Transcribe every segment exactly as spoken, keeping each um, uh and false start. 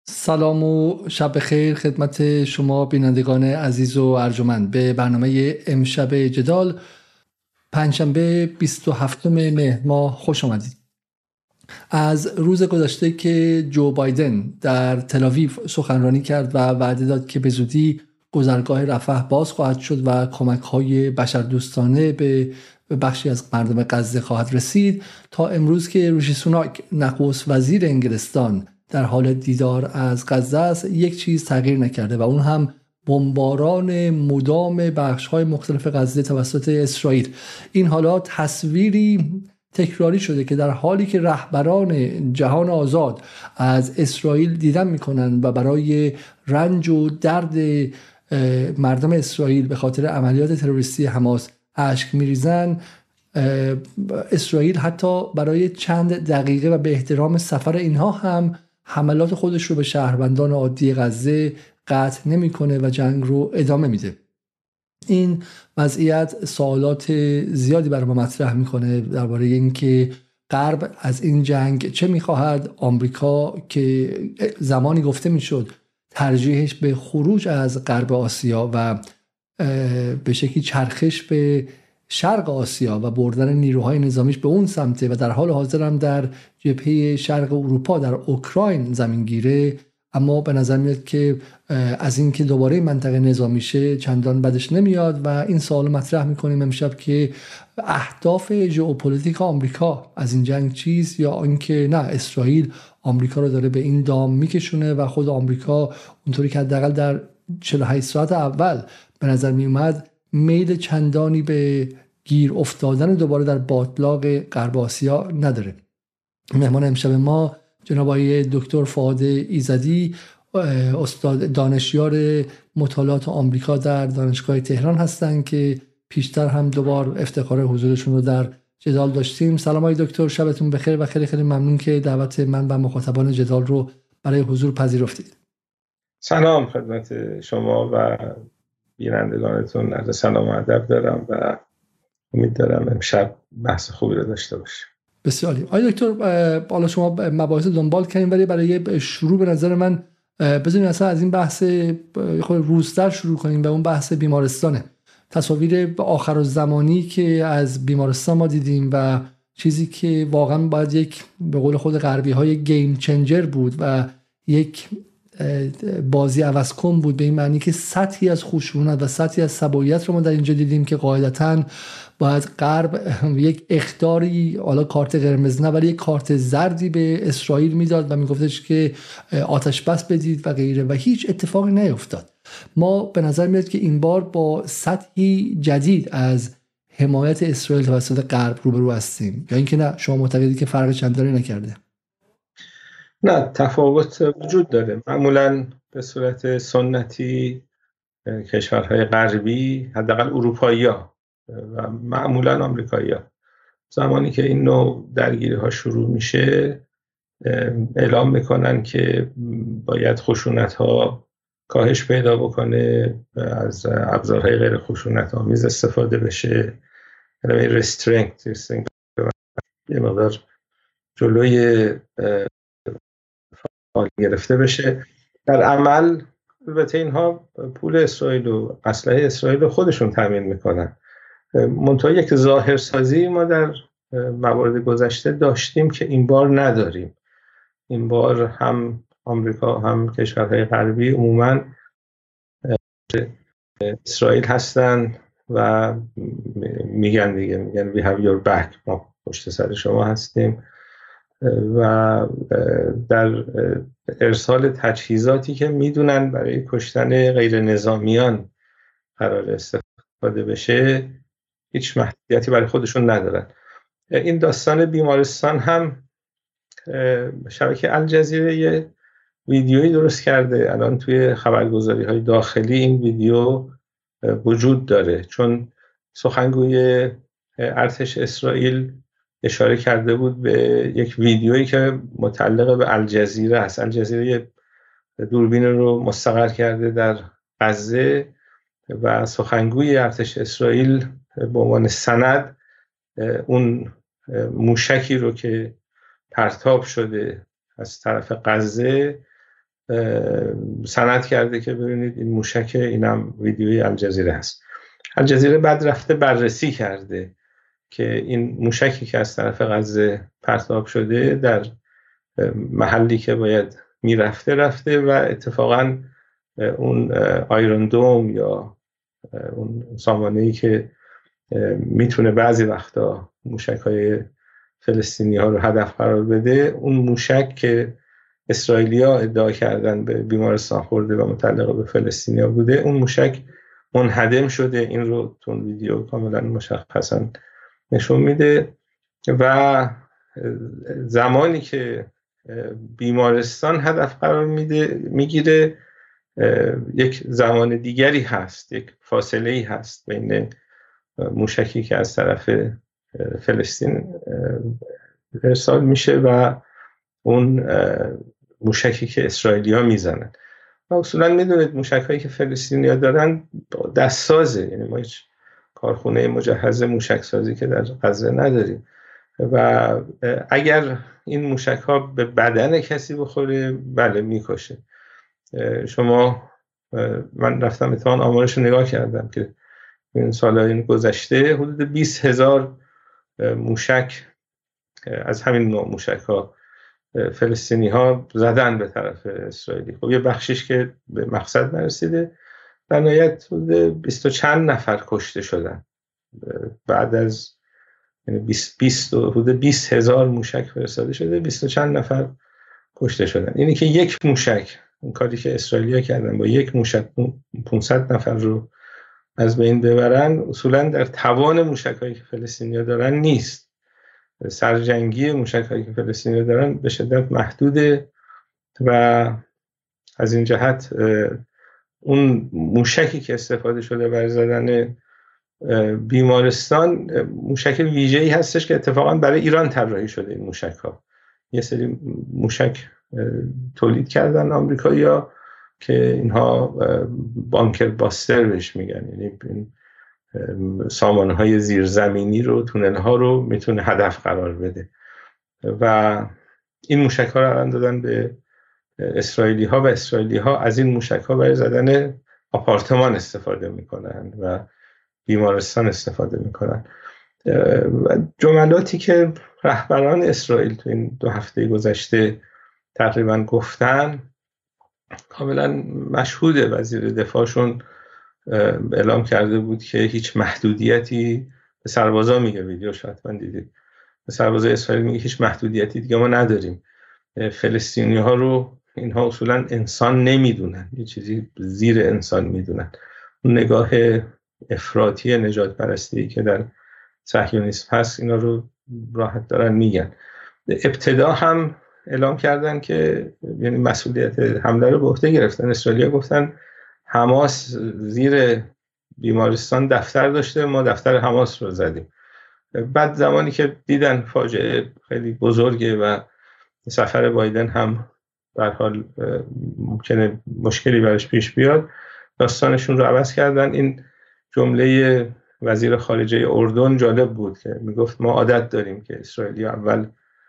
سلام و شب خیر خدمت شما بینندگان عزیز و ارجمند به برنامه امشب جدال پنجشنبه بیست و هفتم مهر ماه خوش آمدید. از روز گذشته که جو بایدن در تل‌آویو سخنرانی کرد و وعده داد که به زودی گذرگاه رفح باز خواهد شد و کمک‌های بشردوستانه به بخشی از مردم غزه خواهد رسید، تا امروز که ریشی سوناک نخست وزیر انگلستان در حال دیدار از غزه است، یک چیز تغییر نکرده و اون هم بمباران مدام بخش‌های مختلف غزه توسط اسرائیل. این حالا تصویری تکراری شده که در حالی که رهبران جهان آزاد از اسرائیل دیدن میکنن و برای رنج و درد مردم اسرائیل به خاطر عملیات تروریستی حماس اشک میریزن، اسرائیل حتی برای چند دقیقه و به احترام سفر اینها هم حملات خودش رو به شهروندان عادی غزه قطع نمیکنه و جنگ رو ادامه میده. این وضعیت سوالات زیادی برای ما مطرح میکنه درباره اینکه غرب از این جنگ چه میخواهد. آمریکا که زمانی گفته میشد ترجیحش به خروج از غرب آسیا و به شکلی چرخش به شرق آسیا و بردن نیروهای نظامیش به اون سمته و در حال حاضر هم در جبهه شرق اروپا در اوکراین زمینگیره، اما به نظر میاد که از این که دوباره منطقه نظامی شه چندان بدش نمیاد و این سوال مطرح میکنیم امشب که اهداف ژئوپلیتیک آمریکا از این جنگ چیست، یا اینکه نه اسرائیل آمریکا رو داره به این دام میکشونه و خود آمریکا اونطوری که حداقل در چهل و هشت ساعت اول به نظر میومد میل چندانی به گیر افتادن دوباره در باتلاق غرب آسیا نداره. مهمان امشب ما جناب آقای دکتر فؤاد ایزدی، استاد دانشیار مطالعات آمریکا در دانشگاه تهران هستند که پیشتر هم دوبار افتخار حضورشون رو در جدال داشتیم. سلام آقای دکتر، شبتون بخیر و خیلی خیلی ممنون که دعوت من و مخاطبان جدال رو برای حضور پذیرفتید. سلام خدمت شما و بینندگانتون، عرض سلام و ادب دارم و امید دارم امشب بحث خوبی رو داشته باشیم. بسیاری. آقای دکتر، حالا شما مباحث دنبال کردین ولی برای شروع به نظر من بذارین اصلا از این بحث خود روزتر شروع کنیم و اون بحث بیمارستانه. تصاویر آخر الزمانی که از بیمارستان ما دیدیم و چیزی که واقعا باید یک به قول خود غربی های گیم چنجر بود و یک بازی عوض کن بود، به این معنی که سطحی از خشونت و سطحی از سبویت رو ما در اینجا دیدیم که قاعدتاً باید غرب یک اخطاری، حالا کارت قرمز نه ولی یک کارت زردی به اسرائیل میداد و میگفتش که آتش بس بدید و غیره و هیچ اتفاقی نیفتاد. ما به نظر میاد که این بار با سطحی جدید از حمایت اسرائیل توسط غرب روبرو هستیم، یا اینکه نه شما معتقدید که فرق چندانی نکرده؟ نه، تفاوت وجود داره. معمولا به صورت سنتی کشورهای غربی، حداقل اروپایی‌ها و معمولا آمریکایی‌ها، زمانی که این نوع درگیری ها شروع میشه اعلام میکنن که باید خشونت ها کاهش پیدا بکنه، از ابزارهای غیر خشونت آمیز استفاده بشه، یعنی رسترینگ یه مقدار جلوی فعال گرفته بشه. در عمل البته اینها پول اسرائیل و اسلحه اسرائیل رو خودشون تامین میکنن. منتها یک ظاهرسازی ما در موارد گذشته داشتیم که این بار نداریم. این بار هم آمریکا هم کشورهای غربی عموماً اسرائیل هستن و میگن دیگه میگن we have your back، ما پشت سر شما هستیم و در ارسال تجهیزاتی که میدونن برای کشتن غیر نظامیان قرار استفاده بشه هیچ محدودیتی برای خودشون ندارن. این داستان بیمارستان هم شبکه الجزیره یه ویدیویی درست کرده، الان توی خبرگزاری های داخلی این ویدیو وجود داره، چون سخنگوی ارتش اسرائیل اشاره کرده بود به یک ویدیویی که متعلق به الجزیره است. الجزیره یه دوربین رو مستقر کرده در غزه و سخنگوی ارتش اسرائیل به عنوان سند اون موشکی رو که پرتاب شده از طرف غزه سند کرده که ببینید این موشک، اینم ویدیوی الجزیره هست. الجزیره بعد رفته بررسی کرده که این موشکی که از طرف غزه پرتاب شده در محلی که باید میرفته رفته و اتفاقا اون آیرون دوم یا اون سامانه‌ای که میتونه بعضی وقتا موشک‌های فلسطینی ها رو هدف قرار بده، اون موشک که اسرائیلیا ادعا کردن به بیمارستان خورده و متعلق به فلسطینیا بوده، اون موشک منهدم شده. این رو تو ویدیو کاملا مشخصا نشون میده. و زمانی که بیمارستان هدف قرار میده میگیره، یک زمان دیگری هست، یک فاصله ای هست بین موشکی که از طرف فلسطین ارسال میشه و اون موشکی که اسرائیلیا میزنن. و اصولا میدونید موشک هایی که فلسطینیا دارن دستسازه، یعنی ما هیچ کارخونه مجهز موشک سازی که در غزه نداریم و اگر این موشک ها به بدن کسی بخوره بله میکشه. شما من رفتم اتفاقا آمارش رو نگاه کردم که این سالهای گذشته حدود بیست هزار موشک از همین نوع موشک ها فلسطینی ها زدن به طرف اسرائیلی. خب یه بخشش که به مقصد نرسیده، در نهایت حدود بیست و چند نفر کشته شدن بعد از یعنی بیست بیست حدود بیست هزار موشک فرستاده شده، بیست و چند نفر کشته شدن. اینی که یک موشک، اون کاری که اسرائیلیا کردن با یک موشک پانصد نفر رو از بین ببرن، اصولا در توان موشکایی که فلسطینیا دارن نیست. سرجنگی موشکایی که فلسطینیا دارن به شدت محدوده و از این جهت اون موشکی که استفاده شده برای زدن بیمارستان موشک ویژه‌ای هستش که اتفاقا برای ایران طراحی شده. این موشک ها یه سری موشک تولید کردن آمریکایی‌ها که اینها بانکر باستر بهش میگن، یعنی سامانه‌های زیرزمینی رو، تونل‌ها رو میتونه هدف قرار بده و این موشک‌ها رو الان دادن به اسرائیلی‌ها و اسرائیلی‌ها از این موشک‌ها برای زدن آپارتمان استفاده میکنن و بیمارستان استفاده میکنن. جملاتی که رهبران اسرائیل تو این دو هفته گذشته تقریبا گفتن کاملا مشهوده. وزیر دفاعشون اعلام کرده بود که هیچ محدودیتی به سربازا، میگه ویدیوش حتما دیدید، به سربازای اسرائیل میگه هیچ محدودیتی دیگه ما نداریم. فلسطینی ها رو اینها اصولا انسان نمیدونن، یه چیزی زیر انسان میدونن. اون نگاه افراطی نجات پرستی که در صهیونیسم هست اینا رو راحت دارن میگن. ابتدا هم اعلام کردن که یعنی مسئولیت حمله رو به عهده گرفتن. اسرائیلیا گفتن حماس زیر بیمارستان دفتر داشته، ما دفتر حماس رو زدیم. بعد زمانی که دیدن فاجعه خیلی بزرگه و سفر بایدن هم به هر حال ممکنه مشکلی براش پیش بیاد، داستانشون رو عوض کردن. این جمله وزیر خارجه اردن جالب بود که میگفت ما عادت داریم که اسرائیلی اول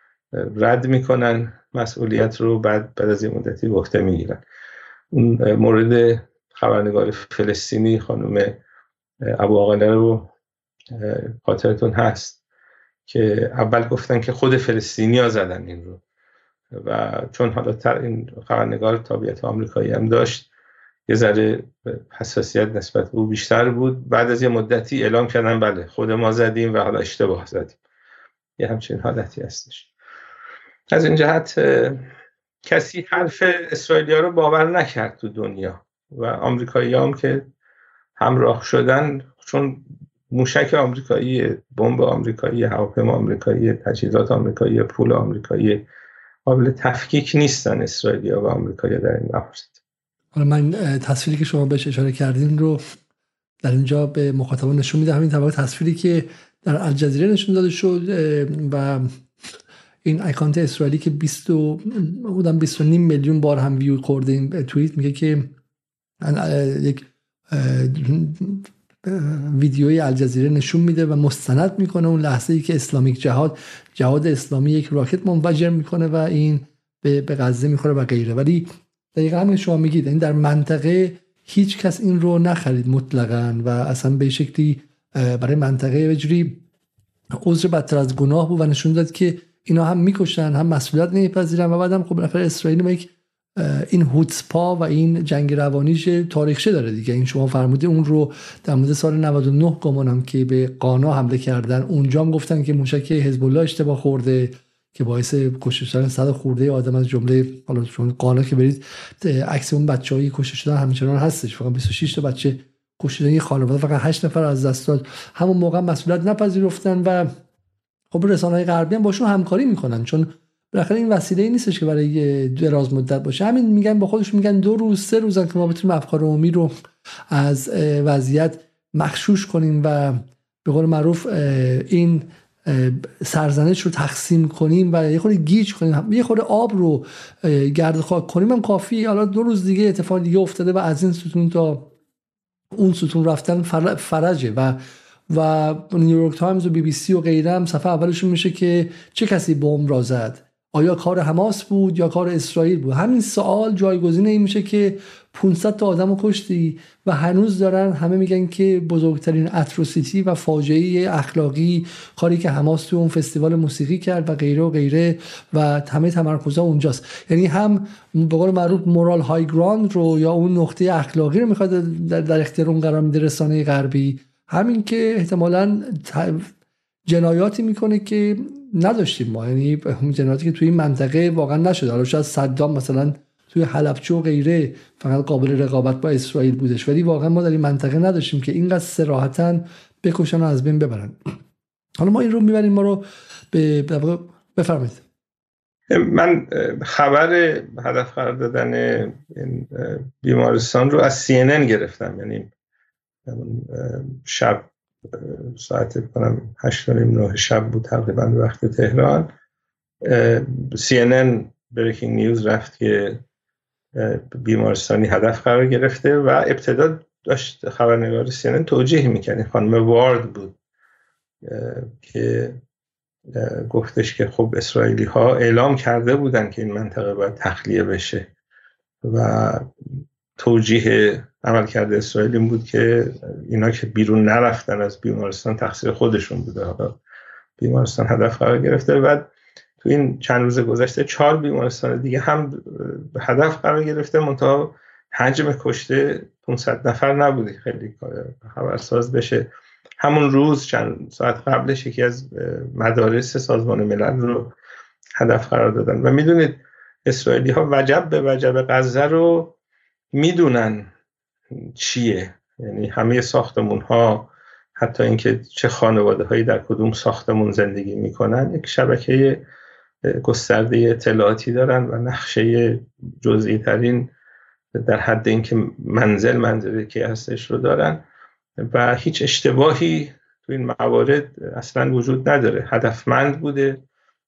رد میکنن مسئولیت رو، بعد بعد از این مدتی به عهده میگیرن. اون مورد خبرنگار فلسطینی خانم ابو عاقله رو خاطرتون هست که اول گفتن که خود فلسطینی‌ها زدن این رو و چون حالا تر این خبرنگار تابعیت آمریکایی هم داشت یه ذره حساسیت نسبت به او بیشتر بود. بعد از یه مدتی اعلام کردن بله خود ما زدیم و حالا اشتباه زدیم. یه همچین حالتی هستش. از این جهت کسی حرف اسرائیلیا رو باور نکرد تو دنیا و آمریکایی هم که همراه شدن، چون موشک آمریکایی، بمب آمریکایی، هواپیما آمریکایی، تجهیزات آمریکایی، پول آمریکایی، قابل تفکیک نیستن اسرائیلیا و آمریکایی در این مورد. حالا من تصویری که شما بهش اشاره کردین رو در اینجا به مخاطبان نشون میدم. همین طبق تصویری که در الجزیره نشون داده شد و این اکانت اسرائیلی که بیست و بیست و نیم میلیون بار هم ویو خورده این توییت، میگه که یک ویدیوی الجزیره نشون میده و مستند میکنه اون لحظه ای که اسلامیک جهاد جهاد اسلامی یک راکت منفجر میکنه و این به به غزه میخوره و غیره. ولی دقیقا همین شما میگید، این در منطقه هیچ کس این رو نخرید مطلقاً و اصلا به شکلی برای منطقه یه جوری عذر بدتر از گناه بود و نشون داد که اینا هم میکشن هم مسئولیت نمیپذیرن و بعدم خب بالاخره اسرائیل یک این هوتسپا و این جنگ روانیش تاریخچه داره دیگه. این شما فرمودید اون رو در مورد سال نود و نه گمانم که به قانا حمله کردن، اونجا هم گفتن که موشک حزب الله اشتباه خورده که باعث کشته شدن صد خورده آدم، از جمله حالا چون قانا که برید عکس اون بچه‌ای کشته شدن همچنان هستش، فقط بیست و شش تا بچه کشته شدن، خانواده فقط هشت نفر از دست داد. همون موقع مسئولیت نپذیرفتن و خب رسانه‌های غربی هم باشون همکاری میکنن، چون بالاخره این وسیله‌ای نیستش که برای دراز مدت باشه. همین میگن با خودشون میگن دو روز سه روزن که ما بتونیم افکار عمومی رو از وضعیت مغشوش کنیم و به قول معروف این سرزنش رو تقسیم کنیم و یه خورده گیج کنیم، یه خورده آب رو گرد خاک کنیم هم کافی. حالا دو روز دیگه اتفاق دیگه افتاده و از این ستون تا اون ستون رفتن فرجه و و نیویورک تایمز و بی بی سی و غیره هم صفحه اولشون میشه که چه کسی بمب را زد، آیا کار حماس بود یا کار اسرائیل بود. همین سوال جایگزین این میشه که پانصد تا آدمو کشتی و هنوز دارن همه میگن که بزرگترین اتروسیتی و فاجعه اخلاقی کاری که حماس تو اون فستیوال موسیقی کرد و غیره و غیره و همه تمرکزها اونجاست. یعنی هم به قول معروف مورال های گراند رو یا اون نقطه اخلاقی رو میخواد در, در اختیار اون قرار میده رسانه غربی، همین که احتمالاً جنایاتی میکنه که نداشتیم ما، یعنی جنایاتی که توی این منطقه واقعا نشده. حالا شاید صدام مثلا توی حلبچه و غیره فقط قابل رقابت با اسرائیل بودش، ولی واقعا ما در این منطقه نداشتیم که اینقدر صراحتاً بکشن و از بین ببرن. حالا ما این رو میبریم ما رو به بفرمایید. من خبر هدف قرار دادن این بیمارستان رو از سی ان ان گرفتم، یعنی شب ساعت کنم هشت و نیم نه شب بود تقریبا وقت تهران، سی ان ان بریکینگ نیوز رفت که بیمارستانی هدف قرار گرفته و ابتدا داشت خبرنگار سی ان ان توجیه میکنه، خانم وارد بود که گفتش که خب اسرائیلی ها اعلام کرده بودن که این منطقه باید تخلیه بشه و توجیه عمل کرده اسرائیل این بود که اینا که بیرون نرفتن از بیمارستان تقصیر خودشون بوده. حالا بیمارستان هدف قرار گرفته و تو این چند روز گذشته چهار بیمارستان دیگه هم هدف قرار گرفته، منتها حجم کشته پانصد نفر نبوده. خیلی خبرساز بشه همون روز چند ساعت قبلش یکی از مدارس سازمان ملل رو هدف قرار دادن و میدونید اسرائیلی ها وجب به وجب غزه رو میدونن چیه، یعنی همه ساختمون ها، حتی اینکه چه خانواده هایی در کدوم ساختمون زندگی میکنن، یک شبکه گسترده اطلاعاتی دارن و نقشه جزئی ترین در حد اینکه منزل منزلی که هستش رو دارن و هیچ اشتباهی تو این موارد اصلا وجود نداره. هدفمند بوده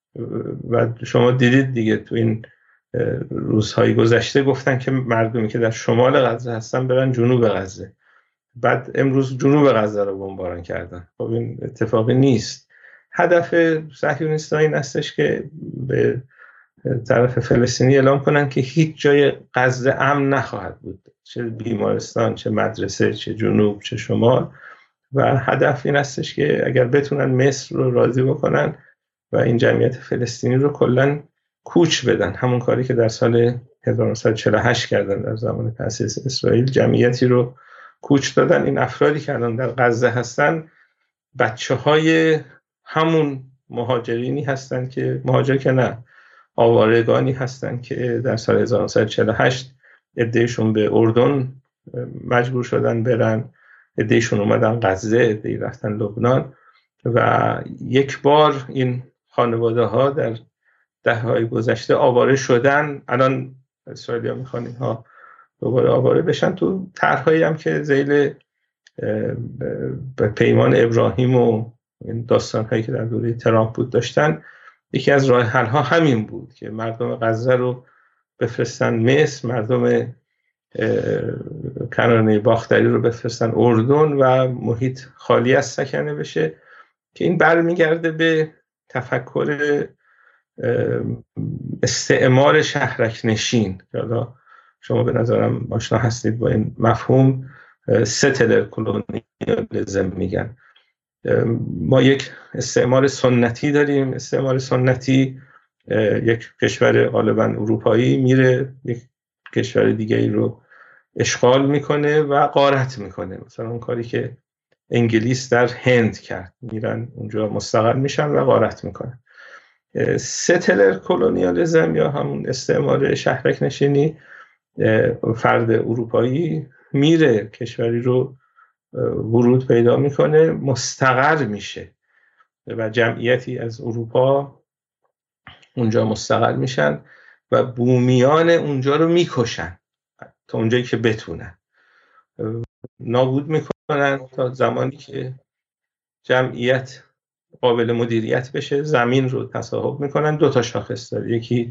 و شما دیدید دیگه تو این روزهای گذشته گفتن که مردمی که در شمال غزه هستن برن جنوب غزه، بعد امروز جنوب غزه رو بمباران کردن. خب این اتفاقی نیست. هدف صهیونیست‌ها این هستش که به طرف فلسطینی اعلام کنن که هیچ جای غزه امن نخواهد بود، چه بیمارستان، چه مدرسه، چه جنوب، چه شمال. و هدف این هستش که اگر بتونن مصر رو راضی بکنن و این جمعیت فلسطینی رو کلاً کوچ بدن، همون کاری که در سال هزار و نهصد و چهل و هشت کردن در زمان تأسیس اسرائیل، جمعیتی رو کوچ دادن. این افرادی که الان در غزه هستن بچه های همون مهاجرینی هستن که مهاجر که نه آوارگانی هستن که در سال هزار و نهصد و چهل و هشت عدهشون به اردن مجبور شدن برن، عدهشون اومدن غزه، عده‌ای رفتن لبنان و یک بار این خانواده ها در دهه‌های گذشته آواره شدن. الان اسرائیلی‌ها میخوان اینها دوباره آواره بشن. تو طرح‌هایی هم که ذیل پیمان ابراهیم و این داستان‌هایی که در دوره ترامپ بود داشتن، یکی از راه حل‌ها همین بود که مردم غزه رو بفرستن مصر، مردم کنارنه باختری رو بفرستن اردن و محیط خالی از سکنه بشه، که این برمیگرده به تفکر استعمار شهرک نشین. حالا شما به نظرم آشنا هستید با این مفهوم، ستلر کلونیالیسم میگن. ما یک استعمار سنتی داریم. استعمار سنتی یک کشور غالبا اروپایی میره یک کشور دیگری رو اشغال میکنه و غارت میکنه. مثلا اون کاری که انگلیس در هند کرد، میرن اونجا مستقر میشن و غارت میکنن. ستلر کلونیالیسم یا همون استعمار شهرک نشینی، فرد اروپایی میره کشوری رو ورود پیدا میکنه، مستقر میشه و جمعیتی از اروپا اونجا مستقر میشن و بومیان اونجا رو میکشن تا اونجایی که بتونن، نابود میکنن تا زمانی که جمعیت قابل مدیریت بشه. زمین رو تصاحب میکنن. دو تا شاخص داره، یکی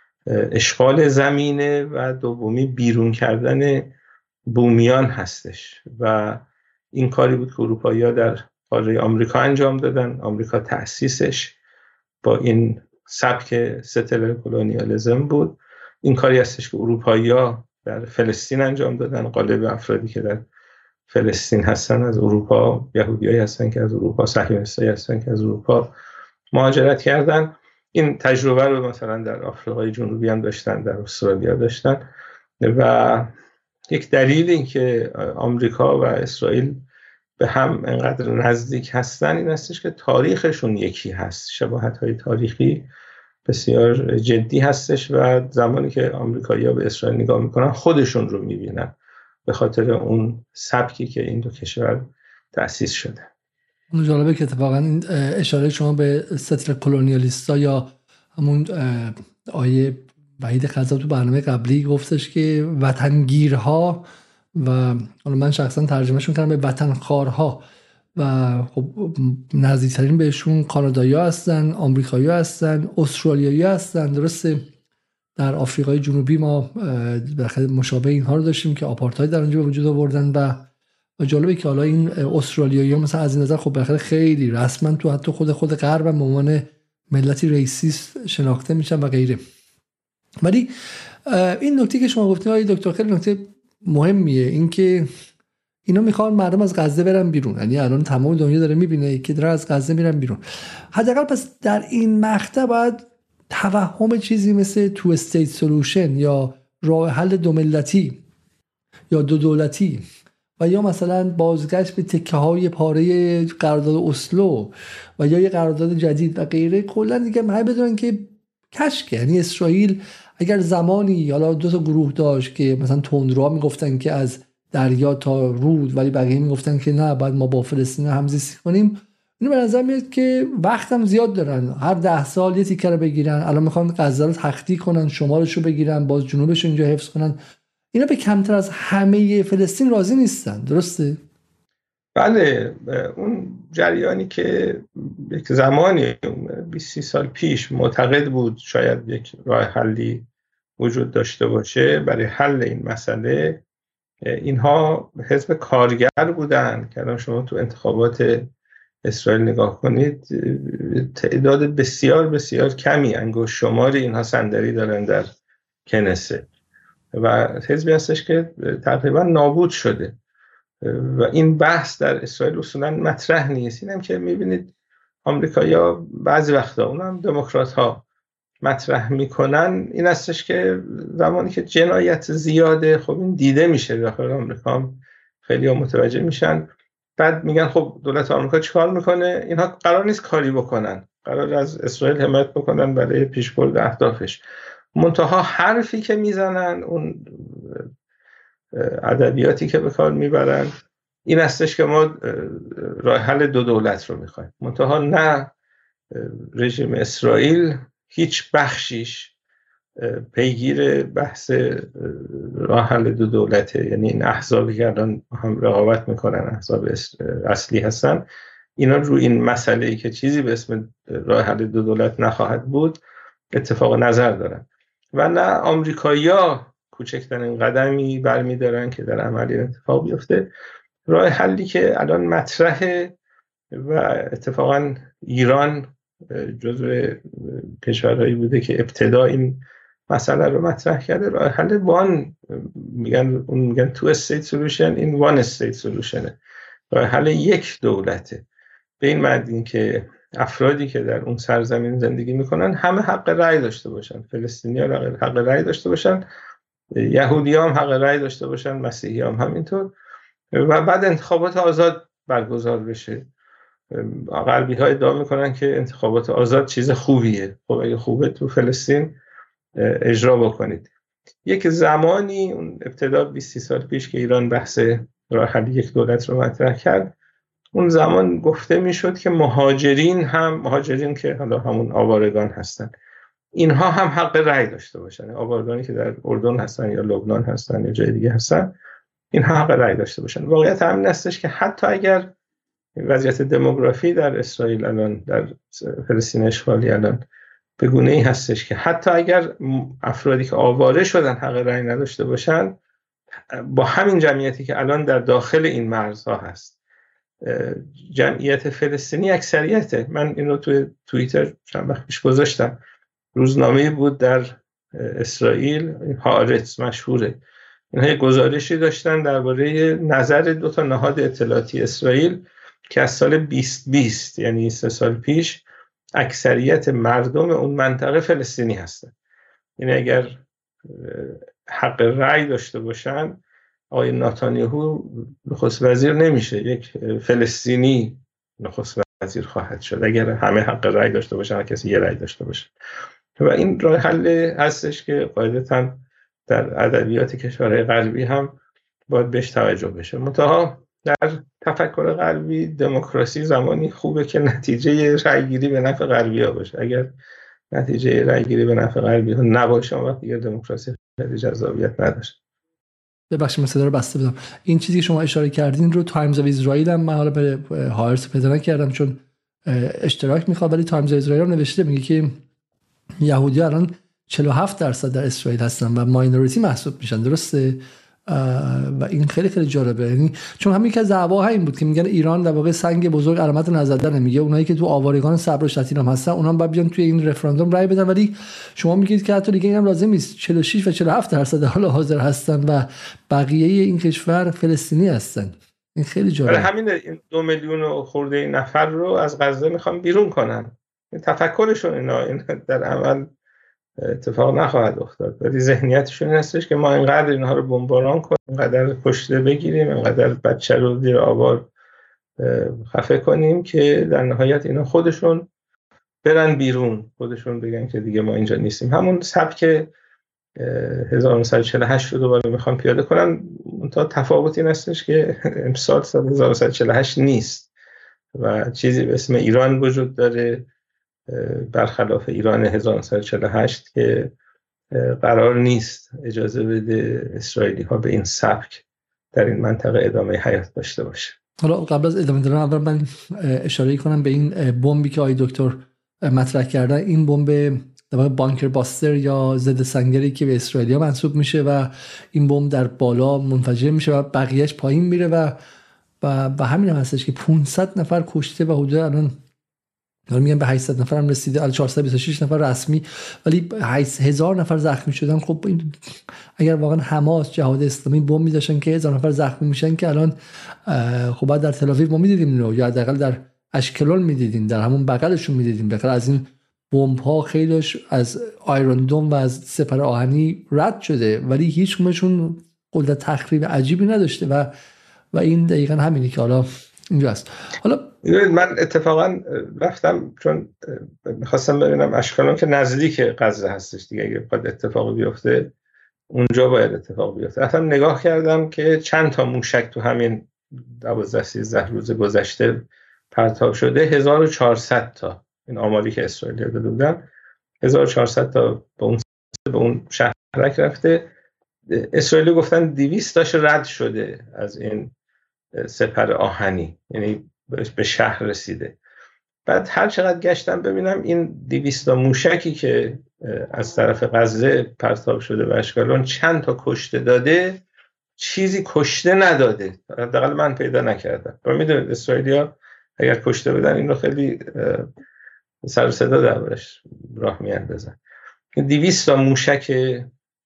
اشغال زمینه و دومی بیرون کردن بومیان هستش و این کاری بود که اروپایی‌ها در قاره آمریکا انجام دادن. آمریکا تأسیسش با این سبک ستلر کلونیالیسم بود. این کاری هستش که اروپایی‌ها در فلسطین انجام دادن. غالب افرادی که در فلسطین هستن از اروپا، یهودیایی هستن که از اروپا، صهیونیستایی هستن که از اروپا مهاجرت کردن. این تجربه رو مثلا در آفریقای جنوبی هم داشتن، در استرالیا داشتن و یک دلیل این که آمریکا و اسرائیل به هم انقدر نزدیک هستن این هستش که تاریخشون یکی هست. شباهت‌های تاریخی بسیار جدی هستش و زمانی که آمریکایی‌ها به اسرائیل نگاه میکنن خودشون رو میبینن به خاطر اون سبکی که این دو کشور تأسیس شده. اون جالبه که اتفاقا این اشاره شما به ستلر کلونیالیستا یا همون آیه وحید خزاب تو برنامه قبلی گفتش که وطنگیرها و حالا من شخصا ترجمهشون کردم به وطنخوارها و خب نزدیکترین بهشون کانادایی هستن، آمریکایی هستن، استرالیایی هستن. درسته در آفریقای جنوبی ما مشابه اینها رو داشتیم که آپارتاید در اونجا به وجود آوردن و جالبه که حالا این استرالیایی‌ها مثلا از این نظر خب بالاخره خیلی رسما تو حتی خود خود غرب به عنوان ملتی ریسیست شناخته میشن و غیره. ولی این نکته که شما گفتین آقای دکتر خیلی نکته مهمیه، این که اینا میخوان مردم از غزه برن بیرون. یعنی الان تمام دنیا داره میبینه که داره از غزه میرن بیرون. حداقل پس در این مقطع باید توهم چیزی مثل تو استیت سولوشن یا راه حل دو ملتی یا دو دولتی و یا مثلا بازگشت به تکه های پاره قرارداد اسلو و یا یه قرارداد جدید و غیره کلا دیگه همه بدونن که کشکه. یعنی اسرائیل اگر زمانی حالا دو تا گروه داشت که مثلا تندروها میگفتن که از دریا تا رود، ولی بقیه میگفتن که نه باید ما با فلسطین همزیستی کنیم، اینو به نظر میاد که وقتم زیاد دارن، هر ده سال یه تیکه رو بگیرن. الان میخوان غزه رو تخلیه کنن، شمالش رو بگیرن، باز جنوبش اینجا حفظ کنن. اینا به کمتر از همه فلسطین راضی نیستن. درسته؟ بله، اون جریانی که یک زمانی بیست سال پیش معتقد بود شاید یک راه حلی وجود داشته باشه برای حل این مسئله، اینها حزب کارگر بودن که الان شما تو انتخابات اسرائیل نگاه کنید تعداد بسیار بسیار کمی، انگشت شماری اینها صندلی دارن در کنسه و حزبی هستش که تقریبا نابود شده و این بحث در اسرائیل اصولا مطرح نیست. اینم که میبینید آمریکایی‌ها بعضی وقتا اونم دموکرات‌ها مطرح میکنن این هستش که زمانی که جنایت زیاده خب این دیده میشه داخل آمریکا، هم خیلی ها متوجه میشن، بعد میگن خب دولت آمریکا چیکار میکنه؟ اینها قرار نیست کاری بکنن، قرار از اسرائیل حمایت بکنن برای پیشبرد اهدافش. منتها حرفی که میزنن، اون ادبیاتی که به کار میبرن این هستش که ما راه حل دو دولت رو میخوایم. منتها نه رژیم اسرائیل هیچ بخشیش پیگیر بحث راه حل دو دولته. یعنی این احزابی که الان هم رقابت میکنن، احزاب اصلی هستن، اینا رو این مسئله‌ای که چیزی به اسم راه حل دو دولت نخواهد بود اتفاق نظر دارن و نه آمریکایی‌ها کوچکترین قدمی برمی‌دارن که در عملی اتفاق بیفته. راه حلی که الان مطرحه و اتفاقا ایران جزو کشورهایی بوده که ابتدا این مسئله رو مطرح کرده، راه حل وان میگن اون میگن تو استیت سولوشن، این وان استیت سولوشنه، راه حل یک دولته. به این معنی که افرادی که در اون سرزمین زندگی میکنن همه حق رأی داشته باشن، فلسطینی‌ها حق رأی داشته باشن، یهودی‌ها هم حق رأی داشته باشن، مسیحی‌ها هم همینطور، و بعد انتخابات آزاد برگزار بشه. غربی‌ها ادعا میکنن که انتخابات آزاد چیز خوبیه. خب اگه خوبه تو فلسطین اجرا بکنید. یک زمانی اون ابتدا بیست سال پیش که ایران بحث راه حل یک دولت رو مطرح کرد، اون زمان گفته میشد که مهاجرین هم، مهاجرین که حالا همون آوارگان هستن، اینها هم حق رأی داشته باشن. آوارگانی که در اردن هستن یا لبنان هستن یا جای دیگه هستن، اینها حق رأی داشته باشن. واقعیت همین هستش که حتی اگر وضعیت دموگرافی در اسرائیل الان، در فلسطین اشغالی الان به گونه‌ای هستش که حتی اگر افرادی که آواره شدن حق رأی نداشته باشن، با همین جمعیتی که الان در داخل این مرزها هست، جمعیت فلسطینی اکثریته. من این رو توی توییتر چند وقت پیش گذاشتم. روزنامه‌ای بود در اسرائیل، هارتز مشهوره، اینها یک گزارشی داشتن درباره نظر دو تا نهاد اطلاعاتی اسرائیل که از سال بیست بیست، یعنی سه سال پیش، اکثریت مردم اون منطقه فلسطینی هستن. یعنی اگر حق رأی داشته باشن، آقای نتانیاهو نخست وزیر نمیشه، یک فلسطینی نخست وزیر خواهد شد اگر همه حق رأی داشته باشن و کسی یه رأی داشته باشه. و این راه حل هستش که قاعدتاً در ادبیات کشورهای غربی هم باید بهش توجه بشه. منتها در تفکر غربی دموکراسی زمانی خوبه که نتیجه رأیگیری به نفع غربی‌ها باشه. اگر نتیجه رأیگیری به نفع غربی‌ها نباشه، اون وقت دیگه دموکراسی خیلی جذابیت نداره. ببخشید مثلا رو بسته بدم. این چیزی که شما اشاره کردین رو تایمز اف اسرائیل هم من حالا به هارتز پیدا نکردم چون اشتراک میخواد، ولی تایمز اف اسرائیل هم نوشته، میگه که یهودی‌ها الان چهل و هفت درصد در اسرائیل هستن و ماینوریتی محسوب میشن. درسته؟ و این خیلی خیلی جالبه، یعنی چون همین که دعوا این بود که میگن ایران در واقع سنگ بزرگ علامت نزدن، میگه اونایی که تو آوارگان صبر و شتیل هم هستن اونها هم باید بیان توی این رفراندوم رای بدن، ولی شما میگید که حتی دیگه اینم لازم نیست، چهل و شش و چهل و هفت درصد حال حاضر هستن و بقیه این کشور فلسطینی هستن. این خیلی جالبه. همین دو میلیون و خورده نفر رو از غزه میخوان بیرون کنن. این تفکرشون اینا این در عمل اتفاق نخواهد افتاد، ولی ذهنیتشون این هستش که ما اینقدر اینها رو بمباران کنیم، اینقدر کشته بگیریم، اینقدر بچه رو زیر آوار خفه کنیم که در نهایت اینا خودشون برن بیرون، خودشون بگن که دیگه ما اینجا نیستیم. همون سبک هزار و نهصد و چهل و هشت رو دوباره میخوان پیاده کنن. منتها تفاوت این هستش که امسال سال هزار و نهصد و چهل و هشت نیست و چیزی به اسم ایران وجود داره، برخلاف ایران هزار و نهصد و چهل و هشت که قرار نیست اجازه بده اسرائیلی ها به این سبک در این منطقه ادامه حیات داشته باشه. حالا قبل از ادامه دادن اول من اشاره کنم به این بمبی که آقای دکتر مطرح کردن. این بمب در واقع بانکر باستر یا ضد سنگری که به اسرائیلیا منسوب میشه و این بمب در بالا منفجر میشه و بقیهش پایین میره و و و همین هم هستش که پانصد نفر کشته و حدود الان دارم میگم به هشتصد نفر هم رسیده، الان چهارصد و بیست و شش نفر رسمی، ولی هزار نفر زخمی شدن. خب این اگر واقعا حماس جهاد اسلامی بمب می‌ذاشتن که هزار نفر زخمی میشن که الان خب بعد در تل آویو ما می‌دیدیم رو، یا حداقل در اشکلون می‌دیدیم، در همون بغلشون می‌دیدیم. بخاطر از این بمب‌ها خیلیش از آیرون دوم و از سپر آهنی رد شده، ولی هیچ کدومشون قدرت تخریب عجیبی نداشته و و این دقیقاً همینی که حالا اینجاست. حالا من اتفاقا رفتم چون میخواستم ببینم اشکالون که نزدیک غزه هستش دیگه، اگه بخواد اتفاق بیفته اونجا باید اتفاق بیفته. رفتم نگاه کردم که چند تا موشک تو همین دوازده سیزده روز گذشته پرتاب شده. هزار و چهارصد تا، این آماری که اسرائیل داده بودن، هزار و چهارصد تا به اون به اون شهرک رفته. اسرائیلی گفتن دویست تاش رد شده از این سپر آهنی، یعنی به شهر رسیده. بعد هر چقدر گشتم ببینم این دویست تا موشکی که از طرف غزه پرتاب شده به اشکالون چند تا کشته داده، چیزی کشته نداده. حداقل من پیدا نکردم. و میدونید اسرائیلیا اگر کشته بدن این رو خیلی سر و صدا دربارش راه میاندازن. دویست تا موشک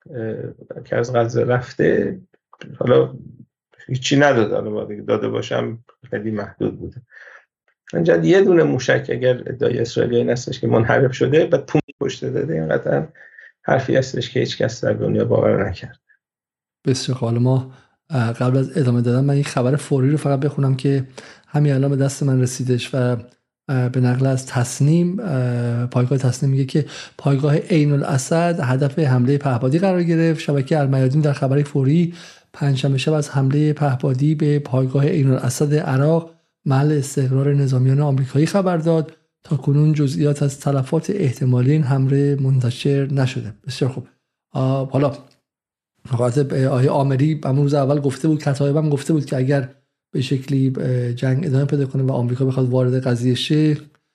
که از غزه رفته حالا هیچی نداده، حالا داده باشم خیلی محدود بوده. اینجا یه دونه موشک اگر ادعای اسرائیلی این هستش که منحرف شده بعد پوند پشت داده، این قطعا حرفی هستش که هیچ کس در دنیا باور نکرد. بسیار خاله. ما قبل از ادامه دادن من این خبر فوری رو فقط بخونم که همین الان به دست من رسیدش و به نقل از تصنیم، پایگاه تصنیم میگه که پایگاه عین الاسد هدف حمله پهپادی قرار گرفت. شبکه المیادین در خبر فوری پنجشنبه شب از حمله پهپادی به پایگاه عین الاسد عراق محل استقرار نظامیان آمریکایی خبر داد. تا کنون جزئیات از تلفات احتمالی این حمله منتشر نشده. بسیار خوب. حالا خاطب آقای آمری امروز اول گفته بود، کتایبم گفته بود که اگر به شکلی جنگ ادامه پیدا کنه و آمریکا بخواد وارد قضیه شه،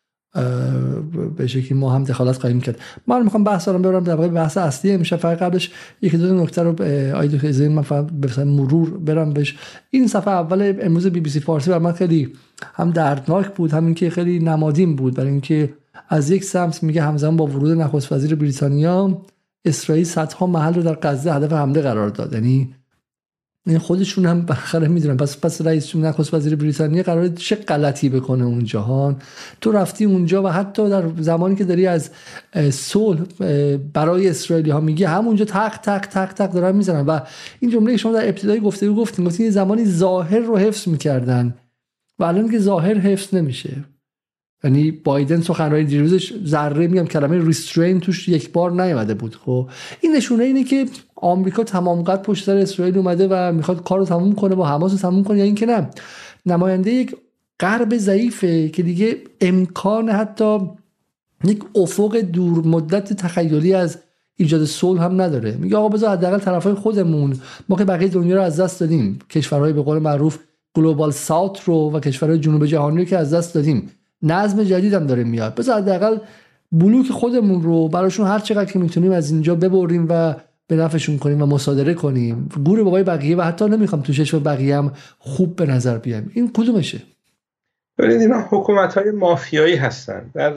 به شکلی ما هم دخالت خواهیم کرد. من میخوام بحث رو ببرم در واقع بحث اصلی امشب. فقط قبلش یکی دو نکته رو آید دکتر من فقط به مرور برم بهش. این صفحه اول امروز بی بی سی فارسی برای من خیلی هم دردناک بود، هم اینکه خیلی نمادین بود، برای اینکه از یک سمت میگه همزمان با ورود نخست وزیر بریتانیا اسرائیل صدها محل رو در غزه هدف حمله قرار داد. یعنی این خودشون هم بالاخره میدونن پس پس رئیس نخست وزیر بریتانیا قراره چه غلطی بکنه اون جهان. تو رفتی اونجا و حتی در زمانی که داری از صلح برای اسرائیلی ها میگی همونجا تق تق تق تق دارن میزنن. و این جمله شما در ابتدای گفتگو گفتین گفتین زمانی ظاهر رو حفظ میکردن و الان که ظاهر حفظ نمیشه. یعنی بایدن سخنرانی دیروزش ذره میگم کلمه ریسترین توش یک بار نیومده بود. خب این نشونه اینه که آمریکا تمام قد پشت سر اسرائیل اومده و میخواد کارو تموم کنه، با حماس رو تموم کنه، یا اینکه نه نماینده یک غرب ضعیفه که دیگه امکان حتی یک افق دور مدت تخیلی از ایجاد صلح هم نداره. میگه آقا بذار حداقل طرفای خودمون، ما که بقیه دنیا رو از دست دادیم، کشورهای به قول معروف گلوبال ساوت رو و کشورهای جنوب جهانی رو که از دست دادیم، نظم جدید هم داره میاد، بذار حداقل بلوک خودمون رو براشون هر چقدر که میتونیم از اینجا ببریم و به نفعشون کنیم و مصادره کنیم. گور بابای بقیه و حتی نمیخوام تو چشم بقیه هم خوب به نظر بیایم. این کدومشه؟ ببینید اینا حکومت‌های مافیایی هستن. در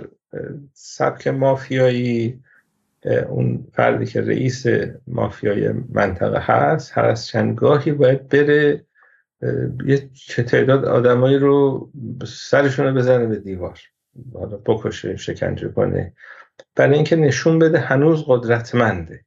سبک مافیایی اون فردی که رئیس مافیای منطقه هست هر از چند گاهی باید بره یه چه تعداد آدمایی رو سرشون رو بزنه به دیوار، حالا بکشه، شکنجه کنه، برای اینکه نشون بده هنوز قدرتمنده.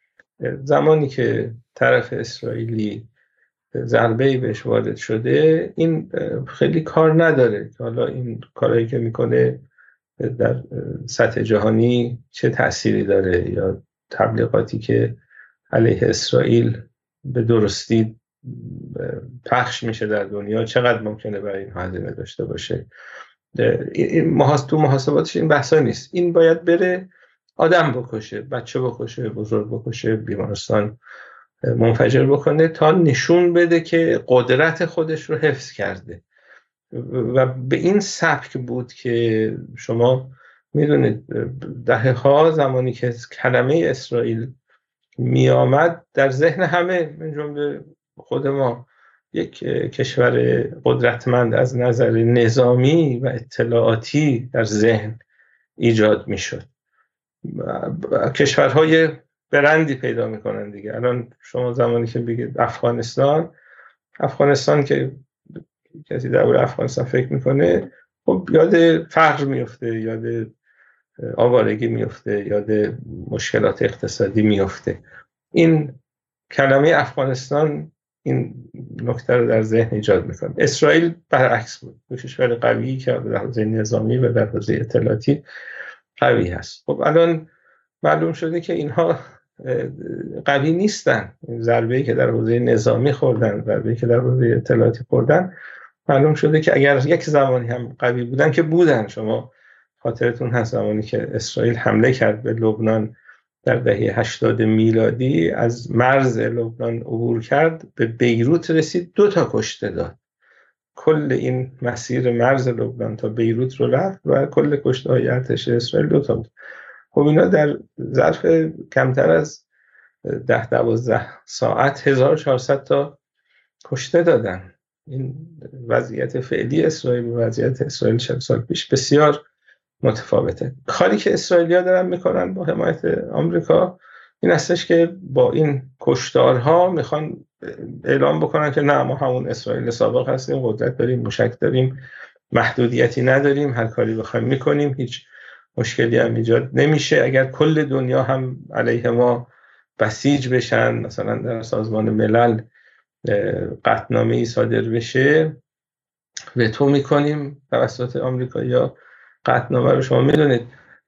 زمانی که طرف اسرائیلی ضربه‌ای بهش وارد شده این خیلی کار نداره که حالا این کارهایی که میکنه در سطح جهانی چه تأثیری داره یا تبلیغاتی که علیه اسرائیل به درستی پخش میشه در دنیا چقدر ممکنه برای این هزینه داشته باشه. این تو محاسباتش این بحثا نیست. این باید بره آدم بکشه، بچه بکشه، بزرگ بکشه، بیمارستان منفجر بکنه تا نشون بده که قدرت خودش رو حفظ کرده. و به این سبک بود که شما میدونید دهه ها زمانی که کلمه اسرائیل می آمد در ذهن همه من جمله خود ما یک کشور قدرتمند از نظر نظامی و اطلاعاتی در ذهن ایجاد می شد. کشورهای برندی پیدا می کنن دیگه. الان شما زمانی که بگید افغانستان افغانستان که کسی در افغانستان فکر میکنه خب یاد فقر میفته، یاد آوارگی میفته، یاد مشکلات اقتصادی میفته. این کلمه افغانستان این نکته رو در ذهن ایجاد میکنه. اسرائیل برعکس بود، کشور قوی که در حوزه نظامی و در حوزه اطلاعاتی قوی هست. خب الان معلوم شده که اینها قوی نیستن. ضربه‌ای که در حوزه نظامی خوردن، ضربه‌ای که در حوزه اطلاعاتی خوردن، معلوم شده که اگر یک زمانی هم قوی بودن که بودن. شما خاطرتون هست زمانی که اسرائیل حمله کرد به لبنان در دهه هشتاد میلادی، از مرز لبنان عبور کرد به بیروت رسید، دو تا کشته داد. کل این مسیر مرز لبنان تا بیروت رو رفت و کل کشته های ارتش اسرائیل دو تا بود. خب اینا در ظرف کمتر از ده دوازده ساعت هزار و چهارصد تا کشته دادن. این وضعیت فعلی اسرائیل و وضعیت اسرائیل چند سال پیش بسیار متفاوته. کاری که اسرائیلی‌ها دارن میکنن با حمایت آمریکا این هستش که با این کشتارها میخوان اعلام بکنن که نه، ما همون اسرائیل سابق هستیم، قدرت داریم، موشک داریم، محدودیتی نداریم، هر کاری بخوایم میکنیم، هیچ مشکلی هم ایجاد نمیشه. اگر کل دنیا هم علیه ما بسیج بشن، مثلا در سازمان ملل قطعنامه‌ای صادر بشه، وتو میکنیم توسط آمریکایی‌ها قطعنامه رو. شما میدونید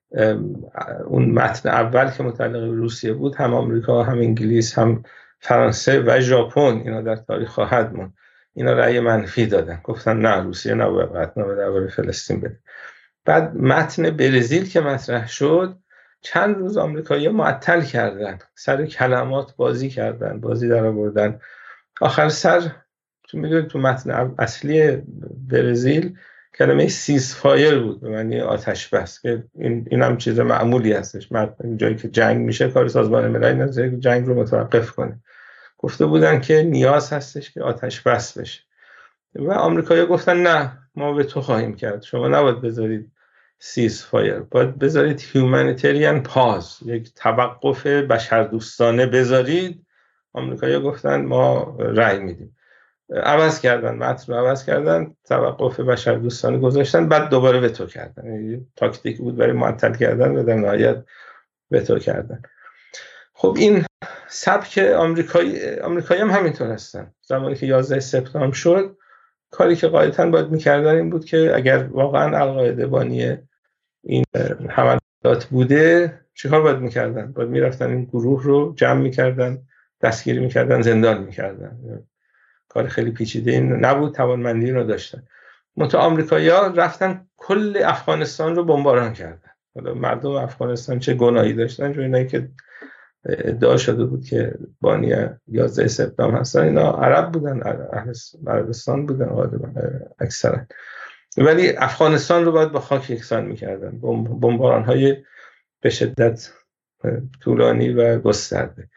اون متن اول که متعلق به روسیه بود، هم آمریکا هم انگلیس هم فرانسه و ژاپن، اینا در تاریخ خواهد موند، اینا رأی منفی دادن، گفتن نه، روسیه نباید قطعنامه درباره فلسطین بده. بعد متن برزیل که مطرح شد، چند روز آمریکایی‌ها معطل کردن، سر کلمات بازی کردن، بازی در آوردن. آخر سر تو میدونید تو متن اصلی برزیل کلمه سیز فایر بود، به معنی آتش بس، که این این هم چیز معمولی هستش. متن جایی که جنگ میشه کار سازمان ملل نمیشه جنگ رو متوقف کنه. گفته بودن که نیاز هستش که آتش بس بشه و آمریکایی‌ها گفتن نه، ما به تو خواهیم کرد، شما نباید بذارید سیز فایر، باید بذارید هیومانیتریان پاز، یک توقف بشردوستانه بذارید. آمریکایی‌ها گفتن ما رأی میدیم. عوض کردن، متن رو عوض کردن، توقف بشردوستانه گذاشتن، بعد دوباره وتو کردن. یعنی تاکتیک بود برای معطل کردن و در نهایت وتو کردن. خب این سبک آمریکایی آمریکایی هم همینطور هستن. زمانی که یازده سپتامبر شد، کاری که قاعدتاً باید میکردن این بود که اگر واقعا القاعده بانی این حملات بوده، چیکار باید میکردن؟ باید میرفتن این گروه رو جمع میکردن، دستگیری میکردن، زندان میکردن. کار خیلی پیچیده این نبود، توانمندی رو داشتن. منتها آمریکایی‌ها رفتن کل افغانستان رو بمباران کردن. حالا مردم افغانستان چه گناهی داشتن؟ چون اینایی که ادعا شده بود که بانی یازده سپتامبر هستن، اینا عرب بودن، اهل عربستان بودن غالبا اکثرا، ولی افغانستان رو باید با خاک یکسان میکردن. بمباران‌های به شدت طولانی و گسترده.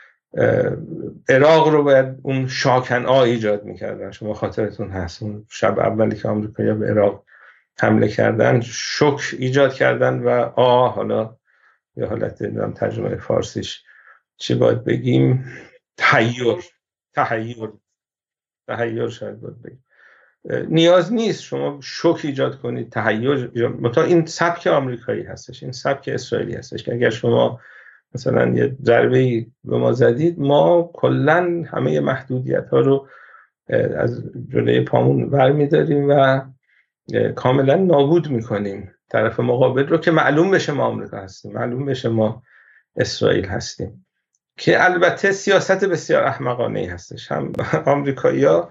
عراق رو باید اون شاکن‌آ ایجاد میکردن. شما خاطرتون هست اون شب اولی که آمریکایی‌ها به عراق حمله کردن، شوک ایجاد کردن و آ حالا یه حالت نمیدونم ترجمه فارسیش چی باید بگیم، تحیر تحیر تحیر شاید باید بگیم. نیاز نیست شما شوک ایجاد کنید، تحیر ایجاد. این سبک آمریکایی هستش، این سبک اسرائیلی هستش که اگر شما مثلا یه ضربه‌ای به ما زدید، ما کلاً همه محدودیت ها رو از جلوی پامون برمی‌داریم و کاملا نابود میکنیم طرف مقابل رو، که معلوم بشه ما آمریکا هستیم، معلوم بشه ما اسرائیل هستیم، که البته سیاست بسیار احمقانه ای هستش. هم آمریکایی‌ها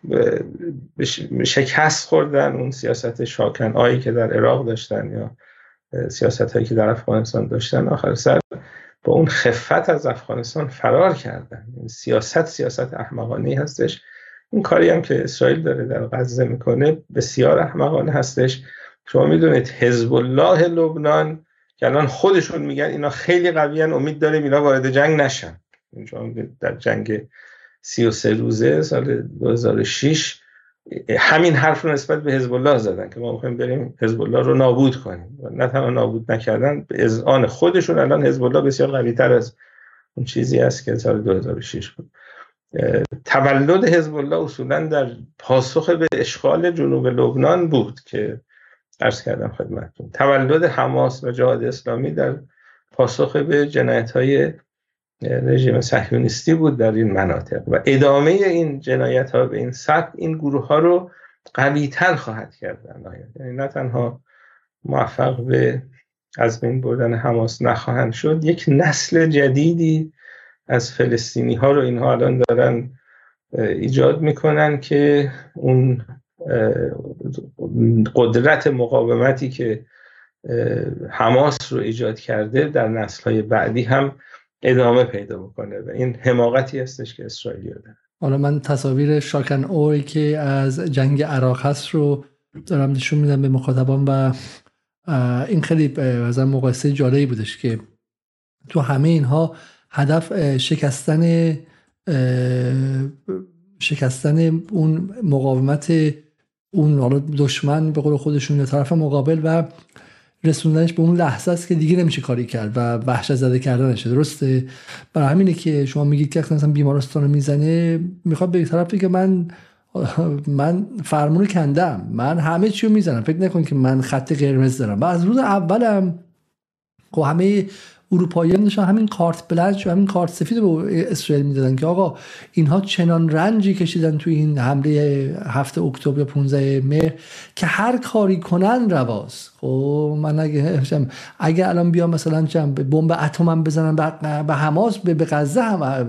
شکست خوردن اون سیاست شاکن آیی که در عراق داشتن یا سیاست هایی که در افغانستان داشتن، آخر سر با اون خفت از افغانستان فرار کردن. سیاست سیاست احمقانه ای هستش. این کاری هم که اسرائیل داره در غزه میکنه بسیار احمقانه هستش. شما میدونید حزب الله لبنان که الان خودشون میگن اینا خیلی قویان، امید داریم اینا وارد جنگ نشن. شما در جنگ سی و سه روزه سال دو هزار و شش همین حرف رو نسبت به حزب الله زدن که ما میخوایم بریم حزب الله رو نابود کنیم. نه تنها نابود نکردن، به اذعان خودشون الان حزب الله بسیار قوی‌تر از اون چیزی است که سال دو هزار و شش بود. تولد حزب الله اصولا در پاسخ به اشغال جنوب لبنان بود که عرض کردم خدمتتون. تولد حماس و جهاد اسلامی در پاسخ به جنایت‌های رژیم صهیونیستی بود در این مناطق و ادامه این جنایت‌ها به این سبک این گروه‌ها رو قوی‌تر خواهد کرد. یعنی نه تنها موفق به از بین بردن حماس نخواهند شد، یک نسل جدیدی از فلسطینی ها رو اینها الان دارن ایجاد میکنن که اون قدرت مقاومتی که حماس رو ایجاد کرده در نسل‌های بعدی هم ادامه پیدا بکنه و این حماقتی هستش که اسرائیل داره. حالا من تصاویر شاکن اوی که از جنگ عراق هست رو دارم نشون میدم به مخاطبان و این خیلی مثلا مقایسه جالبی بودش که تو همه اینها هدف شکستن شکستن اون مقاومت اون دشمن به قول خودشون یا طرف مقابل و رسوندنش به اون لحظه است که دیگه نمیشه کاری کرد و وحشت زده کردنشه. درسته؟ برای همینه که شما میگید که مثلا بیمارستان رو میزنه، میخواد به طرف بگه من من فرمون کندم، من همه چی رو میزنم، فکر نکن که من خط قرمز دارم. و از روز اولم خب همه اروپایی هم داشتن همین کارت بلنش و همین کارت سفید رو به اسرائیل میدادن که آقا اینها چنان رنجی کشیدن توی این حمله هفته اکتبر یا پانزده مهر که هر کاری کنن رواست. خب من اگه اگه الان بیام مثلا چم بمب اتمم بزنن به حماس به غزه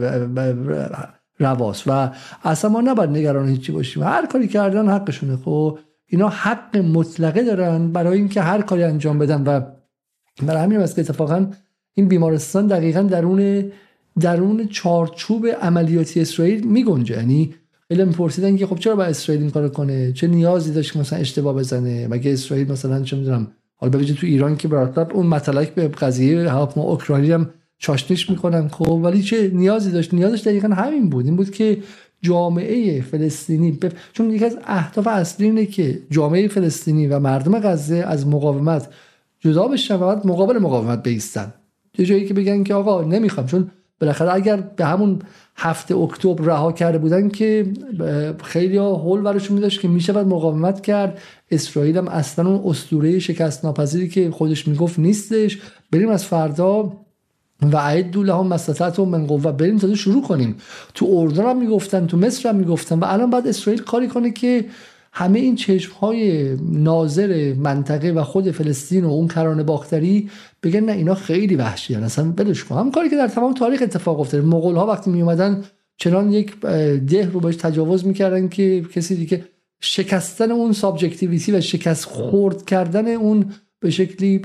هم رواست و اصلا ما نباید نگران هیچی باشیم. هر کاری کردن حقشونه. خب اینا حق مطلقه دارن برای اینکه هر کاری انجام بدن و برای همین است که اتفاقا این بیمارستان دقیقاً درون درون چارچوب عملیاتی اسرائیل میگنجه. یعنی خیلی میپرسیدن که خب چرا باید اسرائیل این کارو کنه، چه نیازی داشت که مثلا اشتباه بزنه، مگه اسرائیل مثلا چه میدونم حالا ببینید تو ایران که براتب اون مطلق به قضیه هاپما اوکراینی هم چاشنیش میکنن. خب ولی چه نیازی داشت؟ نیازش دقیقاً همین بود، این بود که جامعه فلسطینی بف... چون یکی از اهداف اصلی اینه که جامعه فلسطینی و مردم غزه از مقاومت جدا بشن و بعد مقابل مقاومت بایستن. یه جایی که بگن که آقا نمیخوام، چون بالاخره اگر به همون هفته اکتبر رها کرده بودن که خیلی ها حول ورشون میداشت که میشه بعد مقاومت کرد، اسرائیل هم اصلا اون اسطوره شکست ناپذیری که خودش میگفت نیستش، بریم از فردا و اعدوا لهم ما استطعتم من قوه، بریم تازه شروع کنیم. تو اردن هم میگفتن، تو مصر هم میگفتن و الان بعد اسرائیل کاری کنه که همه این چشم‌های ناظر منطقه و خود فلسطین و اون کرانه باختری بگن نه اینا خیلی وحشی هستن، اصلا ولش کن. هم کاری که در تمام تاریخ اتفاق افتاده. مغول‌ها وقتی می اومدن چنان یک ده رو بهش تجاوز میکردن که کسی دیگه شکستن اون سابجکتیویتی و شکست خورد کردن اون به شکلی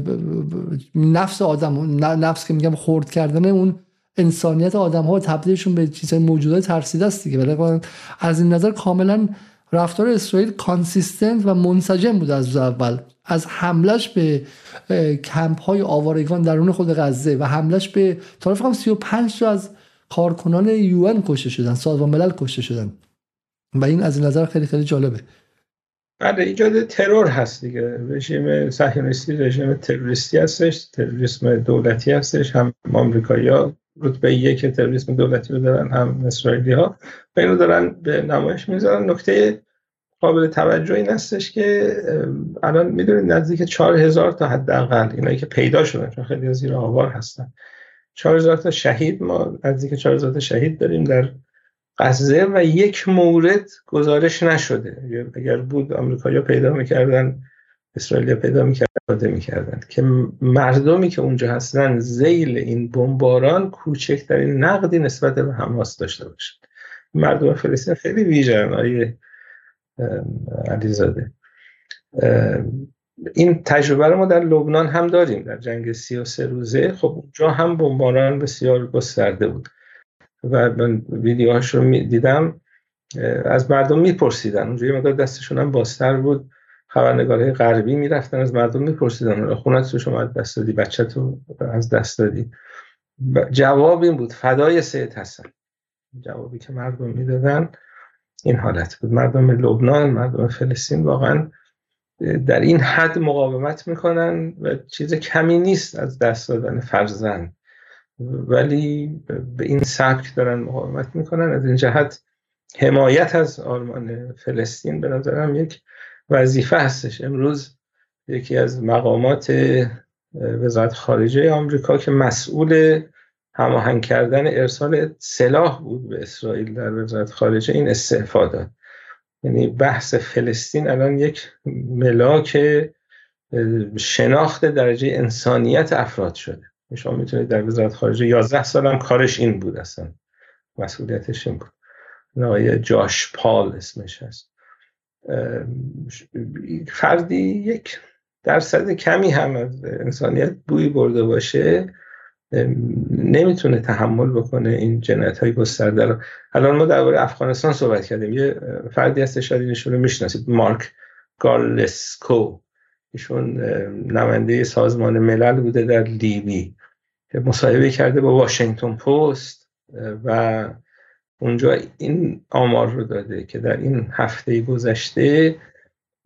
نفس آدم، نفس که میگم خورد کردن اون انسانیت آدم‌ها، تبدیلشون به چیزای موجودات ترسیده است دیگه. ولی از این نظر کاملا رفتار اسرائیل کانسیستنت و منسجم بود از اول، از حملش به کمپ های آوارگان درون خود غزه و حملش به طرف هم سی و پنج تا از کارکنان یو ان کشته شدن، سازمان ملل کشته شدن و این از این نظر خیلی خیلی جالبه. بله ایجاد ترور هست دیگه. رژیم صهیونیستی رژیم تروریستی هستش، تروریسم دولتی هستش. هم آمریکایی‌ها رتبه یک تروریسم دولتی رو دارن، هم اسرائیلی‌ها و اینو دارن به نمایش میذارن. نکته قابل توجه این هستش که الان میدونید نزدیک چهار هزار تا حداقل اینایی که پیدا شدن، چون خیلی زیر آوار هستن، چهار هزار تا شهید، ما نزدیک چهار هزار تا شهید داریم در غزه و یک مورد گزارش نشده. اگر بود آمریکایی‌ها پیدا می‌کردن، اسرائیلیا پیدا می‌کردن می‌کردن که مردمی که اونجا هستن ذیل این بمباران کوچکترین نقدی نسبت به حماس داشته باشن. مردم فلسطین خیلی ویژن آیه علیزاده. این تجربه رو ما در لبنان هم داریم، در جنگ سی و سه روزه. خب اونجا هم بمباران بسیار گسترده بود و من ویدیوهاش رو دیدم، از مردم میپرسیدن، اونجا یه مقدار دستشون هم بازتر بود، خبرنگارهای غربی میرفتن از مردم میپرسیدن خونت رو شما از دست دادی، بچت رو از دست دادی. جواب این بود فدای سید حسن. جوابی که مردم میدادن این حالت بود. مردم لبنان، مردم فلسطین واقعا در این حد مقاومت میکنن و چیز کمی نیست از دست دادن فرزند، ولی به این سبک دارن مقاومت میکنن. از این جهت حمایت از آرمان فلسطین به نظرم یک وظیفه هستش. امروز یکی از مقامات وزارت خارجه آمریکا که مسئول هماهنگ کردن ارسال سلاح بود به اسرائیل در وزارت خارجه این استعفا داد. یعنی بحث فلسطین الان یک ملاک شناخت درجه انسانیت افراد شده. شما میتونید در وزارت خارجه یازده سال هم کارش این بود، اصلا مسئولیتش این بود. آقای جاش پال اسمش هست. فردی یک درصد کمی هم از انسانیت بوی برده باشه نمیتونه تحمل بکنه این جنایت‌های گسترده رو. الان ما درباره افغانستان صحبت کردیم، یه فردی هست شاید اینشون رو میشناسید، مارک گارلسکو. ایشون نماینده سازمان ملل بوده در لیبی که مصاحبه کرده با واشنگتن پست و اونجا این آمار رو داده که در این هفته گذشته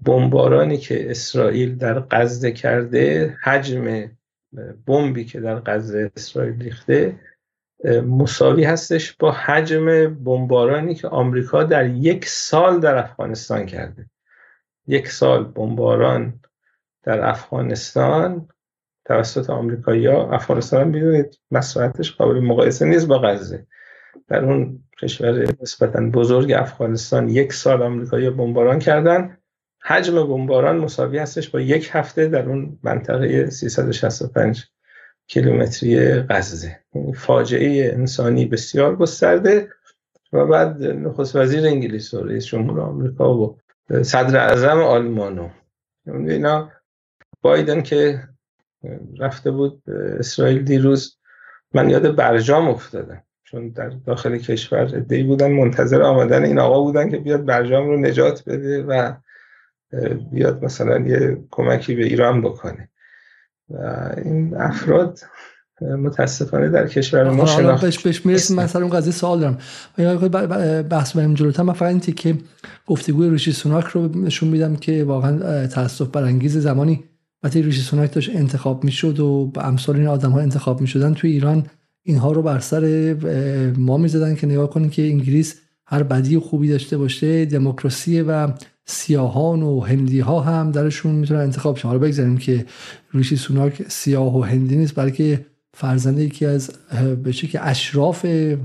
بمبارانی که اسرائیل در غزه کرده، حجم بمبی که در غزه اسرائیل ریخته مساوی هستش با حجم بمبارانی که آمریکا در یک سال در افغانستان کرده. یک سال بمباران در افغانستان توسط آمریکایی‌ها، افغانستان بدونید مساحتش قابل مقایسه نیست با غزه. در اون کشور نسبتاً بزرگ افغانستان یک سال آمریکایی‌ها بمباران کردن، حجم بمباران مساوی هستش با یک هفته در اون منطقه سیصد و شصت و پنج کیلومتری غزه. فاجعه انسانی بسیار گسترده. و بعد نخست وزیر انگلیس و رئیس جمهور آمریکا و صدر اعظم آلمان و اینا، بایدن که رفته بود اسرائیل دیروز، من یاد برجام افتادم، چون در داخل کشور عده‌ای بودن منتظر آمدن این آقا بودن که بیاد برجام رو نجات بده و بیاد مثلا یه کمکی به ایران بکنه. و این افراد متاسفانه در کشور ما شناخته بهش بهش میرسیم. مثلا اون قضیه سوال دارم، بحث بریم جلوتر. من فقط این تیکه گفتگوی ریشی سوناک رو نشون میدم که واقعا تأسف برانگیز. زمانی وقتی ریشی سوناک داشت انتخاب میشد و امثال این آدم‌ها انتخاب میشدن توی ایران، اینها رو بر سر ما میزدن که نگاه کنین که انگلیس هر بدی و خوبی داشته باشه، دموکراسی و سیاهان و هندی ها هم درشون میتونن انتخاب شن. حالا بگذاریم که ریشی سوناک سیاه و هندی نیست، بلکه فرزند یکی از به شکلی اشراف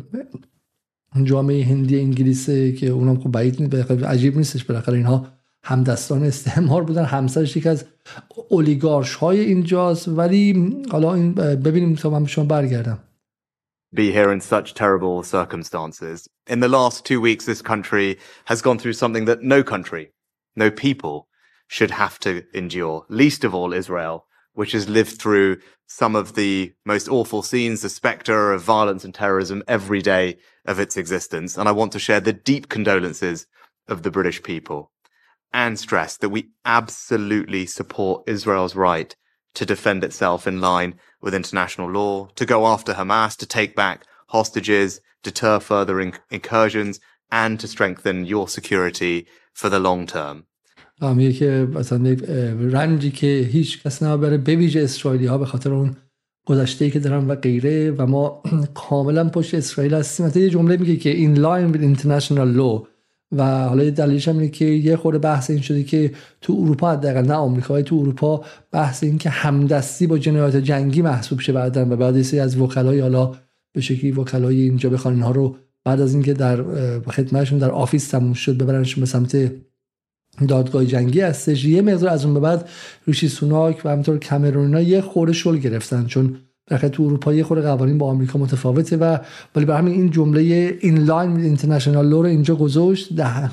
جامعه هندی انگلیسه که اونم خب بعید نیست، عجیب نیستش، بالاخره اینها همدستان استعمار بودن، همسرش یکی از اولیگارش های اینجاست. ولی حالا این ببینیم تا من به شما برگردم. Be here in such terrible circumstances. In the last two weeks, this country has gone through something that no country, no people should have to endure, least of all Israel, which has lived through some of the most awful scenes, the spectre of violence and terrorism every day of its existence. And I want to share the deep condolences of the British people and stress that we absolutely support Israel's right to defend itself in line with international law, to go after Hamas, to take back hostages, deter further in- incursions, and to strengthen your security for the long term. میگه که مثلا رنجی که هیچ کس نبره، به ویژه اسرائیلی ها، به خاطر اون گذشته‌ای که دارن و غیره، و ما کاملا پشت اسرائیل هستیم. مثلا یه جمله میگه که in line with international law، و حالا دلیلش هم اینه که یه خورده بحث این شده که تو اروپا، حداقل نه آمریکا، تو اروپا بحث این که همدستی با جنایات جنگی محسوب شه بعدن، و بعد یه از وکلای، حالا به شکلی وکلای اینجا بخوان اینها رو بعد از اینکه در خدمتشون در آفیس تموم شد ببرنشون به سمت دادگاه جنگی هستش. یه مقدار از اون به بعد ریشی سوناک و همینطور کامرونا یه خورده شل گرفتن، چون بخاطر تو اروپا یه خورده قوانین با آمریکا متفاوته، و ولی برای همین این جمله in line with international law رو اینجا گذاشت،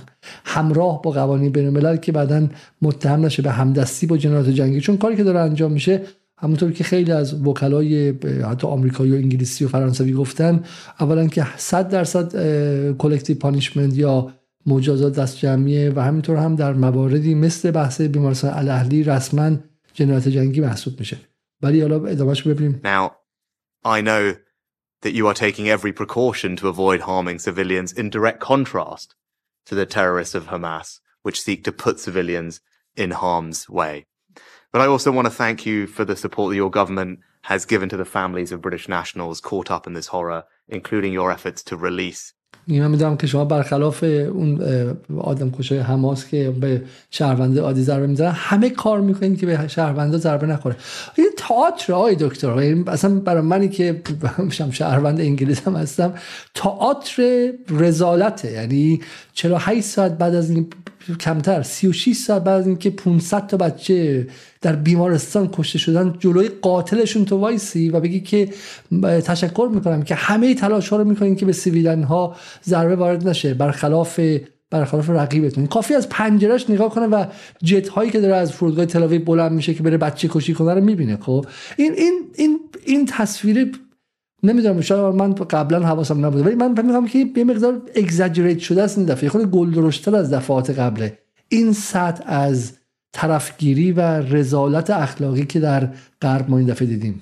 همراه با قوانین بین‌الملل، که بعداً متهم نشه به همدستی با جنایات جنگی. چون کاری که داره انجام میشه، همونطور که خیلی از وکلای حتی آمریکایی و انگلیسی و فرانسوی گفتن، اولا که صد درصد کلکتیو پانیشمنت یا مجازات دست جمعیه، و همینطور هم در مواردی مثل بحث بیمارستان الاهلی رسما جنایات جنگی محسوب میشه. ولی حالا ادامه‌اش ببینیم. Now, I know that you are taking every precaution to avoid harming civilians, in direct contrast to the terrorists of Hamas, which seek to put civilians in harm's way. But I also want to thank you for the support that your government has given to the families of British nationals caught up in this horror, including your efforts to release. من میدونم که شما برخلاف اون آدم کشای حماس که به شهرونده عادی ضربه میزنن، همه کار میکنین که به شهرونده ضربه نخوره. این تئاتر آقای دکتر، اصلا برای منی که هم شهروند انگلیس هم هستم، تئاتر رذالته. یعنی چهل و هشت ساعت بعد از این، کمتر سی و شش ساعت بعد از اینکه پانصد تا بچه در بیمارستان کشته شدن، جلوی قاتلشون تو وایسی و بگی که تشکر میکنم که همه تلاش ها رو میکنین که به سیویلن ها ضربه وارد نشه، برخلاف برخلاف رقیبتون. کافی از پنجرهش نگاه کنه و جت هایی که داره از فرودگاه تل آویو بلند میشه که بره بچه کشی کنه رو میبینه. خب این این این این تصویر، نمیدونم شاید من قبلا حواسم نبوده، ولی من میگم که یه مقدار اگزاجریت شده است این دفعه، خود گل درشتر از دفعات قبله. این سطح از طرفگیری و رذالت اخلاقی که در غرب ما این دفعه دیدیم.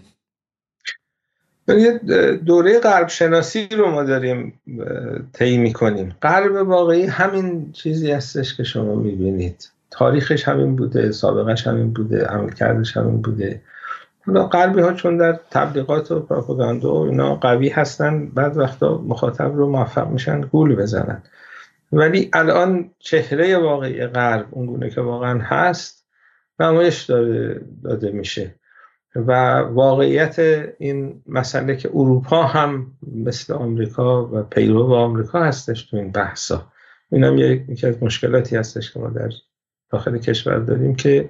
یه دوره غرب شناسی رو ما داریم طی می‌کنیم. غرب واقعی همین چیزی هستش که شما می‌بینید. تاریخش همین بوده، سابقش همین بوده، عملکردش همین بوده. حالا غربی ها چون در تبلیغات و پروپاگاندا و اینا قوی هستن، بعد وقتا مخاطب رو موفق میشن گول بزنن. ولی الان چهره واقعی غرب اونگونه که واقعا هست نمایش داده, داده میشه و واقعیت این مسئله که اروپا هم مثل آمریکا و پیرو آمریکا هستش تو این بحثا. این هم یکی از مشکلاتی هستش که ما در داخل کشور داریم که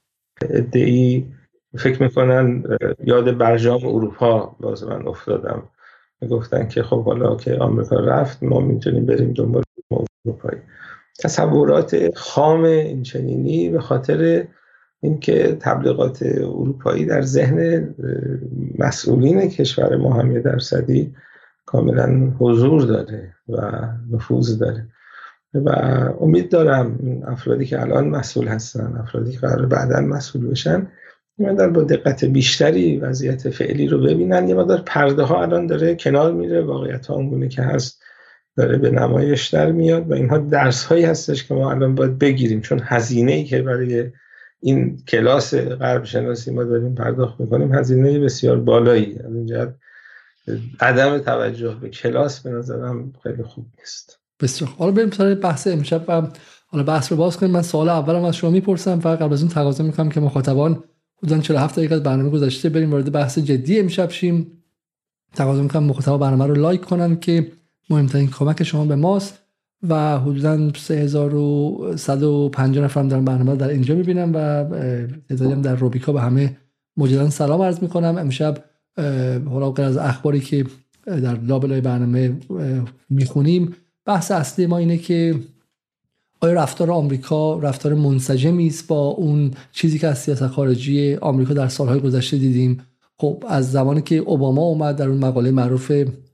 ادعی فکر میکنن یاد برجام اروپا باز من افتادم، میگفتن که خب حالا که آمریکا رفت ما میتونیم بریم دنبال اروپایی. تصورات خام این چنینی به خاطر اینکه تبلیغات اروپایی در ذهن مسئولین کشور ما هم یه درصدی کاملا حضور داره و نفوذ داره و امید دارم افرادی که الان مسئول هستن، افرادی که قرار بعداً مسئول بشن، یه مقدار با دقت بیشتری وضعیت فعلی رو ببینن. یه مقدار پرده ها الان داره کنار میره، واقعیت ها اونگونه که هست داره به نمایش در میاد و اینها درس هایی هستش که ما الان باید بگیریم، چون هزینه ای که برای این کلاس غرب شناسی ما داریم پرداخت میکنیم هزینه بسیار بالایی. از این جهت عدم توجه به کلاس به نظرم خیلی خوب نیست. بسیار. حالا بریم سراغ بحث امشب و حالا بحث رو باز کنیم. من سوال اولم از شما میپرسم و قبل از اون تقاضا میکنم که مخاطبان حدود چهل و هفت دقیقه از برنامه گذشته بریم وارد بحث جدی امشب شیم. تقاضا میکنم مخاطبان برنامه رو لایک کنن که مهمترین کمک شما به ماست و حدوداً سه هزار و صد و پنجاه نفر دارن برنامه در اینجا میبینم و تعدادی هم در روبیکا. به همه مجددا سلام عرض میکنم. امشب حالا غیر از اخباری که در لابلای برنامه میخونیم، بحث اصلی ما اینه که آیا رفتار آمریکا رفتار منسجمی است با اون چیزی که از سیاست خارجی آمریکا در سالهای گذشته دیدیم. خب از زمانی که اوباما اومد در اون مقاله معروف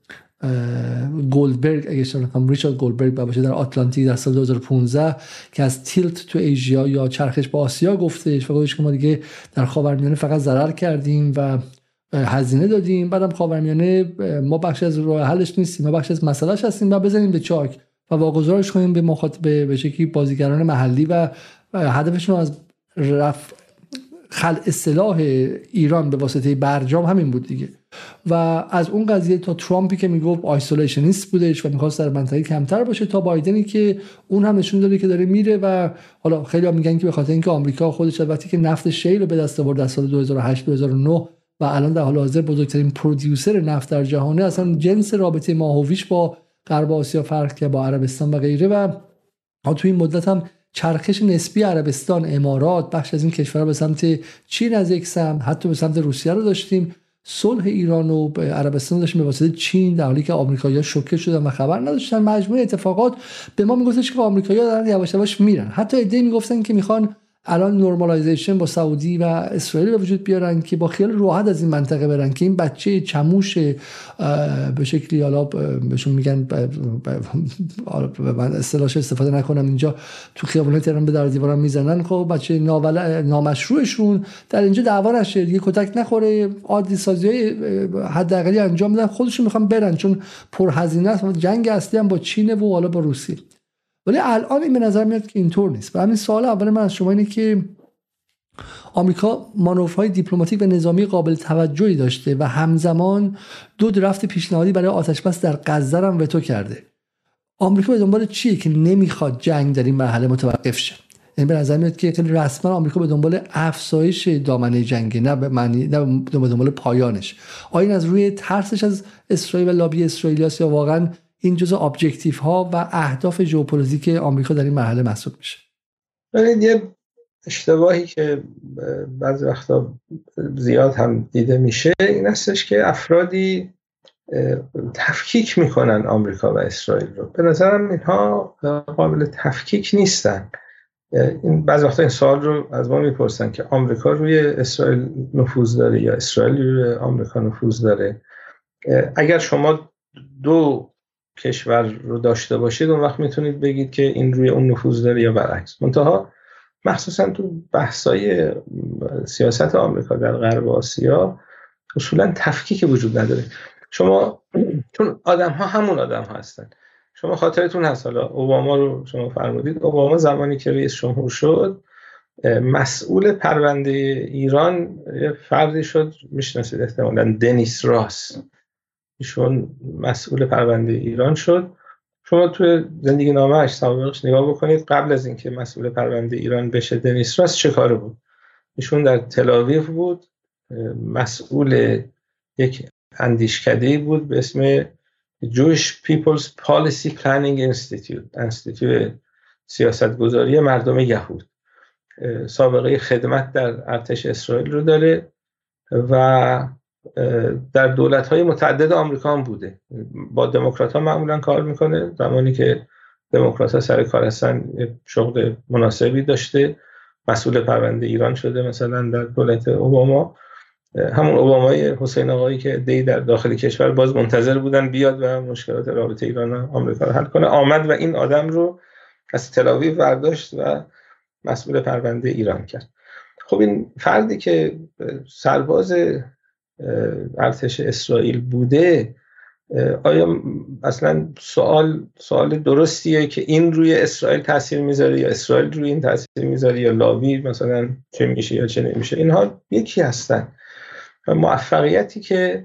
گولدبرگ، اگه اشتباه نکنم ریچارد گولدبرگ باشه، در آتلانتیک در سال دو هزار و پانزده که از تیلت تو ایژیا یا چرخش به آسیا گفتش و گفتش که ما دیگه در خاورمیانه فقط ضرر کردیم و هزینه دادیم، بعدم خاورمیانه ما بخش از راه حلش نیستیم، ما بخش از مسئلهش هستیم و بزنیم به چاک و واگذارش کنیم به مخاطب به شکلی بازیگران محلی و هدفشون از رفع خلع اصلاح ایران به واسطه برجام همین بود دیگه. و از اون قضیه تا ترامپی که میگفت آیسولیشنیست بودش و میخواست در منطقه کمتر باشه، تا بایدنی که اون هم نشون داده که داره میره و حالا خیلی ها میگن که به خاطر اینکه آمریکا خودش وقتی که نفت شیل رو به دست آورد در سال دو هزار و هشت دو هزار و نه و الان در حال حاضر بزرگترین پرودیوسر نفت در جهانه، اصلا جنس رابطه ماهویش با غرب آسیا فرق کرد، با عربستان و غیره. و تو این مدت هم چرخش نسبی عربستان، امارات، بخش از این کشورها به سمت چین از یک سمت، حتی به سمت روسیه رو داشتیم. صلح ایران و عربستان داشتیم به واسطه چین، در حالی که آمریکایی‌ها شوکه شدن و خبر نداشتن. مجموعه اتفاقات به ما میگفتش که آمریکایی‌ها دارن یواش یواش میرن. حتی ایده میگفتن که میخوان الان نورمالایزیشن با سعودی و اسرائیل به وجود بیارن که با خیال راحت از این منطقه برن که این بچه چموش به شکلی حالا بهشون میگن، من اصطلاحش استفاده نکنم اینجا، تو خیابون تهران به در دیوارم میزنن، خب بچه نامشروعشون در اینجا دعوا نشه دیگه، کتک نخوره، عادی سازی حداقلی انجام بدن، خودشون میخوان برن چون پرهزینه است. جنگ اصلی هم با چین و حالا با روسیه. ولی الان این به نظر میاد که اینطور نیست. و همین سوال اول من از شما اینه که آمریکا مانورهای دیپلماتیک و نظامی قابل توجهی داشته و همزمان دو درفت پیشنهادی برای آتشبس در غزه هم وتو کرده. آمریکا به دنبال چیه که نمیخواد جنگ در این مرحله متوقف شه؟ این به نظر میاد که خیلی رسما آمریکا به دنبال افزایش دامنه جنگی، نه به معنی نه به دنبال پایانش. آیا این از روی ترسش از اسرائیل و لابی اسرائیلیاست یا واقعا این جزء ابجکتیو ها و اهداف ژئوپلیتیک آمریکا در این مرحله محسوب میشه؟ ببینید یه اشتباهی که بعضی وقتا زیاد هم دیده میشه این هستش که افرادی تفکیک میکنن آمریکا و اسرائیل رو. به نظرم اینها قابل تفکیک نیستن. این بعضی وقتا این سوال رو از ما میپرسن که آمریکا روی اسرائیل نفوذ داره یا اسرائیل روی آمریکا نفوذ داره. اگر شما دو کشور رو داشته باشید اون وقت میتونید بگید که این روی اون نفوذ داره یا برعکس. منتها مخصوصا تو بحثای سیاست آمریکا در غرب آسیا اصولا تفکیک وجود نداره. شما چون آدم ها همون آدم ها هستن، شما خاطرتون هست، حالا اوباما رو شما فرمودید، اوباما زمانی که رئیس جمهور شد مسئول پرونده ایران یه فردی شد میشناسید احتمالاً، دنیس راس. ایشون مسئول پرونده ایران شد. شما توی زندگی نامه‌اش سابقش نگاه بکنید، قبل از اینکه مسئول پرونده ایران بشه دنیس راس چه کاره بود. ایشون در تل‌آویو بود، مسئول یک اندیشکده‌ای بود به اسم Jewish People's Policy Planning Institute، انستیتوی سیاستگذاری مردم یهود. سابقه خدمت در ارتش اسرائیل رو داره و در دولت‌های متعدد آمریکا هم بوده. با دموکرات‌ها معمولاً کار میکنه، زمانی که دموکرات‌ها سر کار هستن شغل مناسبی داشته، مسئول پرونده ایران شده مثلا در دولت اوباما. همون اوبامای حسین آقایی که دی در داخل کشور باز منتظر بودن بیاد و مشکلات رابطه ایران و آمریکا رو حل کنه، آمد و این آدم رو از تل‌آویو برداشت و مسئول پرونده ایران کرد. خب این فردی که سرباز ارتش اسرائیل بوده، آیا اصلا سوال سوال درستیه که این روی اسرائیل تاثیر میذاره یا اسرائیل روی این تاثیر میذاره یا لاوی مثلا چه میشه یا چه نمیشه؟ اینها یکی هستن. و موفقیتی که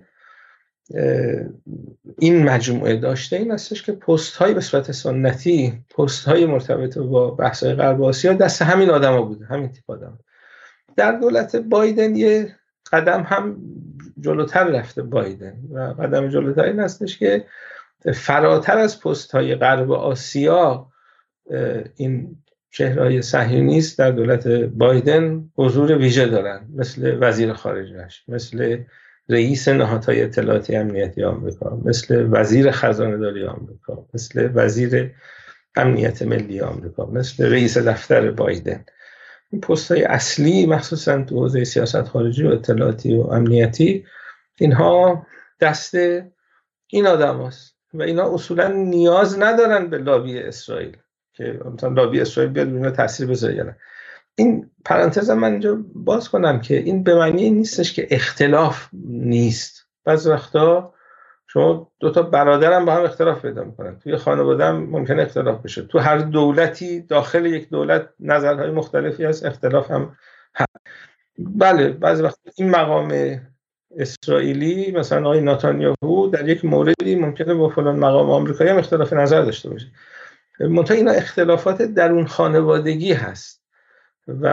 این مجموعه داشته این هستش که پست های به صورت سنتی، پست های مرتبط با بحث های غرب آسیا دست همین آدما بوده، همین تیپ آدم. در دولت بایدن یه قدم هم جلوتر رفته بایدن و قدم جلوتر این هستش که فراتر از پست های غرب آسیا این چهره‌های صهیونیست در دولت بایدن حضور ویژه دارن، مثل وزیر خارجه‌اش، مثل رئیس نهادهای اطلاعاتی امنیتی آمریکا، مثل وزیر خزانه‌داری آمریکا، مثل وزیر امنیت ملی آمریکا، مثل رئیس دفتر بایدن. این پست‌های اصلی مخصوصاً تو حوزه سیاست خارجی و اطلاعاتی و امنیتی، اینها دست این آدم هست و اینا اصولاً نیاز ندارن به لابی اسرائیل که مثلا لابی اسرائیل بیاد روی اینا تاثیر بذاره. این پرانتز من اینجا باز کنم که این به معنی این نیستش که اختلاف نیست. بعضی وقتا شما دو تا برادرم با هم اختلاف پیدا میکنن، توی خانواده هم ممکنه اختلاف بشه، تو هر دولتی داخل یک دولت نظرهای مختلفی هست، اختلاف هم هست. بله بعضی وقتا این مقام اسرائیلی مثلا آقای نتانیاهو در یک موردی ممکنه با فلان مقام آمریکایی هم اختلاف نظر داشته باشه، منتها اینا اختلافات درون خانوادگی هست و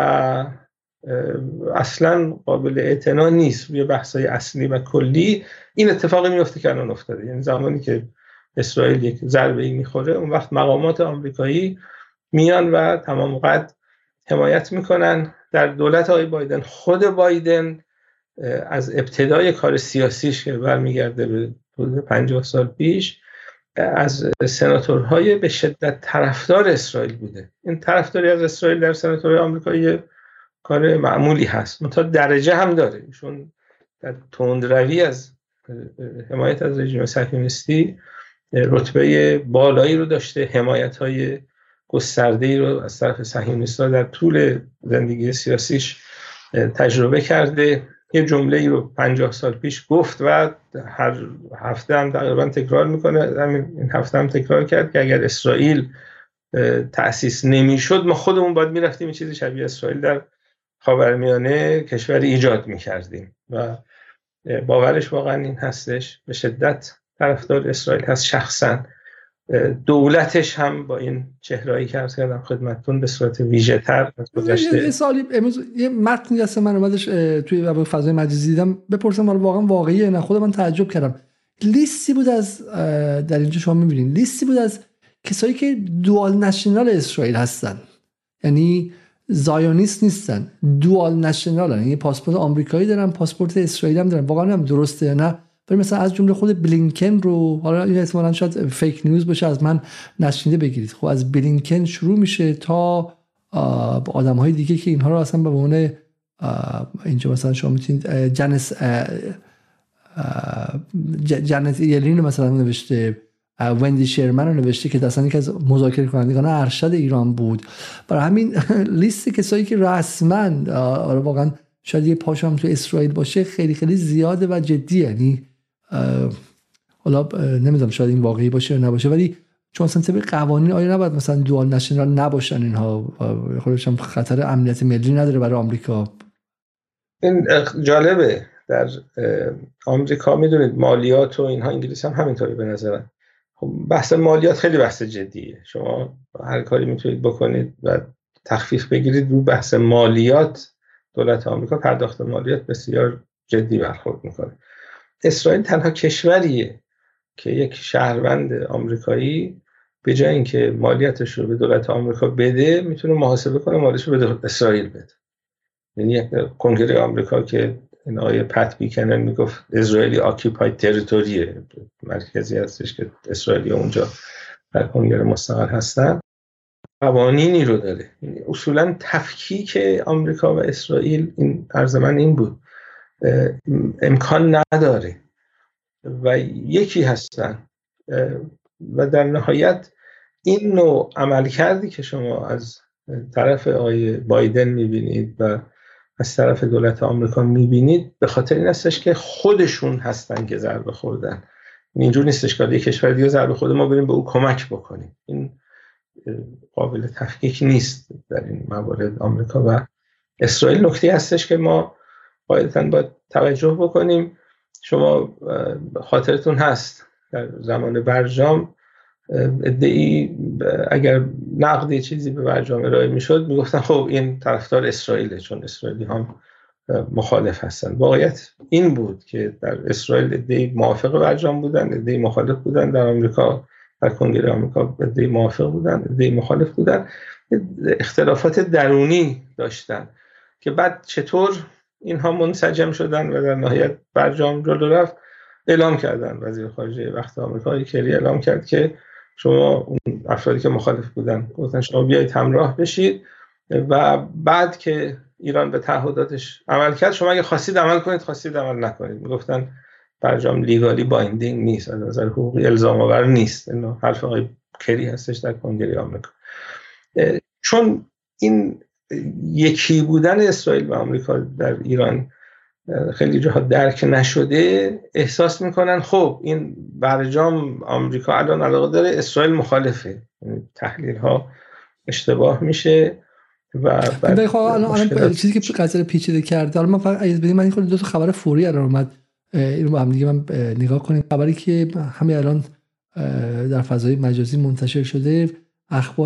اصلا قابل اعتنا نیست. روی بحث‌های اصلی و کلی این اتفاقی میفته که الان افتاده، یعنی زمانی که اسرائیل یک ضربه‌ای میخوره اون وقت مقامات آمریکایی میان و تمام قد حمایت میکنن. در دولت آقای بایدن، خود بایدن از ابتدای کار سیاسیش که برمیگرده به حدود پنجاه سال پیش از سناتورهای به شدت طرفدار اسرائیل بوده. این طرفداری از اسرائیل در سناتورهای آمریکایی کار معمولی هست، منتها درجه هم داره. ایشون در تندروی از حمایت از رژیم صهیونیستی رتبه بالایی رو داشته، حمایت‌های گسترده‌ای رو از طرف صهیونیست‌ها در طول زندگی سیاسیش تجربه کرده. یه جمله‌ای رو پنجاه سال پیش گفت و هر هفته هم تقریبا تکرار میکنه. این هفته هم تکرار کرد که اگر اسرائیل تأسیس نمیشد ما خودمون باید میرفتیم این چیزی شبیه اسرائیل در خاورمیانه کشوری ایجاد میکردیم و باورش واقعا این هستش. به شدت طرفدار اسرائیل هست شخصا. دولتش هم با این چهرهایی که عرض کردم خدمتتون به صورت ویژه‌تر از گذشته. یه سالی امروز یه متنی هست من اومدش توی فضای مجازی دیدم، بپرسم حالا واقعا واقعیه نه، خود من تعجب کردم. لیستی بود از در اینجا شما می‌بینید لیستی بود از کسایی که دوال نشنال اسرائیل هستن، یعنی زایونیست نیستن، دوال نشنالن، یعنی پاسپورت آمریکایی دارن، پاسپورت اسرائیلی هم دارن. واقعا هم درسته یا نه؟ ولی مثلا از جمله خود بلینکن رو، حالا این احتمالاً شاید فیک نیوز باشه از من نشنیده بگیرید، خب از بلینکن شروع میشه تا آدم‌های دیگه که اینها رو اصلا به عنوان اینجا مثلا شما میتونید جنس جنس یلین مثلا نوشته، وندی شرمن رو نوشته که اصلا یکی از مذاکره کنندگان ارشد ایران بود. برای همین لیست کسایی که رسما واقعا شاید یه پاشم تو اسرائیل باشه خیلی خیلی زیاده و جدیه. یعنی حالا نمیدونم شاید این واقعی باشه یا نباشه، ولی چون اصلا طبق قوانین آیا نباید مثلا دوال نشنال نباشن اینها، خودش هم خطر امنیت ملی نداره برای آمریکا؟ این جالبه. در آمریکا میدونید مالیات و اینها، انگلیس هم همینطوری به نظرم. خب بحث مالیات خیلی بحث جدیه. شما هر کاری میتونید بکنید و تخفیف بگیرید رو بحث مالیات. دولت آمریکا پرداخت مالیات بسیار جدی برخورد میکنه. اسرائیل تنها کشوریه که یک شهروند آمریکایی به جای اینکه مالیاتش رو به دولت آمریکا بده میتونه محاسبه کنه مالیاتش رو به اسرائیل بده. یعنی کنگره آمریکا که این آقای پت بیکنن میگفت اسرائیلی آکیپاید تریتوریه، مرکزی هستش که اسرائیلی اونجا در کنگره مستقل هستن، قوانینی رو داره. یعنی اصولا تفکیک آمریکا و اسرائیل این عرض من این بود امکان نداره و یکی هستن و در نهایت این نوع عملکردی که شما از طرف آقای بایدن میبینید و از طرف دولت آمریکا میبینید به خاطر این هستش که خودشون هستن که ضربه خوردن. اینجور نیستش که یک کشور دیگه ضربه خورده ما بریم به او کمک بکنیم. این قابل تفکیک نیست در این موارد آمریکا و اسرائیل. نکته هستش که ما قاعدتاً باید توجه بکنیم. شما خاطرتون هست در زمان برجام ادعی اگر نقدی چیزی به برجام ارائه میشد میگفتن خب این طرفدار اسرائیله چون اسرائیلی هم مخالف هستن. واقعیت این بود که در اسرائیل ادعی موافق برجام بودن، ادعی مخالف بودن. در آمریکا در کنگره آمریکا ادعی موافق بودن، ادعی مخالف بودن. اختلافات درونی داشتن که بعد چطور اینها منسجم شدن و در نهایت برجام جلو رفت. اعلام کردن وزیر خارجه وقت آمریکا کری اعلام کرد که شما اون افرادی که مخالف بودن گفتن شما بیایید همراه بشید و بعد که ایران به تعهداتش عمل کرد شما اگه خواستید عمل کنید، خواستید عمل نکنید. میگفتن برجام لیگالی بایندینگ نیست، از نظر حقوقی الزام آور نیست. اینو حرف آقای کری هستش در کنگره آمریکا. چون این یکی بودن اسرائیل و آمریکا در ایران خیلی جاها درک نشده، احساس میکنن خب این برجام آمریکا الان علاقه داره، اسرائیل مخالفه. تحلیل ها اشتباه میشه و بعد خب الان چیزی که قضیه پیچیده کرده، الان من فقط عايز بدیم من این دو تا خبر فوری الان اومد اینو با هم دیگه من نگاه کنیم. خبری که همین الان در فضای مجازی منتشر شده، اخبار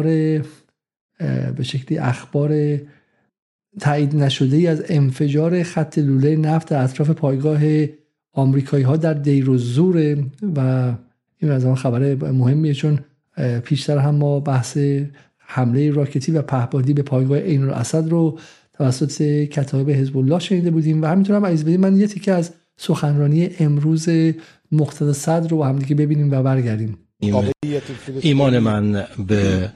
به شکلی اخبار تایید نشده ای از انفجار خط لوله نفت در اطراف پایگاه آمریکایی ها در دیر الزور و این از آن خبر مهمیه چون پیشتر هم ما بحث حمله راکتی و پهپادی به پایگاه عین الاسد رو توسط کتایب حزب الله شنیده بودیم و همینطور هم عايز بدیم من یه تیکه از سخنرانی امروز مقتدی صدر رو با هم دیگه ببینیم و برگردیم. ایمان من به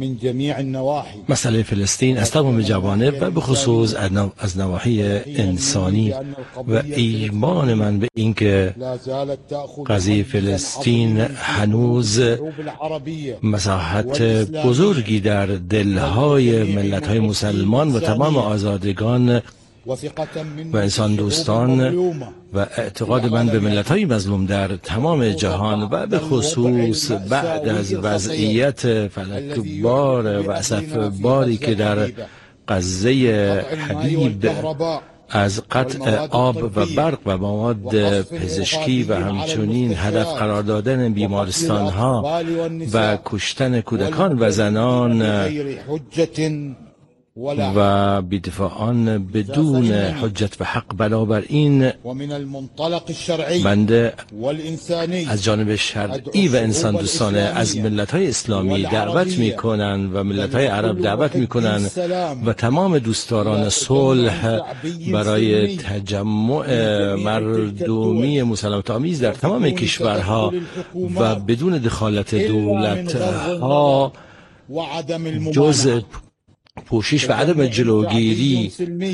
مسئله فلسطین از تمام جوانب و به خصوص از نواحی انسانی و ایمان من به اینکه قضیه فلسطین هنوز مساحت بزرگی در دلهای ملت‌های مسلمان و تمام آزادگان و انسان دوستان و اعتقاد من به ملت‌های مظلوم در تمام جهان و به خصوص بعد از وضعیت فلکبار و اسفباری که در غزه حبیب از قطع آب و برق و مواد پزشکی و همچنین هدف قرار دادن بیمارستان‌ها و کشتن کودکان و زنان و بی‌دفاعان بدون حجت و حق، بنابراین بنده از جانب شرعی و انسان دوستانه از ملت‌های اسلامی دعوت می‌کنن و ملت‌های عرب دعوت می‌کنن و تمام دوستداران صلح برای تجمع مردمی مسالمت آمیز در تمام کشورها و بدون دخالت دولت‌ها جز پوشش و عدم جلوگیری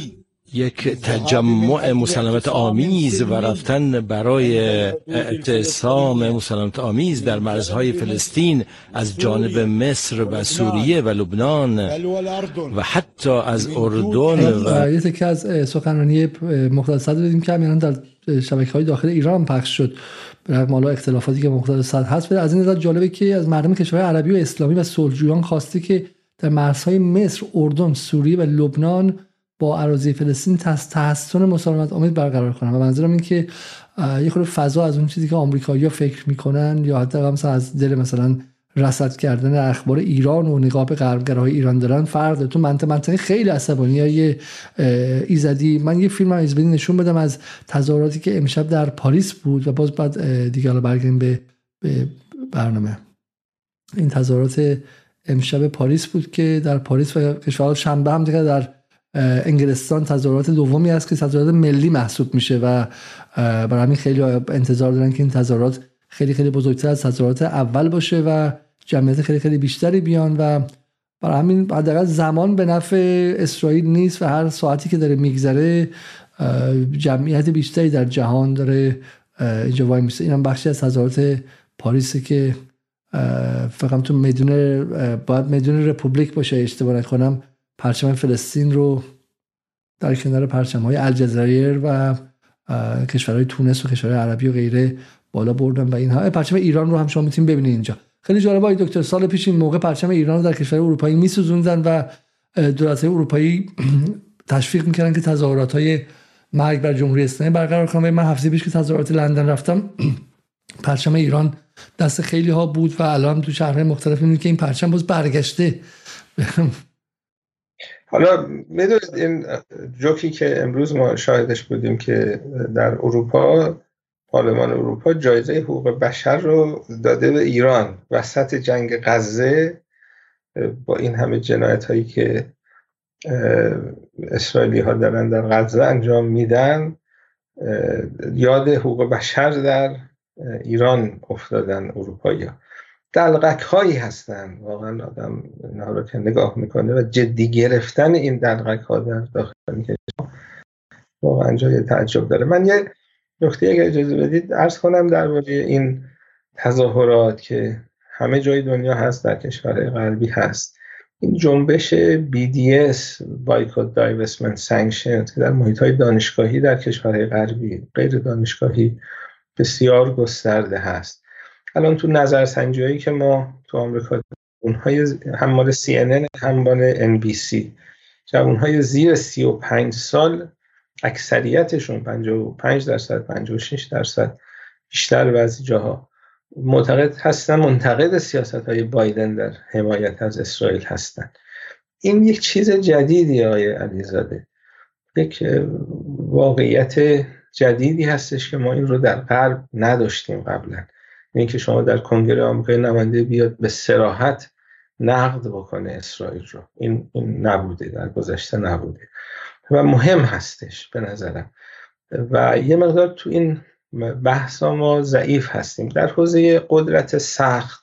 یک تجمع مسالمت آمیز و رفتن برای اعتصام مسالمت آمیز در مرزهای فلسطین از جانب مصر و سوریه و لبنان و حتی از اردن. و یه تکه از سخنرانی مقتدی صدر دیدیم که همین در شبکه‌های داخل ایران پخش شد، رغم حالا اختلافاتی که مقتدی صدر هست. از این نظر جالبه که از مردم کشورهای عربی و اسلامی و صلحجویان خواسته که در مرزهای مصر، اردن، سوریه و لبنان با اراضی فلسطین تحسن مسالمت آمیز برقرار کنن. و منظورم این که یه خورده فضا از اون چیزی که آمریکایی‌ها فکر میکنن یا حتی مثلا از دل مثلا رصد کردن اخبار ایران و نگاه به غربگراهای ایران دارن فرق داره. تو منطقه منطقه خیلی عصبانیای ایزدی. من یه فیلم از ایزدی نشون بدم از تظاهراتی که امشب در پاریس بود و باز بعد دیگه حالا برگردیم به برنامه. این تظاهرات امشب پاریس بود که در پاریس و کشورها شنبه هم دیگه در انگلستان تظاهرات دومی است که تظاهرات ملی محسوب میشه و برای همین خیلی انتظار دارن که این تظاهرات خیلی خیلی بزرگتر از تظاهرات اول باشه و جمعیت خیلی خیلی بیشتری بیان و برای همین حداقل زمان به نفع اسرائیل نیست و هر ساعتی که داره میگذره جمعیت بیشتری در جهان داره اینجا وای میسته. اینم بخشی از تظاهرات پاریسه که فقط تو میدون باید میدون رپوبلیک باشه اشتباه نکنم پرچم فلسطین رو در کنار پرچم‌های الجزایر و کشورهای تونس و کشورهای عربی و غیره بالا بردن و اینها. پرچم ایران رو هم شما میتونید ببینید اینجا. خیلی جالبه آقای دکتر، سال پیش این موقع پرچم ایران رو در کشورهای اروپایی میسوزوندن و دولت‌های اروپایی تشویق میکردن که تظاهرات‌های مرگ بر جمهوری اسلامی برقرار کنن. من هفته پیش که تظاهرات لندن رفتم پرچم ایران دست خیلی ها بود و الان تو شهرهای مختلف می‌بینید که این پرچم باز برگشته. حالا میدونید این جوکی که امروز ما شاهدش بودیم که در اروپا پارلمان اروپا جایزه حقوق بشر رو داده به ایران وسط جنگ غزه با این همه جنایت هایی که اسرائیلی ها دارن در غزه انجام میدن، یاد حقوق بشر در ایران افتادن اروپایی ها. دلقک هایی هستن واقعا آدم اینها رو که نگاه میکنه و جدی گرفتن این دلقک ها در داخل کشور واقعا جای تعجب داره. من یه نکته اگه اجازه بدید عرض کنم درباره این تظاهرات که همه جای دنیا هست، در کشورهای غربی هست. این جنبش بی دی اس Boycott, Divestment, Sanctions که در محیط‌های دانشگاهی در کشورهای غربی غیر دانشگاهی بسیار گسترده هست. الان تو نظرسنجی‌هایی که ما تو آمریکا اونهای هم مال سی ان ان هم مال ان بی سی جوانهای زیر سی و پنج سال اکثریتشون پنجاه و پنج درصد پنجاه و شش درصد بیشتر بعضی جاها معتقد هستن منتقد سیاست‌های بایدن در حمایت از اسرائیل هستن. این یک چیز جدیدی آقای علیزاده، یک واقعیت جدیدی هستش که ما این رو در غرب نداشتیم قبلا. این که شما در کنگره آمریکای نماینده بیاد به صراحت نقد بکنه اسرائیل رو، این, این نبوده، در گذشته نبوده و مهم هستش به نظرم. و یه مقدار تو این بحثا ما ضعیف هستیم. در حوزه قدرت سخت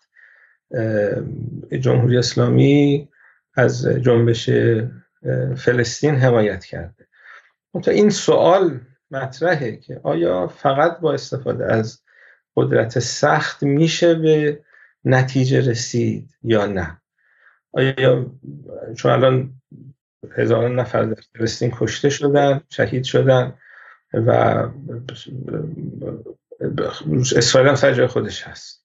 جمهوری اسلامی از جنبش فلسطین حمایت کرده. منتها این سوال مطرحه که آیا فقط با استفاده از قدرت سخت میشه به نتیجه رسید یا نه؟ آیا چون الان هزاران نفر در فلسطین کشته شدن، شهید شدن و اسرائیل هم سر جای خودش هست،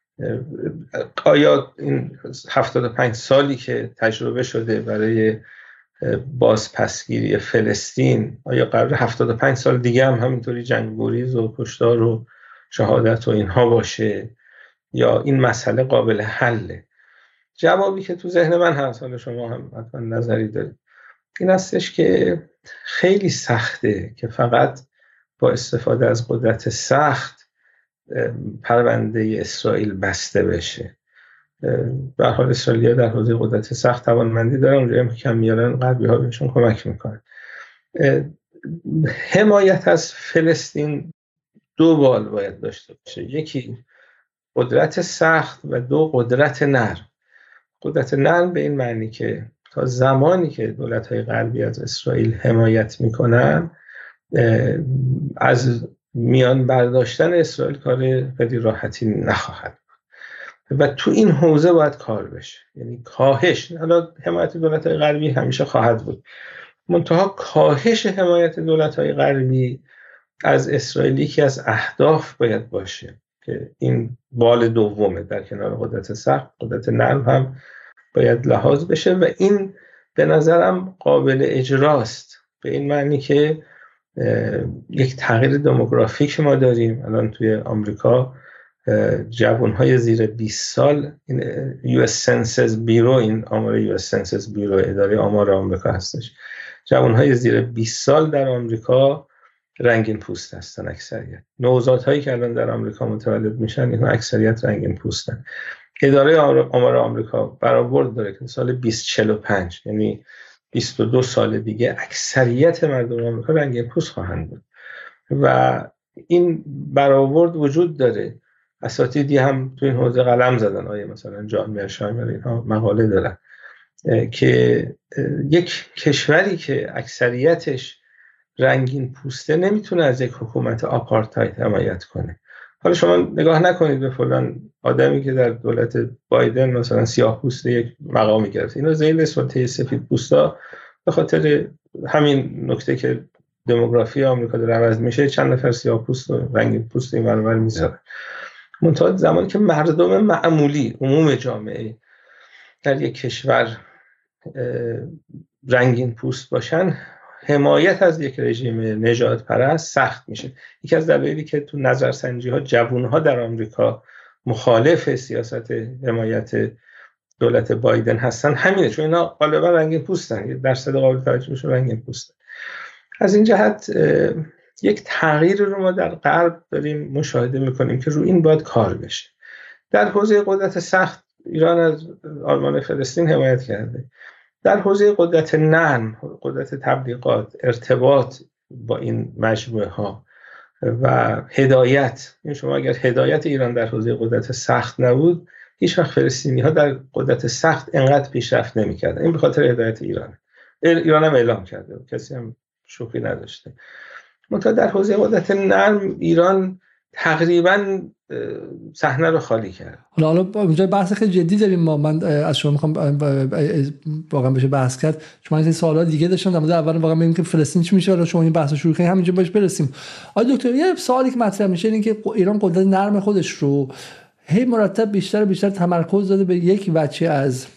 آیا این هفتاد و پنج سالی که تجربه شده برای بازپسگیری فلسطین، آیا قرار هفتاد و پنج سال دیگه هم همینطوری جنگ گریز و کشتار و شهادت و اینها باشه یا این مسئله قابل حله؟ جوابی که تو ذهن من هست، حالا شما هم حتما نظری دارید، این هستش که خیلی سخته که فقط با استفاده از قدرت سخت پرونده اسرائیل بسته بشه. به هر حال اسرائیلی‌ها در حوزه قدرت سخت توانمندی دارن، اونجایی هم که کم میارن غربی‌ها بهشون کمک میکنن. حمایت از فلسطین دو بال باید داشته باشه، یکی قدرت سخت و دو قدرت نرم. قدرت نرم به این معنی که تا زمانی که دولت‌های غربی از اسرائیل حمایت میکنن، از میان برداشتن اسرائیل کار خیلی راحتی نخواهد بود و تو این حوزه باید کار بشه. یعنی کاهش، حالا حمایت دولت‌های غربی همیشه خواهد بود، منتها کاهش حمایت دولت‌های غربی از اسرائیل یکی از اهداف باید باشه که این بال دومه، در کنار قدرت سخت قدرت نرم هم باید لحاظ بشه و این به نظرم قابل اجراست، به این معنی که یک تغییر دموگرافیک ما داریم. الان توی آمریکا جوانهای زیر بیست سال، این یو اس Census بیرو، این آمار یو اس Census بیرو اداره آمار آمریکا هستش، جوانهای زیر بیست سال در آمریکا رنگین پوست هستن اکثریت. نوزادهایی که الان در آمریکا متولد میشن اینها اکثریت رنگین پوستن. اداره آمار آمریکا برآورد داره که سال بیست چهل و پنج، یعنی بیست و دو سال دیگه، اکثریت مردم آمریکا رنگین پوست خواهند بود و این برآورد وجود داره. اساتیدی هم تو این حوزه قلم زدن، آیه مثلا جان مرشایمر اینها مقاله دارن که یک کشوری که اکثریتش رنگین پوسته نمیتونه از یک حکومت آپارتاید حمایت کنه. حالا شما نگاه نکنید به فلان آدمی که در دولت بایدن مثلا سیاه پوسته یک مقامی گرفت، اینا زیر سلطه سفید پوستا به خاطر همین نکته که دموگرافی آمریکا داره عوض میشه چند نفر سیاه پوست و رنگین پوست این برابر میذارن. منتها زمانی که مردم معمولی، عموم جامعه در یک کشور رنگین پوست باشن، حمایت از یک رژیم نژاد پرست سخت میشه. یکی از دلایلی که تو نظرسنجی ها جوان ها در آمریکا مخالف سیاست حمایت دولت بایدن هستن همینه، چون اینا غالبا رنگین پوستن، یه درصد قابل توجهشون رنگین پوستن. از این جهت یک تغییر رو ما در غرب داریم مشاهده میکنیم که رو این باید کار بشه. در حوزه قدرت سخت ایران از آرمان فلسطین حمایت کرده، در حوزه قدرت نرم، قدرت تبلیغات، ارتباط با این مجموعه ها و هدایت، این شما اگر هدایت ایران در حوزه قدرت سخت نبود، هیچ وقت فلسطینی ها در قدرت سخت انقدر پیشرفت نمی کردن. این به خاطر هدایت ایران. ایران هم اعلام کرده، کسی هم شوخی نداشته. منتها در حوزه قدرت نرم ایران تقریباً صحنه رو خالی کرد. حالا حالا اونجا بحث خیلی جدی داریم ما، من از شما میخوام واقعا بشه بحث کرد. شما این سوالات دیگه داشتم در مورد اول واقعا ببینیم که فلسطین چی میشه، حالا شما این بحث شروع کنید همینجا باش برسیم. آقای دکتر یه سوالی که مطرح میشه این که ایران قدرت نرم خودش رو هی مرتب بیشتر و بیشتر تمرکز داده به یک بچه از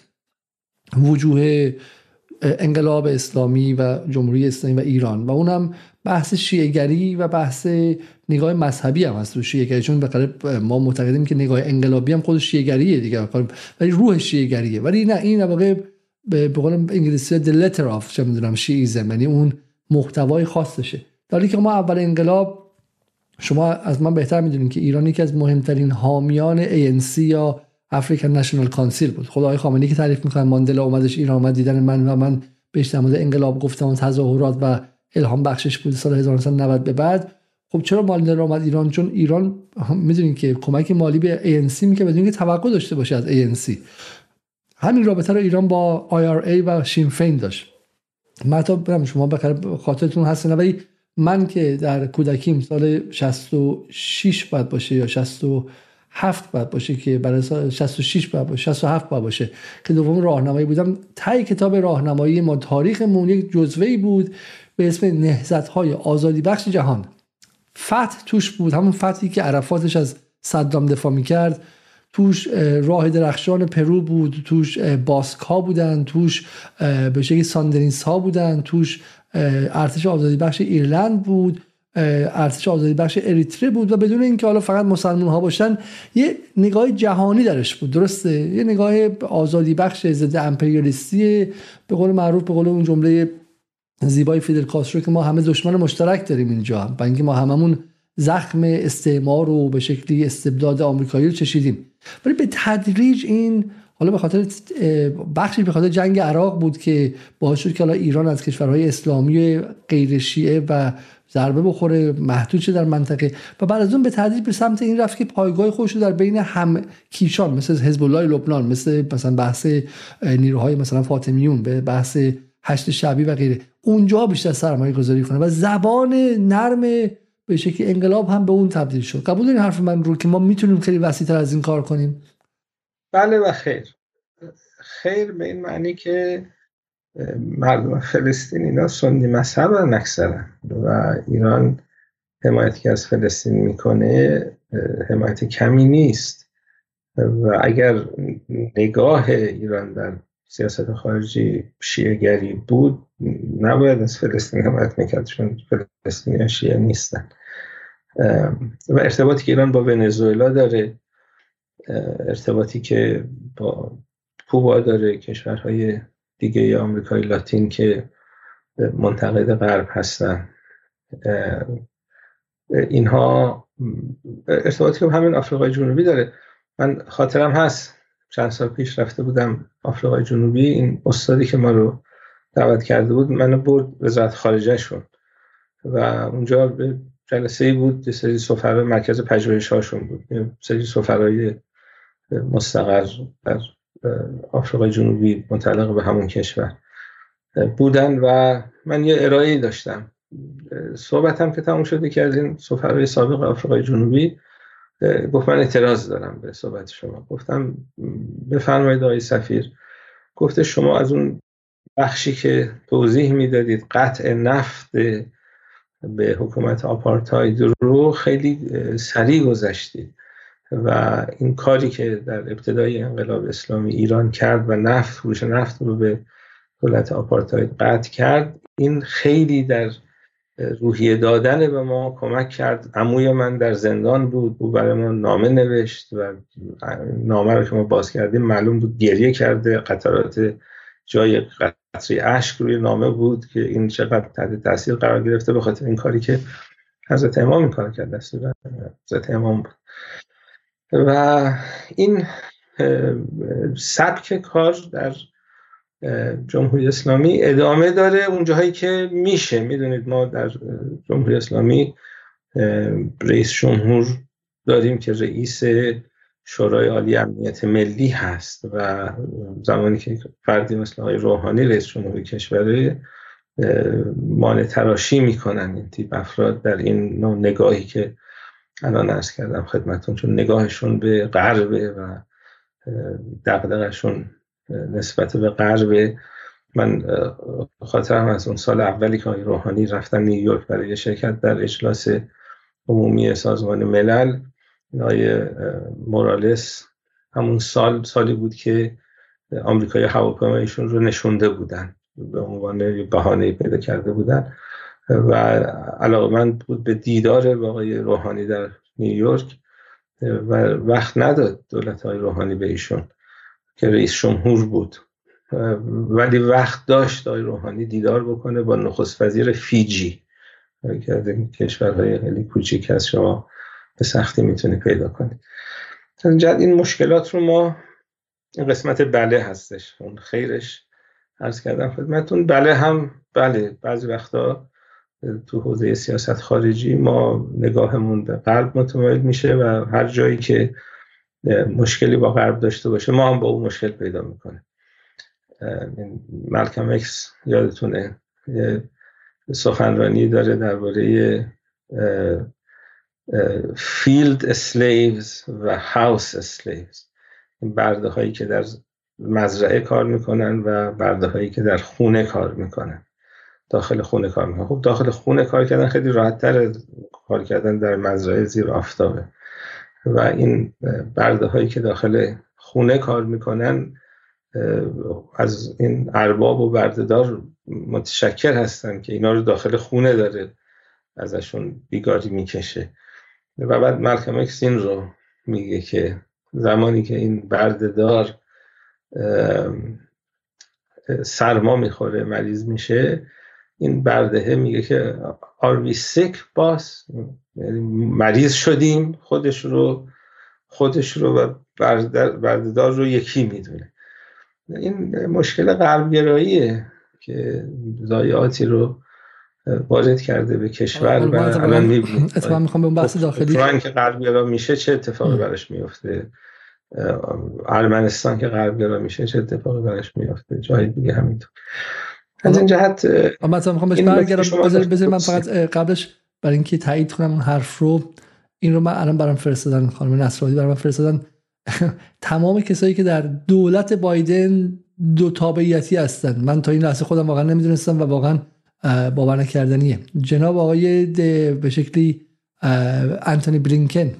وجوه انقلاب اسلامی و جمهوری اسلامی و ایران و اونم بحث شیعه‌گری و بحث نگاه مذهبی هم هست. شیعه‌گری چون بخاطر ما معتقدیم که نگاه انقلابی هم خودش شیعه‌گریه دیگه، ولی روح شیعه‌گریه، ولی نه این واقعا به قول انگلیسی the letter of چه میدونم شیعیزم، یعنی اون محتوای خاصشه. در حالی که ما اول انقلاب، شما از من بهتر میدونین که ایران یکی از مهمترین حامیان ای ان سی یا افریکن نشنال کانسیل بود. خدای خامنه‌ای که تعریف می‌کنه ماندلا اومدش ایران، اومد دیدن من و من بهش در مورد انقلاب گفتم و تظاهرات و الهام بخشش بود سال هزار و نهصد و نود به بعد. خب چرا ماندلا اومد ایران؟ چون ایران میدونین که کمک مالی به ای ان سی میکنه بدون اینکه توقع داشته باشه از ای ان سی. همین رابطه رو ایران با آی آر ای و شین فین داشت. من تا برم شما بخاطر خاطرتون هست، ولی من که در کودکیم سال شصت و شش باید باشه یا شصت و هفت باید باشه که برای سال شصت و شش باید باشه، شصت و هفت باید باشه که دوم راهنمایی بودم، تای کتاب راهنمایی ما تاریخمون یک جزوه‌ای بود به اسم نهضت‌های آزادی بخش جهان. فتح توش بود، همون فتحی که عرفاتش از صدام دفاع می‌کرد، توش راه درخشان پرو بود، توش باسک‌ها بودن، توش به شکلی ساندرینس‌ها بودن، توش ارتش آزادی بخش ایرلند بود، ارتش آزادی بخش اریتره بود و بدون اینکه حالا فقط مسلمان ها باشن یه نگاه جهانی درش بود. درسته، یه نگاه آزادی بخش ضد امپریالیستی، به قول معروف، به قول اون جمله زیبای فیدل کاسترو که ما همه دشمن مشترک داریم اینجا، با اینکه ما هممون زخم استعمار و به شکلی استبداد آمریکایی رو چشیدیم. ولی به تدریج این حالا به خاطر بخشی به خاطر جنگ عراق بود که باعث شد که حالا ایران از کشورهای اسلامی غیر شیعه و ضربه بخوره، محدود شه در منطقه و بعد از اون به تدریج به سمت این رفت که پایگاه خودش رو در بین هم کیشان مثل حزب الله لبنان، مثل مثلا بحث نیروهای مثلا فاطمیون، به بحث هشت شعبی و غیره، اونجا بیشتر سرمایه گذاری کنه و زبان نرم به شکلی انقلاب هم به اون تبدیل شد. قبول دارین حرف من رو که ما میتونیم خیلی وسیع‌تر از این کار کنیم؟ بله و خیر. خیر به این معنی که مردم فلسطین اینا سنی مذهبن اکثرا و ایران حمایتی که از فلسطین میکنه حمایت کمی نیست و اگر نگاه ایران در سیاست خارجی شیعه‌گری بود نباید از فلسطین حمایت میکرد، چون فلسطینیان شیعه نیستن. و ارتباطی که ایران با ونزوئلا داره، ارتباطی که با کوبا داره، کشورهای دیگه آمریکای لاتین که منتقد غرب هستن، اینها ارتباطی که همین آفریقای جنوبی داره. من خاطرم هست چند سال پیش رفته بودم آفریقای جنوبی، این استادی که ما رو دعوت کرده بود منو برد وزارت خارجه شون و اونجا به جلسه‌ای بود، یه سری سفرای مرکز پژوهش‌هاشون بود، یه سری سفرای مستقر در آفریقای جنوبی متعلق به همون کشور بودن و من یه ارائه‌ای داشتم. صحبتم که تموم شده که از این سفرهای سابق آفریقای جنوبی گفت من اعتراض دارم به صحبت شما. گفتم بفرمایید آقای سفیر. گفته شما از اون بخشی که توضیح میدادید قطع نفت به حکومت آپارتاید رو خیلی سریع گذشتید و این کاری که در ابتدای انقلاب اسلامی ایران کرد و نفت فروش نفت رو به دولت آپارتاید قطع کرد، این خیلی در روحیه دادن به ما کمک کرد. عموی من در زندان بود، او برای ما نامه نوشت و نامه رو که ما باز کردیم معلوم بود گریه کرده، قطرات جای قطره اشک روی نامه بود که این چقدر تحت تاثیر قرار گرفته به خاطر این کاری که حضرت امام این کار کرد، دستور حضرت امام بود. و این سبک کار در جمهوری اسلامی ادامه داره اونجاهایی که میشه. میدونید ما در جمهوری اسلامی رئیس جمهور داریم که رئیس شورای عالی امنیت ملی هست و زمانی که فردی مثل آقای روحانی رئیس جمهور کشوره مانع تراشی میکنن این تیپ افراد در این نوع نگاهی که الان عرض کردم خدمتون، چون نگاهشون به غربه و دغدغه‌شون نسبت به غرب. من خاطرم از اون سال اولی که آقای روحانی رفتن نیویورک برای شرکت در اجلاس عمومی سازمان ملل، آقای مورالس همون سال سالی بود که آمریکایی هواپیمایشون رو نشونده بودن، به عنوان بهانه‌ای پیدا کرده بودن و علاقه‌مند بود به دیدار با آقای روحانی در نیویورک و وقت نداد دولت آقای روحانی به ایشون که رئیس جمهور بود، ولی وقت داشت آقای روحانی دیدار بکنه با نخست وزیر فیجی که از این کشورهای خیلی کوچیک هست، شما به سختی میتونی پیدا کنید. اینجا این مشکلات رو ما، این قسمت بله هستش، اون خیرش عرض کردم خدمتون. بله هم بله، بعضی وقتا تو حوزه سیاست خارجی ما نگاهمون به غرب متمایل میشه و هر جایی که مشکلی با غرب داشته باشه ما هم با اون مشکل پیدا میکنه. مالکوم اکس یادتونه سخنرانی داره درباره فیلد اسلیوز و هاوس اسلیوز، برده هایی که در مزرعه کار میکنن و برده هایی که در خونه کار میکنن، داخل خونه کار میکنن. خب داخل خونه کار کردن خیلی راحت تر کار کردن در مزرعه زیر آفتابه و این برده هایی که داخل خونه کار میکنن از این ارباب و بردهدار متشکر هستن که اینا رو داخل خونه داره ازشون بیگاری میکشه. و بعد مالکوم اکس این رو میگه که زمانی که این بردهدار سرما میخوره، مریض میشه، این بردهه میگه که are we sick boss؟ یعنی مریض شدیم، خودش رو خودش رو و بردهدار رو یکی میدونه. این مشکل غربگراییه که ضایعاتی رو وارد کرده به کشور و الان می‌بینیم اتفاقا میخوام به اون بحث داخلی اوکراین که غربگرا میشه چه اتفاقی براش میفته، ارمنستان که غربگرا میشه چه اتفاقی براش میفته، جای دیگه همینطور. از این جهت من مثلا میخوام بهش برگردم. بذار بذار من فقط قبلش برای اینکه تایید کنم اون حرف رو، این رو من الان برام فرستادن، خانم نصرآبادی برام فرستادن، تمام کسایی که در دولت بایدن دو تابعیتی هستن. من تا این لحظه خودم واقعا نمیدونستم و واقعا باور نکردنیه. جناب آقای به شکلی انتونی بلینکن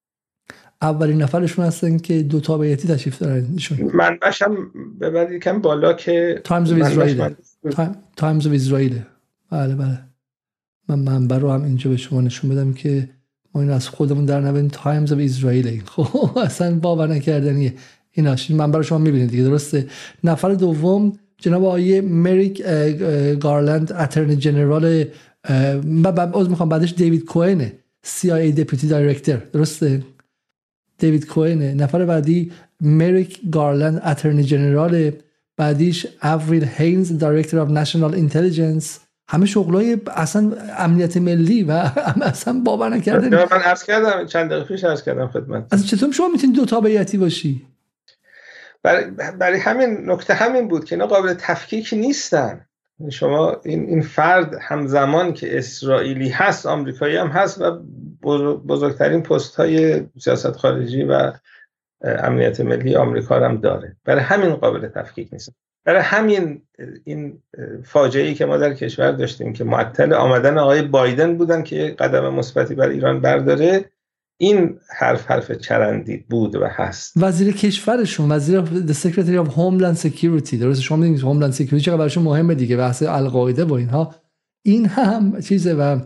اولین نفرشون هستن که دو تابعیتی تشریف دارن. ایشون منبعش هم ببرید یکم بالا که تایمز اف اسرائیل، تایمز اف اسرائیل. بله بله، من منبع رو هم اینجا به شما نشون بدم که ما این از خودمون در نوین تایمز اف اسرائیل. خب اصلا باور نکردنیه. ایناش این منبع رو شما میبینید دیگه، درسته؟ نفر دوم جناب آقای مریک گارلند، اترنی جنرال، بعد از میخوام بعدش دیوید کوهن، سی آی ای دپیوتی دایرکتور، درسته؟ دیوید کوهن. نفر بعدی مریک گارلند، اترنی جنرال، بعدیش اوریل هینز، دایرکتور اف نشنال اینتلیجنس. همه شغلای اصلا امنیت ملی و اصلا باور نکردنی. من عرض کردم چند دقیقه پیش عرض کردم خدمت. از چطور شما میتونید دو تابعیتی باشی؟ برای برای همین نکته همین بود که اینا قابل تفکیک نیستن. شما این این فرد همزمان که اسرائیلی هست، آمریکایی هم هست و بزرگترین پست های سیاست خارجی و امنیت ملی آمریکا هم داره. برای همین قابل تفکیک نیست. برای همین این فاجعه‌ای که ما در کشور داشتیم که معطل آمدن آقای بایدن بودن که قدم مثبتی برای ایران برداره، این حرف حرف چرندی بود و هست. وزیر کشورشون، وزیر the Secretary of Homeland Security، درسته؟ شما می‌دونید Homeland Security چقدر براشون مهمه دیگه، بحث القاعده و اینها. این هم چیزه و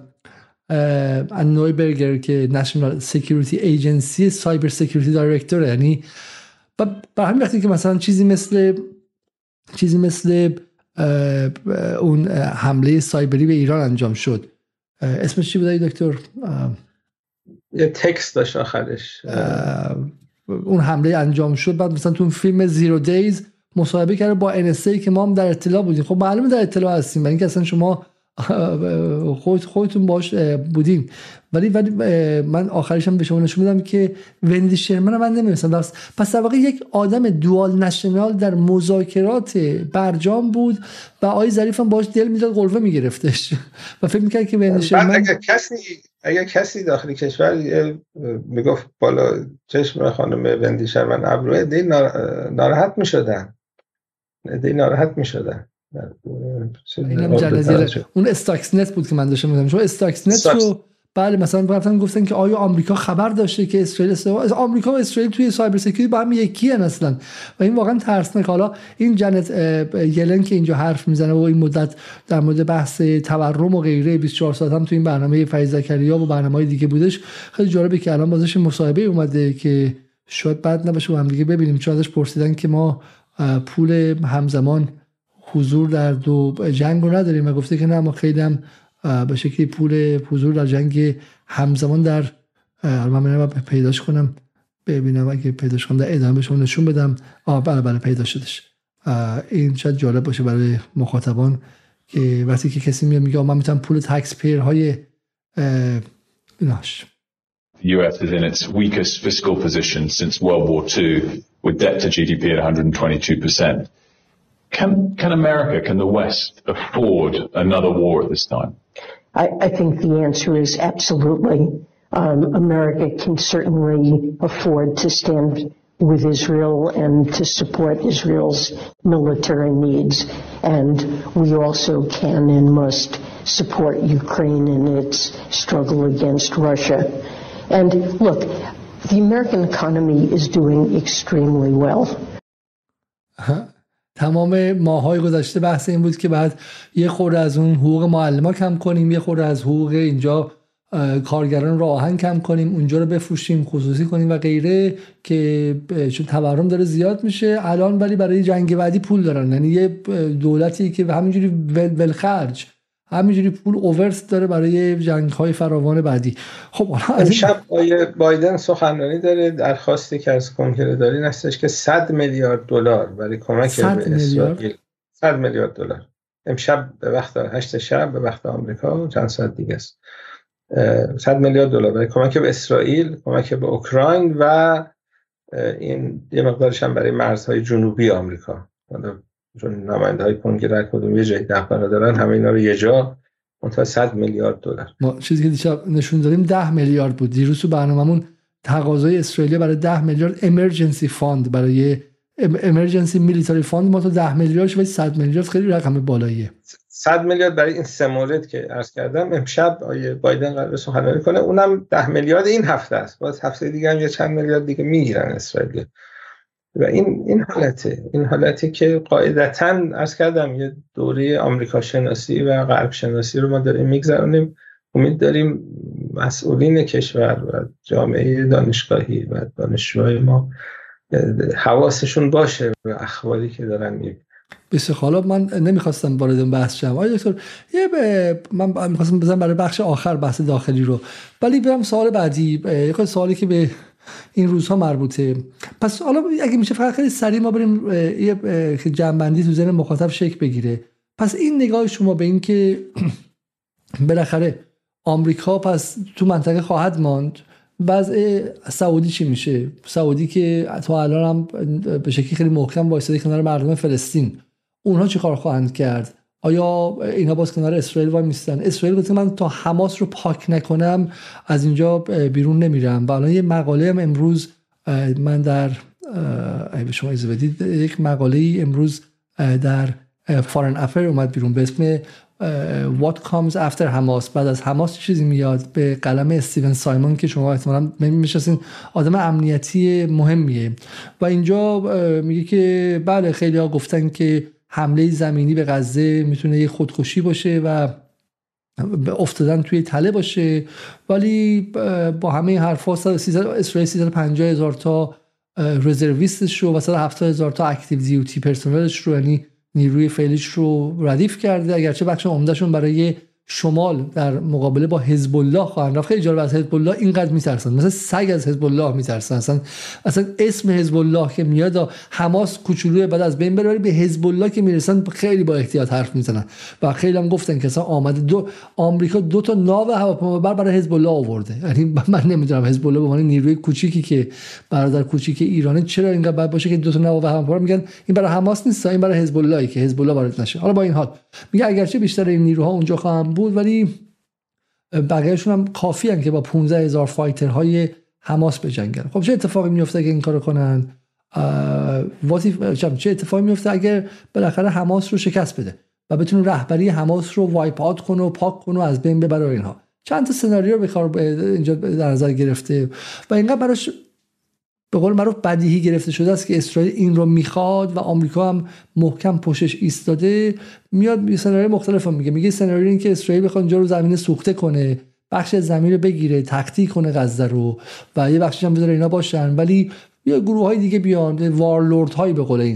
نویبرگر که نشنال سکیوریتی ایجنسی سایبر سکیوریتی دایرکتور، یعنی با همین وقتی که مثلا چیزی مثل چیزی مثل اون حمله سایبری به ایران انجام شد، اسمش چی بود دکتر؟ یه تکست داشت آخرش، اون حمله انجام شد، بعد مثلا تو فیلم زیرو دیز مصاحبه کرده با ان اس ای که ما هم در اطلاع بودیم. خب معلومه در اطلاع هستیم، برای اینکه اصلا شما خود خودتون باش بودین. ولی ولی من آخرش هم به شما نشون میدم که وندی شرمن من نمی‌دونستم. پس در واقع یک آدم دوال نشنال در مذاکرات برجام بود و آقای ظریف هم باش دل میداد، قلوه میگرفتش و فکر میکرد که وندی شرمن اگه کسی اگه کسی داخل کشور میگفت بالا چشم خانم وندی شرمن ابروه، دی ناراحت میشدن، دی ناراحت میشدن. اینم جلزیره. اون استاکس نت بود که من داشتم میگم. شما استاکس نت رو بله مثلا گفتن گفتن که آیا آمریکا خبر داشته که اسرائیل استوا... آمریکا و اسرائیل توی سایبر سکیوریتی با هم یکی ان اصلا، و این واقعا ترسناک. حالا این جنت یلن که اینجا حرف میزنه و این مدت در مورد بحث تورم و غیره بیست و چهار ساعت هم تو این برنامه فرید زکریا و برنامه‌های دیگه بودش. خیلی جالبه که الان بازش مصاحبه اومده که شاید بعد نباشه هم دیگه ببینیم، چون ازش پرسیدن که ما پول همزمان حضور در دو جنگ رو نداریم و گفته که نه، ما خیلی هم به شکلی پول حضور در جنگ همزمان در من میرم پیداش کنم ببینم، اگه پیداش کنم در ادامه بهشون نشون بدم. آه بله بله پیدا شدش. این شاید جالب باشه برای مخاطبان که وقتی که کسی میاد میگه من میتونم پول تکس پیر های ایناش. The U S is in its weakest fiscal position since World War Two with debt to G D P at one hundred twenty-two percent. Can can America, can the West afford another war at this time? I, I think the answer is absolutely. Um, America can certainly afford to stand with Israel and to support Israel's military needs. And we also can and must support Ukraine in its struggle against Russia. And look, the American economy is doing extremely well. تمام ماهای گذشته بحث این بود که بعد یه خورده از اون حقوق معلمان کم کنیم، یه خورده از حقوق اینجا کارگران رو آهن کم کنیم، اونجا رو بفروشیم، خصوصی کنیم و غیره، که چون تورم داره زیاد میشه الان، ولی برای جنگ بعدی پول دارن. یعنی یه دولتی که همینجوری ول خرج، همینجوری پول اوورس داره برای جنگ‌های فراوان بعدی. خب از شب آقای بایدن سخنرانی داره، درخواستی که از کنگره داری هستش که صد میلیارد دلار برای کمک به اسرائیل، صد میلیارد دلار امشب به وقت هشت شب به وقت آمریکا چند ساعت دیگه است، صد میلیارد دلار برای کمک به اسرائیل، کمک به اوکراین و این یه مقدارش هم برای مرزهای جنوبی آمریکا. حالا چون نماینده‌های کنگره کدوم یه جای دغدغه دارن، همه اینا رو یه جا منتها صد میلیارد دلار. ما چیزی که دیشب نشون دادیم ده میلیارد بود. دیروز تو برنامه‌مون تقاضای اسرائیل برای ده میلیارد امرجنسی فاند، برای امرجنسی میلیتاری فاند ما تو ده میلیارد و صد میلیارد خیلی رقم بالاییه. صد میلیارد برای این سه مورد که عرض کردم. امشب آیه بایدن قراره سخنرانی کنه، اونم ده میلیارد این هفته است. باز هفته دیگه هم یه چند میلیارد دیگه میگیرن اسرائیل. و این این حالته این حالتی که قاعدتاً عرض کردم یه دوره آمریکا شناسی و غرب شناسی رو ما داریم میگذرونیم. امید داریم مسئولین کشور و جامعه دانشگاهی و دانشجوهای ما حواسشون باشه به اخباری که دارن میبینن. بسیار حالا من نمیخواستم وارد اون بحث شم آقای دکتر، یه من میخواستم بزنم برای بخش آخر بحث داخلی رو، ولی برم سوال بعدی، یه سوالی که به این روزها مربوطه. پس حالا اگه میشه فقط خیلی سریع ما بریم یه جمع‌بندی تو ذهن مخاطب شکل بگیره. پس این نگاه شما به این که بالاخره آمریکا پس تو منطقه خواهد ماند، وضع سعودی چی میشه؟ سعودی که تا الان هم به شکلی خیلی محکم وایساده کنار مردم فلسطین، اونها چی کار خواهند کرد؟ آیا اینا باز کنار اسرائیل وای میستن؟ اسرائیل گفته من تا حماس رو پاک نکنم از اینجا بیرون نمیرم. و الان یه مقاله هم امروز من در به شما اجازه بدید، یک مقاله امروز در فارن افیر اومد بیرون به اسم What comes after حماس، بعد از حماس چیزی میاد، به قلم استیون سایمون که شما احتمالاً میشناسین، آدم امنیتی مهمیه. و اینجا میگه که بله خیلی ها گفتن که حمله زمینی به غزه میتونه یه خودکشی باشه و افتادن توی تله باشه، ولی با همه حرفا اسرائیل سیصد و پنجاه هزار تا رزرویستش رو و صد و هفتاد هزار تا اکتیو دیوتی پرسنلش رو، یعنی نیروی فعلیش رو ردیف کرده، اگرچه بخش عمدهشون برای شمال در مقابله با حزب الله خواهند رفت. خیلی جالب، از حزب الله اینقدر میترسن، مثلا سگ از حزب الله میترسن. اصلا اصلا اسم حزب الله که میاد، حماس کوچولوی بعد از بین بره، به حزب الله که میرسن خیلی با احتیاط حرف میزنن. و خیلی هم گفتن که اصلا آمده دو آمریکا دو تا ناو هواپیمابر برای حزب الله آورده. یعنی من نمیدونم حزب الله به عنوان نیروی کوچیکی که برادر کوچیک ایرانه چرا اینقدر باید باشه که دو تا ناو هواپیمابر میگن این برای حماس نیست، این برای حزب اللهی که حزب الله وارد نشه. حالا با این حال میگه اگرچه بیشتر این نیروها اونجا خواهند بود، ولی بقیه‌شون هم کافی هستند که با پانزده هزار فایترهای حماس بجنگن. خب چه اتفاقی میفته اگه این کارو کنن؟ چه اتفاقی میفته اگر بالاخره حماس رو شکست بده و بتونه رهبری حماس رو وایپ آوت کنه و پاک کنه و از بین ببره اینها؟ چند تا سناریو به کار اینجا در نظر گرفته و اینقدر براش به قول معروف بدیهی گرفته شده است که اسرائیل این رو میخواد و آمریکا هم محکم پشتش ایستاده. میاد یه سناریو مختلف میگه میگه سناریو این که اسرائیل بخواد اینجا رو زمین سوخته کنه، بخش از زمین رو بگیره، تختی کنه غزه رو و یه بخشش هم بذاره اینا باشن، ولی یه گروه‌های دیگه بیان، وارلورد هایی به قول این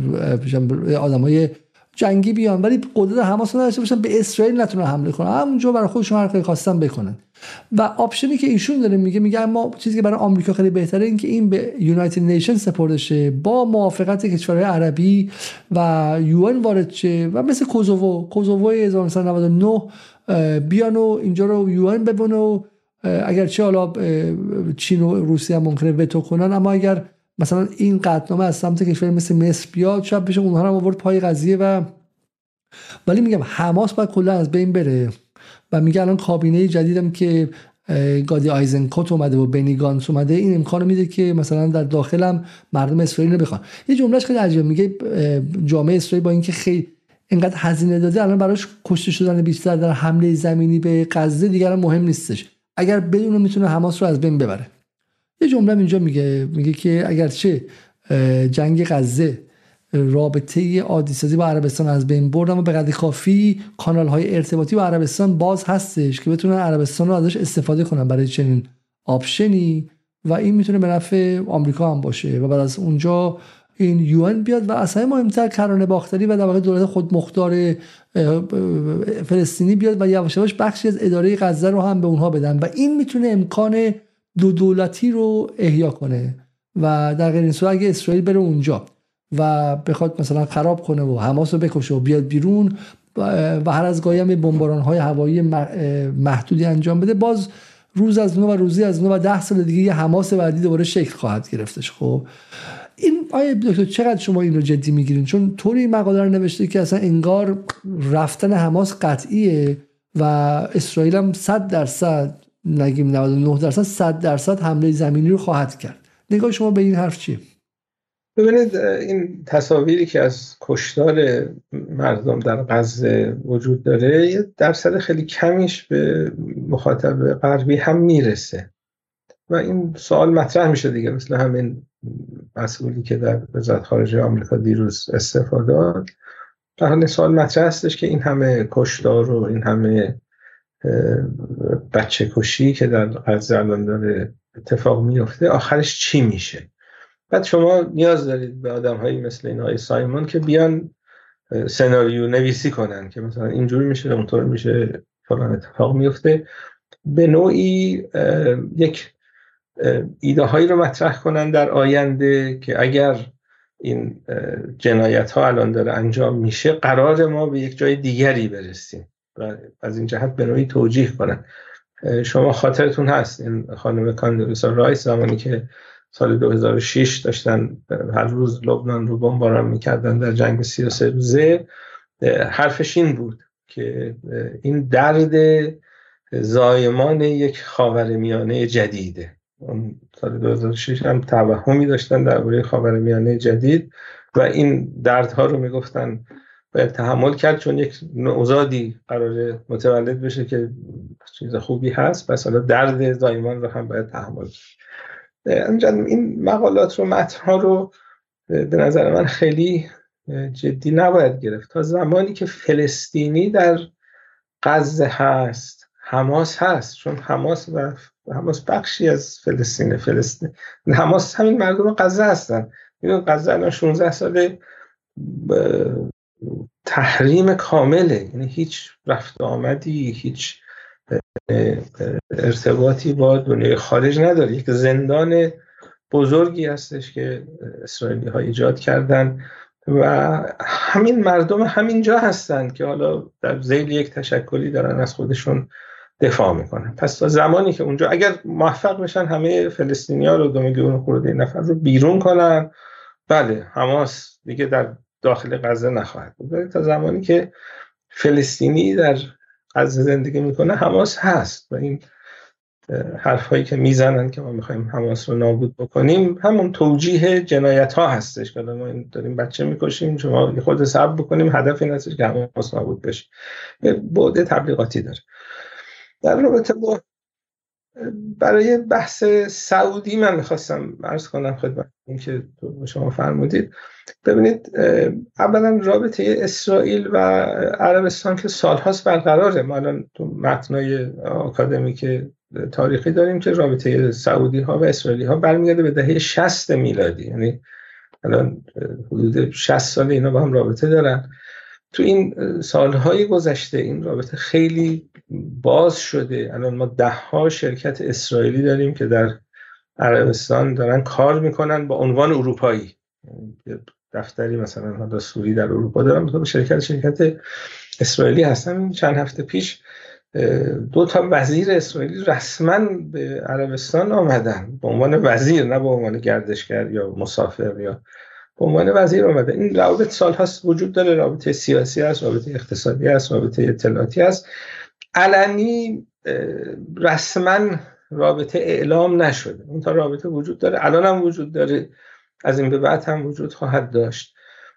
آدمای جنگی بیان، ولی قدرت حماس رو نداشته باشن، به اسرائیل نتونه حمله کنه، همونجا برای خودشون هر کاری خواستن بکنن. و آپشنی که ایشون داره میگه میگه اما چیزی که برای آمریکا خیلی بهتره این که این به یونایتد نیشن سپرده شه، با موافقت کشورهای عربی و یو ان وارد شه و مثل کوزوو کوزوو هزار و نهصد و نود و نه بیان و اینجا رو یو ان ببونه و اگرچه حالا چین و روسیه هم ممکنه وتو کنن، اما اگر مثلا این قطعنامه از سمت کشور مثل مصر بیاد شاید بشه اونها رو آورد پای قضیه. و ولی میگم حماس باید کلا از بین بره. و میگه الان کابینه جدیدم که گادی آیزنکوت اومده و بنی گانس اومده این امکانو میده که مثلا در داخلم مردم اسرائیل رو بخوان. یه جملهش خیلی عجیبه، میگه جامعه اسرائیل با اینکه خیلی اینقدر هزینه داده الان براش کشته شدن بیشتر در حمله زمینی به غزه دیگر مهم نیستش، اگر بدونه میتونه حماس رو از بین ببره. یه جمله اینجا میگه میگه که اگرچه جنگ غزه رابطه عادی سازی با عربستان از بین برد، اما به قدر کافی کانال های ارتباطی با عربستان باز هستش که بتونن عربستان رو ازش استفاده کنن برای چنین آپشنی و این میتونه به نفع آمریکا هم باشه. و بعد از اونجا این یو ان بیاد و اصلا مهمتر کرانه باختری و در واقع دولت خودمختار فلسطینی بیاد و یواش یواش بخشی از اداره غزه رو هم به اونها بدن و این میتونه امکان دو دولتی رو احیا کنه. و در غیر این صورت اگه اسرائیل بره اونجا و بخواد مثلا خراب کنه و حماس رو بکشه و بیاد بیرون، و هر از گاهی هم بمباران‌های هوایی محدودی انجام بده، باز روز از نو و روزی از نو و ده سال دیگه یه حماس بعدی دوباره شکل خواهد گرفتش. خب این آیه دکتر چقدر شما این رو جدی میگیرین؟ چون طوری این مقاله رو نوشته که اصلا انگار رفتن حماس قطعیه و اسرائیل هم صد درصد، نگیم نود و نه درصد، صد درصد حمله زمینی رو خواهد کرد. نگاه شما به این حرف چیه؟ ببینید این تصاویری که از کشتار مردم در غزه وجود داره یه درصد خیلی کمیش به مخاطب غربی هم میرسه و این سوال مطرح میشه دیگه، مثل همین مسئولی که در وزارت خارجه آمریکا دیروز استفاده داد. در حال سوال مطرح هستش که این همه کشتار و این همه بچه کشی که در غزه الان داره اتفاق میفته آخرش چی میشه؟ بعد شما نیاز دارید به آدم‌هایی مثل این آقای سایمون که بیان سناریو نویسی کنن که مثلا اینجوری میشه، اونطور میشه، فلان اتفاق میفته. به نوعی یک ایده هایی رو مطرح کنن در آینده که اگر این جنایت ها الان داره انجام میشه قرار ما به یک جای دیگری برسیم و از این جهت به نوعی توجیه کنن. شما خاطرتون هست این خانم کاندولیسا رایس زمانی که سال دو هزار و شش داشتن هر روز لبنان رو بمباران میکردن در جنگ سی و سه روزه، حرفش این بود که این درد زایمان یک خاورمیانه جدیده. اون سال دو هزار و شش هم توهمی داشتن درباره خاورمیانه جدید و این دردها رو میگفتن باید تحمل کرد چون یک نوزادی قراره متولد بشه که چیز خوبی هست، پس حالا درد زایمان رو هم باید تحمل کرد. این مقالات رو متن‌ها رو به نظر من خیلی جدی نباید گرفت. تا زمانی که فلسطینی در غزه هست حماس هست، چون حماس و حماس بخشی از فلسطین فلسطین حماس همین مردم غزه هستن. میدون غزه الان شانزده ساله تحریم کامله، یعنی هیچ رفت آمدی، هیچ ارتباطی با دنیای خارج نداره. یک زندان بزرگی هستش که اسرائیلی ها ایجاد کردن و همین مردم همینجا هستن که حالا در ذیل یک تشکلی دارن از خودشون دفاع میکنن. پس تا زمانی که اونجا اگر موفق بشن همه فلسطینی ها رو دو میلیون خورده نفر رو بیرون کنن، بله حماس دیگه در داخل غزه نخواهد بود. تا زمانی که فلسطینی در غزه زندگی میکنه حماس هست و این حرف هایی که میزنن که ما میخوایم حماس رو نابود بکنیم همون توجیه جنایت ها هستش که ما داریم بچه میکشیم، شما خود صبر بکنیم، هدف این هستش که حماس نابود بشه. بعد تبلیغاتی داره. در رابطه با برای بحث سعودی من میخواستم عرض کنم خدمت این که شما فرمودید. ببینید اولا رابطه اسرائیل و عربستان که سالهاست برقراره. ما الان تو متنای آکادمیک تاریخی داریم که رابطه سعودی ها و اسرائیلی ها برمیگرده به دهه شصت میلادی، یعنی الان حدود شصت سال اینا با هم رابطه دارن. تو این سالهای گذشته این رابطه خیلی باز شده. الان ما ده ها شرکت اسرائیلی داریم که در عربستان دارن کار میکنن با عنوان اروپایی. دفتری مثلا حالا سوری در اروپا دارن، مثلا شرکت شرکت اسرائیلی هستن. چند هفته پیش دو تا وزیر اسرائیلی رسما به عربستان آمدن به عنوان وزیر، نه به عنوان گردشگر یا مسافر، یا به عنوان وزیر آمده. این روابط سال‌هاست وجود داره. رابطه سیاسی است، رابطه اقتصادی است، رابطه اطلاعاتی است. علنی رسما رابطه اعلام نشده، اون تا رابطه وجود داره، الان هم وجود داره، از این به بعد هم وجود خواهد داشت.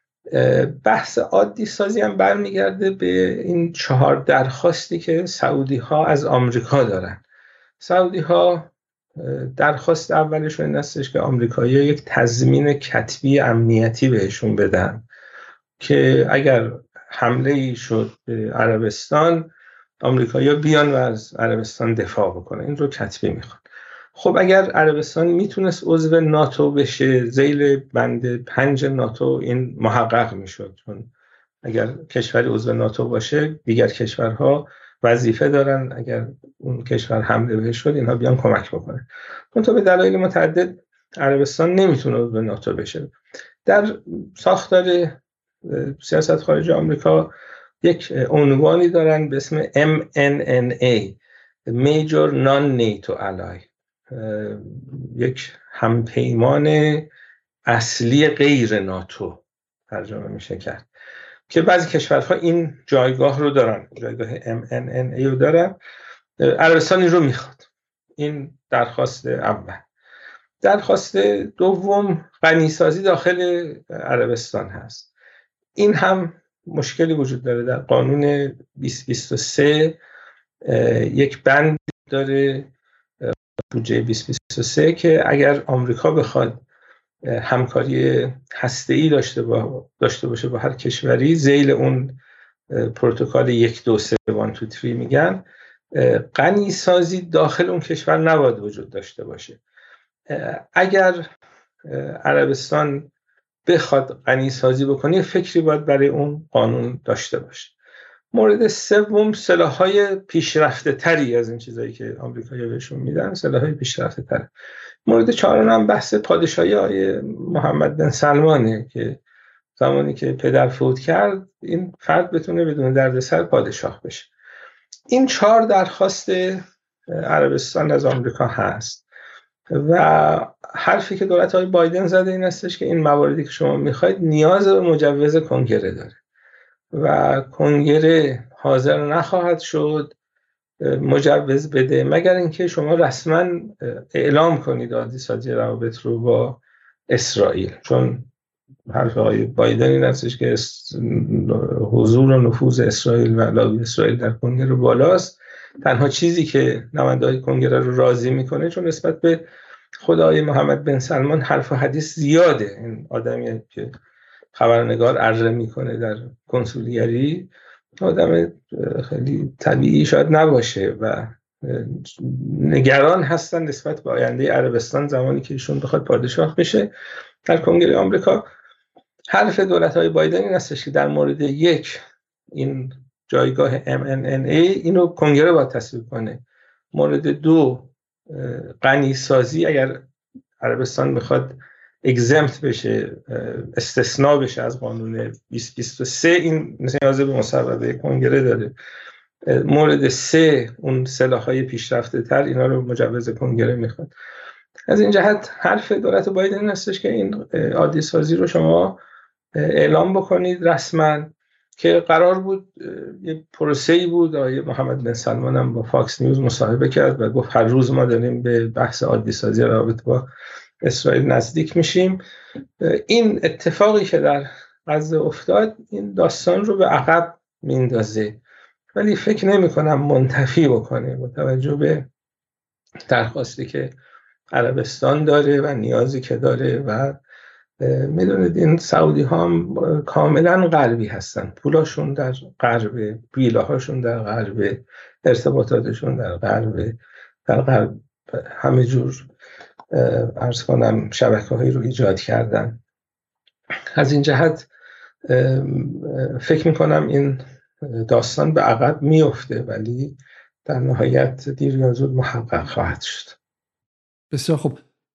بحث عادی سازی هم برمیگرده به این چهار درخواستی که سعودی ها از آمریکا دارن. سعودی ها درخواست اولشون این هستش که آمریکایی‌ها یک تضمین کتبی امنیتی بهشون بدن که اگر حمله ای شد به عربستان آمریکایی‌ها بیان و از عربستان دفاع بکنن. این رو کتبی میخوان. خب اگر عربستان میتونست عضو ناتو بشه، ذیل بند پنج ناتو این محقق میشد، چون اگر کشوری عضو ناتو باشه دیگر کشورها وظیفه دارن اگر اون کشور حمله بهش شد اینها بیان کمک بکنن. منتها به دلایل متعدد عربستان نمیتونه عضو ناتو بشه. در ساختار سیاست خارجی آمریکا یک عنوانی دارن به اسم ام ان ان ای Major Non-NATO Ally، یک همپیمان اصلی غیر ناتو ترجمه میشه کرد، که بعضی کشورها این جایگاه رو دارن، جایگاه ام ان ان ای رو دارن. عربستان این رو میخواد. این درخواست اول. درخواست دوم غنیسازی داخل عربستان هست. این هم مشکلی وجود داره. در قانون بیست بیست و سه یک بند داره، بودجه بیست بیست و سه، که اگر آمریکا بخواد همکاری هسته‌ای داشته با داشته باشه با هر کشوری، ذیل اون پروتکل یک دو سه وان تو تری میگن، غنیسازی داخل اون کشور نباید وجود داشته باشه. اگر عربستان بخواد غنیسازی بکنه، فکری باید برای اون قانون داشته باشه. مورد سوم، سلاح‌های پیشرفته تری از این چیزایی که آمریکایی‌ها بهشون میدن، سلاح‌های پیشرفته تر. مورد چهارم هم بحث پادشاهی آقای محمد بن سلمانه که زمانی که پدر فوت کرد این فرد بتونه بدون دردسر پادشاه بشه. این چهار درخواست عربستان از آمریکا هست و حرفی که دولت های بایدن زده این هستش که این مواردی که شما میخواید نیاز به مجوز کنگره داره و کنگره حاضر نخواهد شد مجوز بده مگر اینکه شما رسما اعلام کنید عادی‌سازی روابط رو با اسرائیل. چون حرف آقای بایدن این هستش که حضور و نفوذ اسرائیل و لابی اسرائیل در کنگره بالاست. تنها چیزی که نماینده‌های کنگره رو راضی میکنه، چون نسبت به خدای محمد بن سلمان حرف و حدیث زیاده، این آدمی که خبرنگار اره میکنه در کنسولگری آدم خیلی طبیعی شاید نباشه و نگران هستن نسبت به آینده عربستان زمانی که ایشون بخواد پادشاه بشه در کنگره آمریکا. حرف دولت‌های بایدن این هستش که در مورد یک، این جایگاه ام ان ان ای اینو کنگره باید تصویب کنه. مورد دو، غنیسازی اگر عربستان بخواد اگزمت بشه، استثناء بشه از قانون بیست بیست و سه، این نیاز به مصوبه کنگره داره. مورد سه، اون سلاح‌های پیشرفته تر، اینا رو مجوز کنگره میخواد. از این جهت حرف دولت بایدن هستش که این عادی سازی رو شما اعلام بکنید رسما، که قرار بود یه پروسه‌ای بود. آقای محمد بن سلمان هم با فاکس نیوز مصاحبه کرد و گفت هر روز ما داریم به بحث عادی سازی روابط با اسرائیل نزدیک میشیم. این اتفاقی که در غزه افتاد این داستان رو به عقب میندازه، ولی فکر نمی کنم منتفی بکنه با توجه به درخواستی که عربستان داره و نیازی که داره. و میدونید این سعودی ها هم کاملا غربی هستن، پولاشون در غرب، ویلاهاشون در غرب، ارتباطاتشون در غرب، در غرب همه جور عرض کنم شبکه‌هایی رو ایجاد کردن. از این جهت فکر میکنم این داستان به عقب میفته، ولی در نهایت دیر یا زود محقق خواهد شد. بسیار خوب.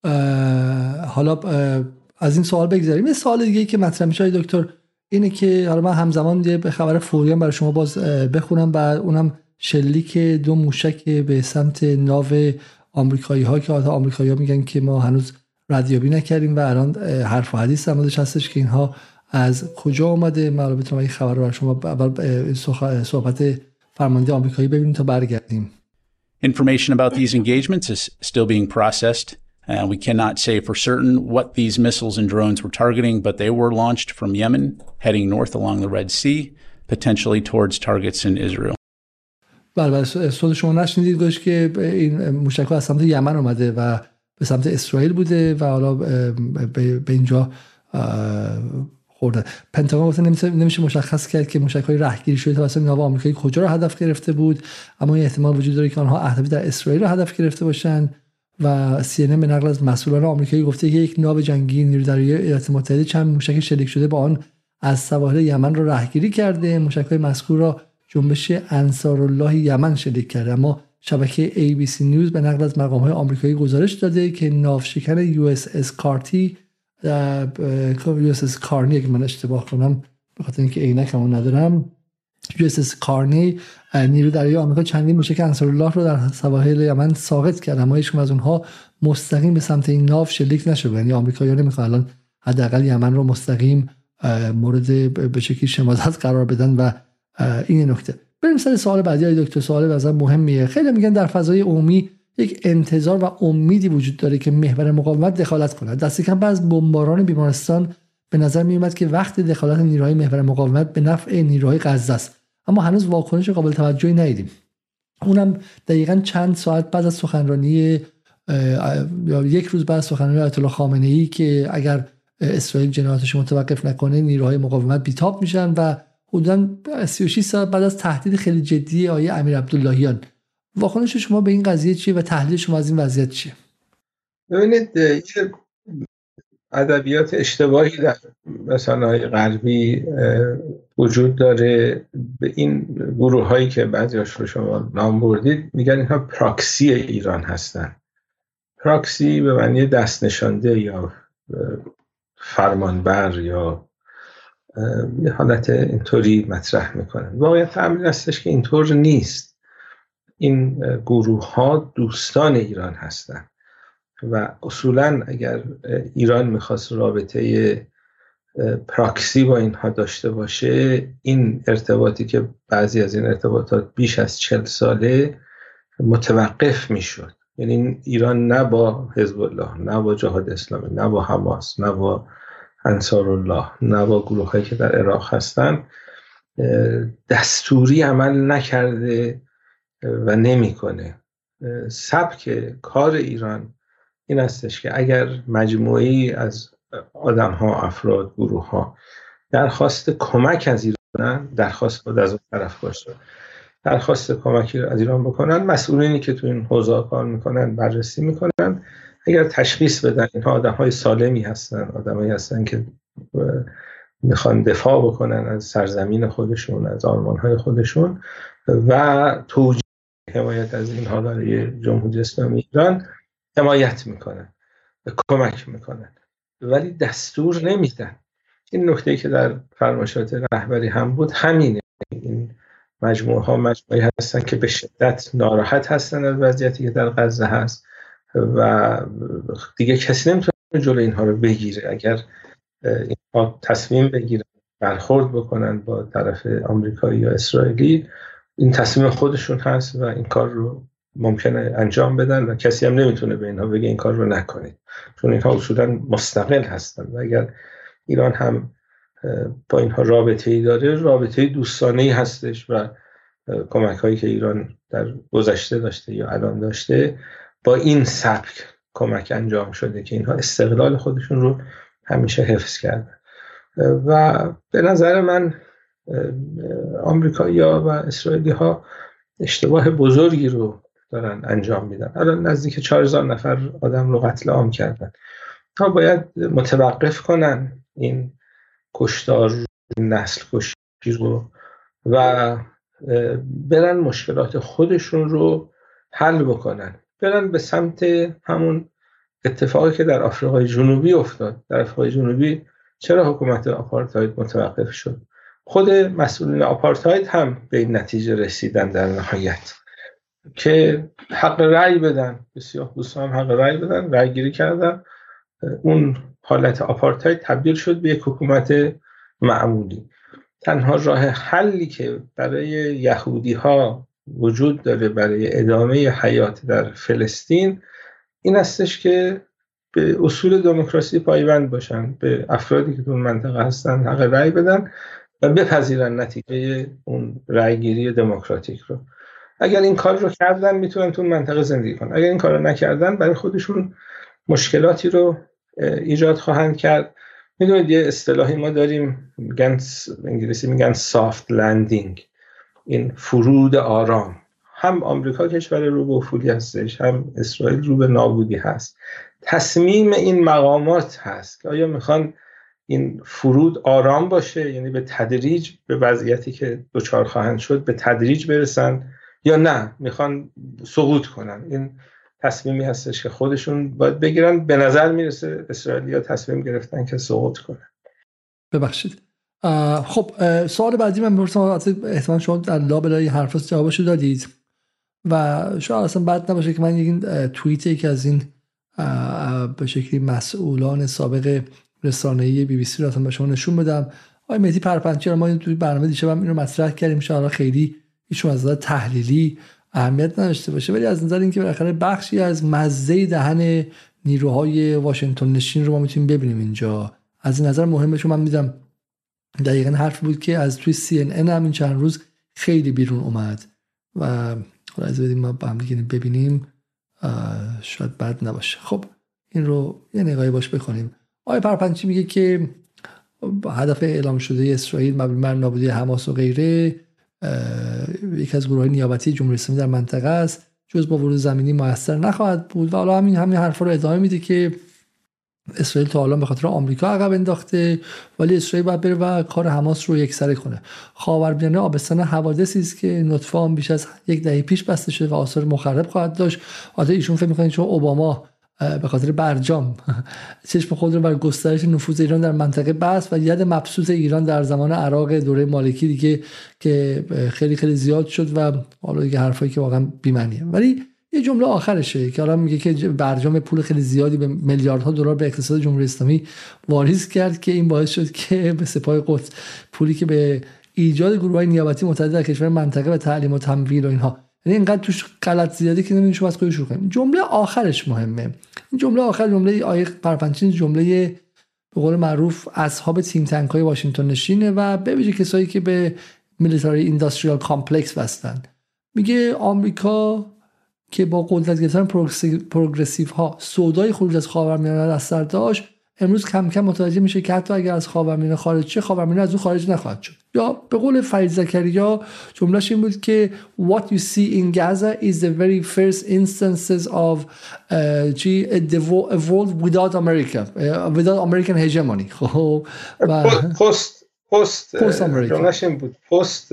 حالا از این سوال بگذاریم. یه سوال دیگه که مطرح میشه دکتر اینه که حالا من همزمان یه خبر فوری برای شما باز بخونم، بعد اونم شلیک دو موشک به سمت ناو آمریکایی ها که حالا آمریکایی ها میگن که ما هنوز ردیابی نکردیم و الان حرف و حدیث همازش هستش که اینها از کجا آمده. من بتونم این خبر رو برای شما اول صحبت فرمانده آمریکایی ببینیم تا برگردیم. Information about these engagements is still being processed. Uh, we cannot say for certain what these missiles and drones were targeting, but they were launched from Yemen, heading north along the Red Sea, potentially towards targets in Israel. بله بله صوت شما نشنیدید گوش که این موشک ها از سمت یمن اومده و به سمت اسرائیل بوده و حالا به اینجا خورده. پنتاگون گفته نمیشه مشخص کرد که موشک‌های رهگیری شده توسط ناو آمریکایی کجا رو هدف گرفته بود، اما این احتمال وجود داره که آنها اهدافی در اسرائیل رو هدف گرفته باشن. و سی ان ان به نقل از مسئولان آمریکایی گفته که یک ناو جنگی نیروی دریایی ایالات متحده چند موشک شلیک شده با آن از سواحل یمن را رهگیری کرده. موشک‌های مذکور را جنبش انصارالله یمن شلیک کرده، اما شبکه ای بی سی نیوز به نقل از مقام‌های آمریکایی گزارش داده که ناوشکن یو اس اس کارتی یو اس اس کارنی، اگه من اشتباه کنم به خاطر اینکه عینکمو ندارم، یو اس اس کارنی نیرو دریایی آمریکا چندین موشک انصارالله رو در سواحل یمن ساقط کرد، اما هیچ کدوم از اونها مستقیم به سمت این ناو شلیک نشد. یعنی آمریکایی‌ها نمیخوان الان حداقل یمن رو مستقیم مورد به شکلی شماتت قرار بدن و این نکته. بریم سر سوال بعدی. های دکتر سوال واسه مهمیه. خیلی میگن در فضای عمومی یک انتظار و امیدی وجود داره که محور مقاومت دخالت کند. دست کم از بمباران بیمارستان به نظر می اومد که وقت دخالت نیروهای محور مقاومت به نفع نیروهای غزه است، اما هنوز واکنش قابل توجهی ندیدیم. اونم دقیقاً چند ساعت بعد از سخنرانی یا یک روز بعد از سخنرانی آیت الله خامنه‌ای که اگر اسرائیل جنایاتش متوقف نکنه نیروهای مقاومت بیتاب میشن و حدوداً سی و شش ساعت بعد از تهدید خیلی جدی آیه امیر عبداللهیان. واکنش شما به این قضیه چیه و تحلیل شما از این وضعیت چیه؟ ببینید یه ادبیات اشتباهی در رسانه‌های غربی وجود داره. به این گروه هایی که بعضی‌هاش رو شما نام بردید میگن اینها پراکسی ایران هستن. پراکسی به معنی دست نشانده یا فرمانبر یا یه حالت اینطوری مطرح میکنن. واقعیت امر هستش که اینطور نیست. این گروه ها دوستان ایران هستن و اصولا اگر ایران میخواست رابطه پراکسی با اینها داشته باشه، این ارتباطی که بعضی از این ارتباطات بیش از چهل ساله متوقف میشد. یعنی ایران نه با حزب الله، نه با جهاد اسلامی، نه با حماس، نه با انصارالله، نه با گروه هایی که در عراق هستن دستوری عمل نکرده و نمیکنه. سبک کار ایران این هستش که اگر مجموعی از آدم ها، افراد، گروه ها درخواست کمک از ایران، درخواست باید از اون طرف باشه، درخواست کمکی از ایران بکنن، مسئولینی که تو این حوزه کار میکنن بررسی میکنن. اگر تشخیص بدن اینها آدم های سالمی هستن، آدم هایی هستن که میخوان دفاع بکنن از سرزمین خودشون، از آرمان های خودشون و توجیه حمایت از اینها برای جمهوری اسلامی ایران حمایت میکنن و کمک میکنن، ولی دستور نمیدن. این نکته که در فرمایشات رهبری هم بود همینه. این مجموعه ها مجموعه هستن که به شدت ناراحت هستن از وضعیتی که در غزه هست و دیگه کسی نمیتونه جلوی اینها رو بگیره. اگر اینها تصمیم بگیرن برخورد بکنن با طرف آمریکایی یا اسرائیلی، این تصمیم خودشون هست و این کار رو ممکنه انجام بدن و کسی هم نمیتونه به اینها بگه این کار رو نکنید، چون اینها اصولا مستقل هستن و اگر ایران هم با اینها رابطه‌ای داره، رابطه دوستانه‌ای هستش و کمک هایی که ایران در گذشته داشته یا الان داشته با این سبک کمک انجام شده که اینها استقلال خودشون رو همیشه حفظ کردن و به نظر من آمریکایی‌ها و اسرائیلی‌ها اشتباه بزرگی رو دارن انجام میدن. الان نزدیک چهار هزار نفر آدم رو قتل عام کردن. ها باید متوقف کنن این کشتار، نسل کشی رو و برن مشکلات خودشون رو حل بکنن، برن به سمت همون اتفاقی که در آفریقای جنوبی افتاد. در آفریقای جنوبی چرا حکومت آپارتاید متوقف شد؟ خود مسئولین آپارتاید هم به این نتیجه رسیدن در نهایت که حق رأی بدن، بسیار دوستان هم حق رأی بدن، رأی گیری کردن. اون حالت آپارتاید تبدیل شد به یک حکومت معمولی. تنها راه حلی که برای یهودی ها وجود داره برای ادامه حیات در فلسطین این استش که به اصول دموکراسی پایبند باشن، به افرادی که تو اون منطقه هستن حق رأی بدن و بپذیرن نتیجه اون رأیگیری دموکراتیک رو. اگر این کار رو کردن میتونن تو اون منطقه زندگی کنن، اگر این کار رو نکردن برای خودشون مشکلاتی رو ایجاد خواهند کرد. میدونید یه اصطلاحی ما داریم، میگن انگلیسی میگن سافت لندینگ، این فرود آرام. هم آمریکا کشور رو به افولی هستش، هم اسرائیل رو به نابودی هست. تصمیم این مقامات هست که آیا میخوان این فرود آرام باشه، یعنی به تدریج به وضعیتی که دچار خواهند شد به تدریج برسن، یا نه میخوان سقوط کنن. این تصمیمی هستش که خودشون باید بگیرن. به نظر میرسه اسرائیلی‌ها تصمیم گرفتن که سقوط کنن. ببخشید خب سوال بعدی من می‌پرسم، احتمال شما در لابلای حرفاس جوابشو دادید و شاید اصلا بد نباشه که من این توییت یکی از این به شکلی مسئولان سابق رسانه‌ای بی بی سی رو اصلا به شما نشون بدم. آقای مهدی پرپنچی رو ما توی برنامه دیشب هم این رو مطرح کردیم، شاید خیلی ایشون از نظر تحلیلی اهمیت نداشته باشه، ولی از نظر اینکه بالاخره بخشی از مزه دهن نیروهای واشنگتن نشین رو ما میتونیم ببینیم اینجا، از این نظر مهمه. چون من میدم دقیقاً حرف بود که از توی سی ان ان هم این چند روز خیلی بیرون اومد و حالا از بدیم ما با هم دیگه ببینیم، شاید بد نباشه. خب این رو یه نگاهی باش بکنیم. آقای پرپنچی میگه که هدف اعلام شده اسرائیل مبنی بر نابودی حماس و غیره یکی از گروه‌های نیابتی جمهوری اسلامی در منطقه است، جز با ورود زمینی موثر نخواهد بود و حالا همین همین حرفا رو ادامه میده که اسرائیل تا الان به خاطر آمریکا عقب انداخته، ولی اسرائیل باید بره و کار حماس رو یکسره کنه. خاورمیانه آبستن حوادثی است که نطفه آن بیش از یک دهه پیش بسته شده و آثار مخرب خواهد داشت. البته ایشون فکر می‌کنه چون اوباما به خاطر برجام چشم خود رو بر گسترش نفوذ ایران در منطقه بست و ید مبسوط ایران در زمان عراق دوره مالکی دیگه که خیلی خیلی زیاد شد و حالا دیگه حرفایی که واقعا بی‌معنیه. ولی یه جمله آخرشه که حالا میگه که برجام پول خیلی زیادی به میلیاردها دلار به اقتصاد جمهوری اسلامی واریز کرد که این باعث شد که به سپاه قدس پولی که به ایجاد گروه‌های نیابتی متعدد در کشور منطقه و تعلیم و تمویل و اینها، یعنی اینقدر توش غلط زیادی که نمیشه واسه خودش شروع کنیم. جمله آخرش مهمه. این جمله آخر جمله آیه پرپنچین جمله به قول معروف اصحاب تیم تانک های واشنگتن نشینه و به ویژه کسایی که به میلیتاری اینداستریال کامپلکس وصلن. میگه آمریکا که با قدرت گرفتن پروگرسیو ها سودای خروج از خاورمیانه از سر داشت، امروز کم کم متوجه میشه که حتی اگر از خاورمیانه خارج شه، خاورمیانه از اون خارج نخواهد شد. یا به قول فرید زکریا جملهش این بود که what you see in Gaza is the very first instances of uh, a world without America uh, without American hegemony. خب و پست پست جملهش این بود پست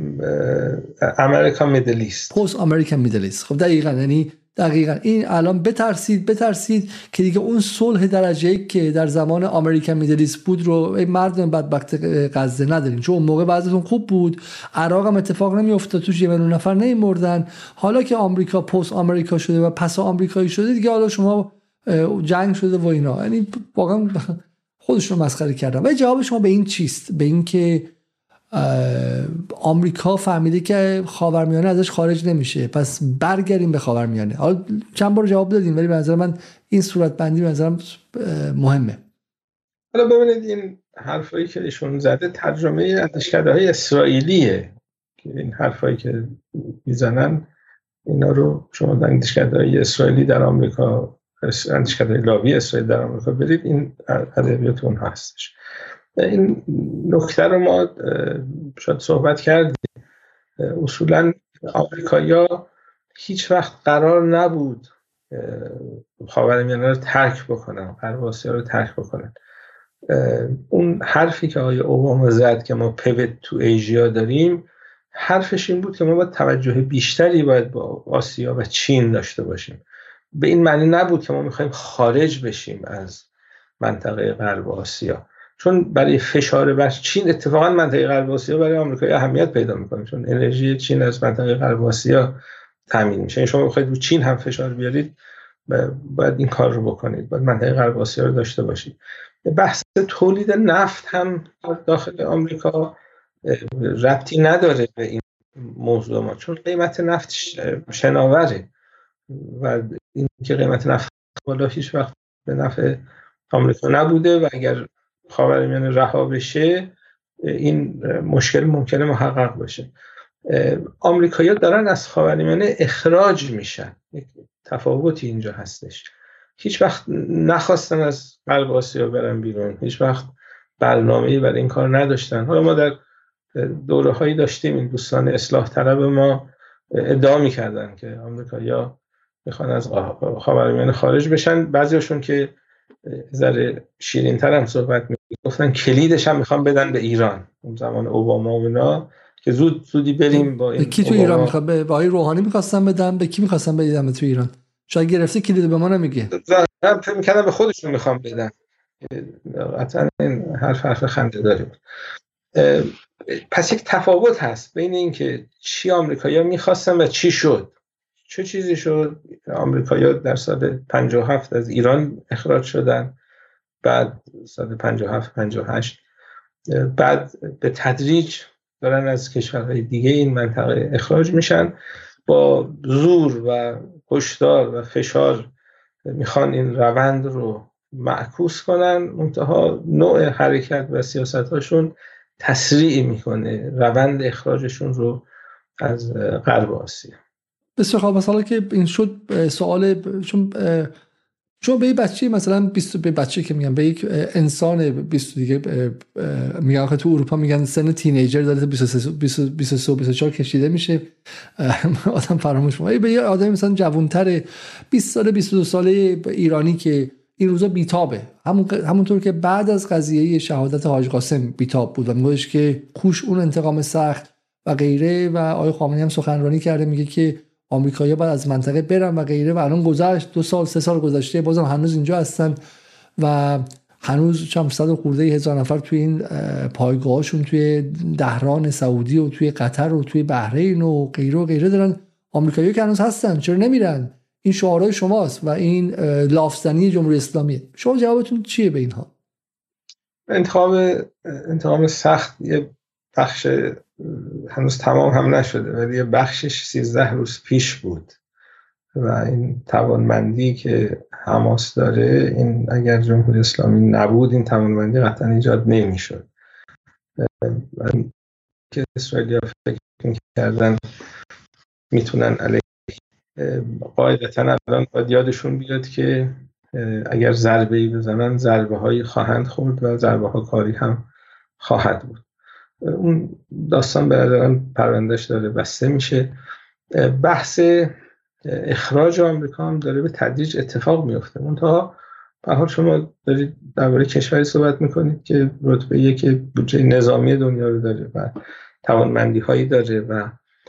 امریکا میدل ایست پست امریکن میدل ایست. خب دقیقاً یعنی دقیقاً این الان بترسید بترسید که دیگه اون صلح درجه یک که در زمان آمریکا میدلیست بود رو مردم بدبخت غزه نداریم، چون اون موقع بعضیتون خوب بود، عراق هم اتفاق نمیافتاد، توش یه میلیون نفر نمیمردن. حالا که آمریکا پست آمریکا شده و پس آمریکایی شده دیگه، حالا شما جنگ شده و اینا، یعنی واقعا خودشون مسخره کردن. و جواب شما به این چیست؟ به این که آمریکا فهمیده که خاورمیانه ازش خارج نمیشه، پس برگردیم به خاورمیانه. حالا چند بار جواب دادیم ولی به نظر من این صورت بندی به نظرم مهمه. حالا ببینید این حرفایی که ایشون زده ترجمه اندیشکده‌های اسرائیلیه که این حرفایی که میزنن اینا رو شما در اندیشکده‌های اسرائیلی در آمریکا، اندیشکده‌های لاوی اسرائیل در آمریکا برید، این ادبیات اون هستش. این نکته رو ما شاید صحبت کردیم. اصولاً آمریکایی‌ها هیچ وقت قرار نبود خاورمیانه رو ترک بکنن، غرب آسیا رو ترک بکنن. اون حرفی که آقای اوباما زد که ما پیوت تو ایژیا داریم، حرفش این بود که ما باید توجه بیشتری باید با آسیا و چین داشته باشیم. به این معنی نبود که ما می‌خوایم خارج بشیم از منطقه غرب آسیا، چون برای فشار بر چین اتفاقا منطقه غرب آسیا برای آمریکا اهمیت پیدا میکنه، چون انرژی چین از منطقه غرب آسیا تامین میشه. شما بخواید رو چین هم فشار بیارید باید این کار رو بکنید، باید منطقه غرب آسیا رو داشته باشید. بحث تولید نفت هم داخل آمریکا ربطی نداره به این موضوع ما، چون قیمت نفت شناوره و این که قیمت نفت بالا هیچ وقت به نفع آمریکا نبوده و اگر خاورمیانه رها بشه این مشکل ممکنه محقق بشه. آمریکایی‌ها دارن از خاورمیانه اخراج میشن، یک تفاوتی اینجا هستش. هیچ وقت نخواستن از غرب آسیا برن بیرون، هیچ وقت برنامه‌ای برای این کار نداشتن. حالا ما در دوره‌هایی داشتیم این دوستان اصلاح طلب ما ادعا می‌کردن که آمریکایی‌ها میخوان از خاورمیانه خارج بشن، بعضیاشون که ذره شیرین‌تر هم صحبت می‌گفتن کلیدش هم میخوان بدن به ایران. اون زمان اوباما و اینا که زود زودی بریم با این. کی تو ایران میخواد به آقای روحانی می‌خواستن بدن؟ به کی می‌خواستن بدن تو ایران؟ شاید گرفته کلید به ما نمیگه. من فکر می‌کردم به خودشون میخوام بدن. قطعا این حرف حرف خنده داره بود. پس یک تفاوت هست بین اینکه چی آمریکایی‌ها می‌خواستن و چی شد. چه چیزی شد؟ آمریکایی‌ها در سال پنجاه و هفت از ایران اخراج شدن، بعد سال پنجاه و هفت پنجاه و هشت بعد به تدریج دارن از کشورهای دیگه این منطقه اخراج میشن، با زور و هشدار و فشار میخوان این روند رو معکوس کنن، منتها نوع حرکت و سیاستاشون تسریع میکنه روند اخراجشون رو از غرب آسیا. بسیار خوب. مثلا که این شد سوال، چون چون به یک بچه مثلا بیست به بچه که میگن به یک انسان بیست دیگه میگن که تو اروپا میگن سن تینیجر داره بیست و سه بیست و سه بیست و چهار کشیده میشه، آدم فراموش میکنه. به یه آدم مثلا جوانتر بیست ساله بیست و دو ساله ایرانی که این روزا بیتابه، همون همونطور که بعد از قضیه شهادت حاج قاسم بیتاب بود و میگوش که کوش اون انتقام سخت و غیره، و آقای خامنه‌ای هم سخنرانی کرده میگه که آمریکایی‌ها باید از منطقه برن و غیره، و الان گذشت دو سال سه سال گذشته بازم هنوز اینجا هستن و هنوز چند صد و خورده هزار نفر توی این پایگاهاشون توی دهران سعودی و توی قطر و توی بحرین و غیره و غیره دارن. آمریکایی‌ها که هنوز هستن، چرا نمیرن؟ این شعارهای شماست و این لافزنی جمهوری اسلامی. شما جوابتون چیه به اینها؟ انتخاب انتخاب سخت یه بخش هنوز تمام هم نشده ولی یه بخشش سیزده روز پیش بود و این توانمندی که حماس داره، این اگر جمهوری اسلامی نبود این توانمندی قطعا ایجاد نمیشد. من که اسرائیلیا فکر میکردن میتونن علیه قاعدتا الان باید یادشون بیاد که اگر ضربه‌ای بزنن ضربه هایی خواهند خورد و ضربه ها کاری هم خواهد بود. اون داستان به نظرم پروندهش داره بسته میشه. بحث اخراج آمریکا هم داره به تدریج اتفاق میفته. منتها به حال شما دارید درباره کشوری صحبت میکنید که رتبه یک بودجه نظامی دنیا رو داره و توانمندی هایی داره و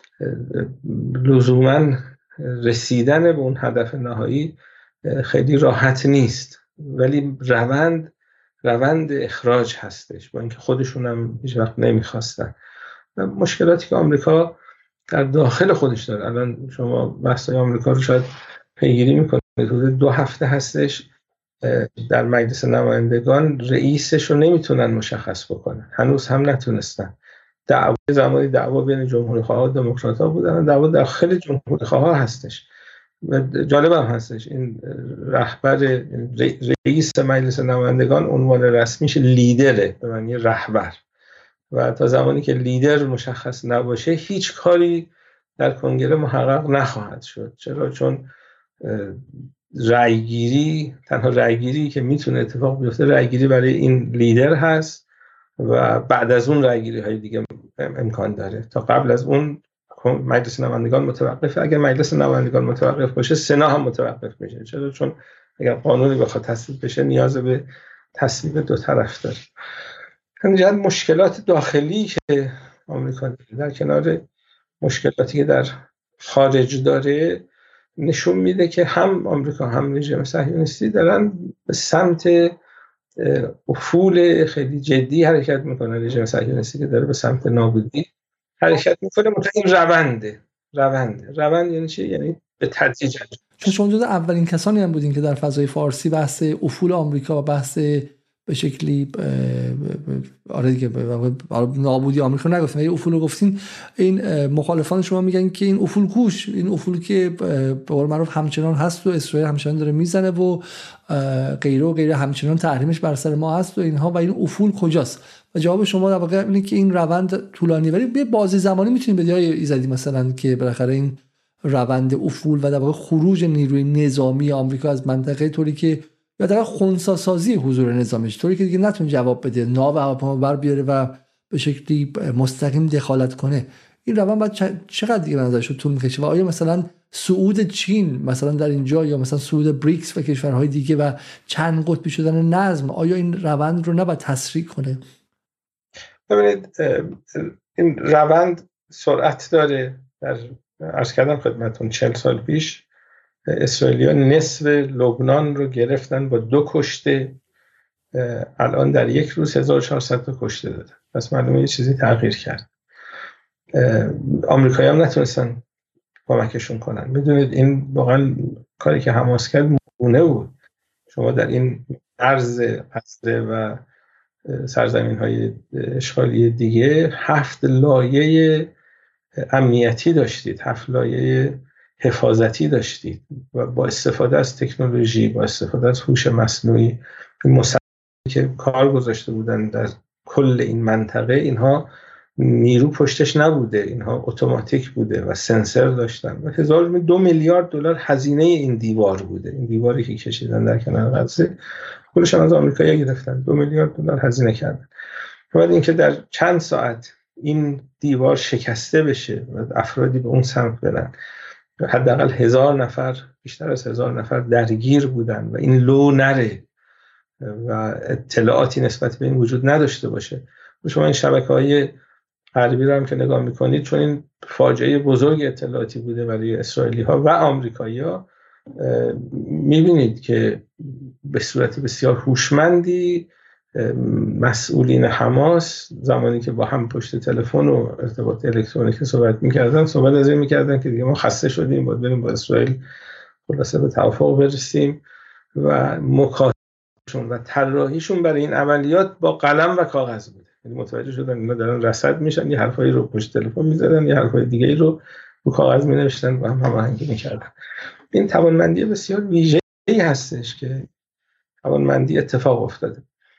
لزوما رسیدن به اون هدف نهایی خیلی راحت نیست، ولی روند روند اخراج هستش، با اینکه خودشون هم هیچ وقت نمیخواستن. مشکلاتی که آمریکا در داخل خودش داره، الان شما بحث‌های آمریکا رو شاید پیگیری میکنید، حدود دو هفته هستش در مجلس نمایندگان رئیسش رو نمیتونن مشخص بکنن، هنوز هم نتونستن. دعوا زمانی دعوا بین جمهوری‌خواها و دموکرات‌ها بودن، دعوا داخل جمهوری‌خواها هستش. و جالب هم هستش این رهبر رئیس مجلس نمایندگان عنوان رسمیش لیدره، به معنی رهبر، و تا زمانی که لیدر مشخص نباشه هیچ کاری در کنگره محقق نخواهد شد. چرا؟ چون رأیگیری، تنها رأیگیری که میتونه اتفاق بیفته رأیگیری برای این لیدر هست و بعد از اون رأیگیری های دیگه امکان داره. تا قبل از اون مجلس نمایندگان متوقفه. اگر مجلس نمایندگان متوقف باشه سنا هم متوقف میشه. چرا؟ چون اگر قانونی بخواد تصویب بشه نیاز به تصویب دو طرف داره. همینجا مشکلات داخلی که آمریکا در کنار مشکلاتی که در خارج داره نشون میده که هم آمریکا هم رژیم صهیونیستی دارن به سمت افول خیلی جدی حرکت میکنه. رژیم صهیونیستی که داره به سمت نابودی حرکت میکنه. مثلا این رونده رونده روند یعنی چی؟ یعنی به تدریج. چون شما جز اولین کسانی هم بودین که در فضای فارسی بحث افول آمریکا و بحث به شکلی آره دیگه نابودی آمریکا نگفتین، ولی افول رو گفتین. این مخالفان شما میگن که این افول کوش، این افول که به قول معروف همچنان هست و اسرائیل همچنان داره میزنه و غیره و غیره، همچنان تحریمش بر سر ما هست و اینها، و این افول کجاست؟ و جواب شما در واقع اینه که این روند طولانی، ولی به بازی زمانی میتونید بدید های ایزدی مثلا که بالاخره این روند افول و در واقع خروج نیروی نظامی آمریکا از منطقه طوری که یا در خنثی سازی حضور نظامیش طوری که دیگه نتونه جواب بده، ناو هواپیما بر بیاره و به شکلی مستقیم دخالت کنه، این روند بعد چقدر دیگه به نظرش طول میکشه؟ و آیا مثلا صعود چین مثلا در اینجا یا مثلا صعود بریکس و کشورهای دیگه و چند قطبی شدن نظم، آیا این روند رو نباید تسریع کنه؟ ببینید این روند سرعت داره. در عرض کردم خدمتتون چهل سال پیش اسرائیلیا نصف لبنان رو گرفتن با دو کشته، الان در یک روز هزار و چهارصد تا کشته دادن. پس معلومه یه چیزی تغییر کرد. آمریکایی هم نتونستن کمکشون کنن. میدونید این واقعا کاری که حماس کرد مونه بود. شما در این ارز پسته و سرزمین های اشغالی دیگه هفت لایه امنیتی داشتید، هفت لایه حفاظتی داشتید و با استفاده از تکنولوژی، با استفاده از هوش مصنوعی، این مسئله که کار گذاشته بودن در کل این منطقه، اینها نیرو پشتش نبوده، اینها اتوماتیک بوده و سنسور داشتن و هزار دو میلیارد دلار هزینه این دیوار بوده. این دیواری که کشیدن در کنار غزه خودشون از آمریکا گرفتن، دو میلیارد دلار هزینه کردن. بعد اینکه در چند ساعت این دیوار شکسته بشه و افرادی به اون سمت برن، حداقل هزار نفر، بیشتر از هزار نفر درگیر بودن و این لو نره و اطلاعاتی نسبت به این وجود نداشته باشه. شما این شبکه‌های غربی رو هم که نگاه میکنید، چون این فاجعه بزرگ اطلاعاتی بوده برای اسرائیلی ها و آمریکایی ها، میبینید که به صورت بسیار هوشمندی مسئولین حماس زمانی که با هم پشت تلفن و ارتباط الکترونیکی صحبت میکردن، صحبت از این میکردن که دیگه ما خسته شدیم، باید بریم با اسرائیل خلاصه به توافق برسیم و مکاتبهشون و طراحیشون برای این عملیات با قلم و کاغذ بود. یعنی متوجه شدن اینا دارن رصد میشن، یه حرفایی رو پشت تلفن میزدن، یه حرفای دیگه رو رو کاغذ مینوشتن و هم هماهنگی میکردن. این توانمندی بسیار ویژه‌ای هستش که توانمندی اتفاق افتاده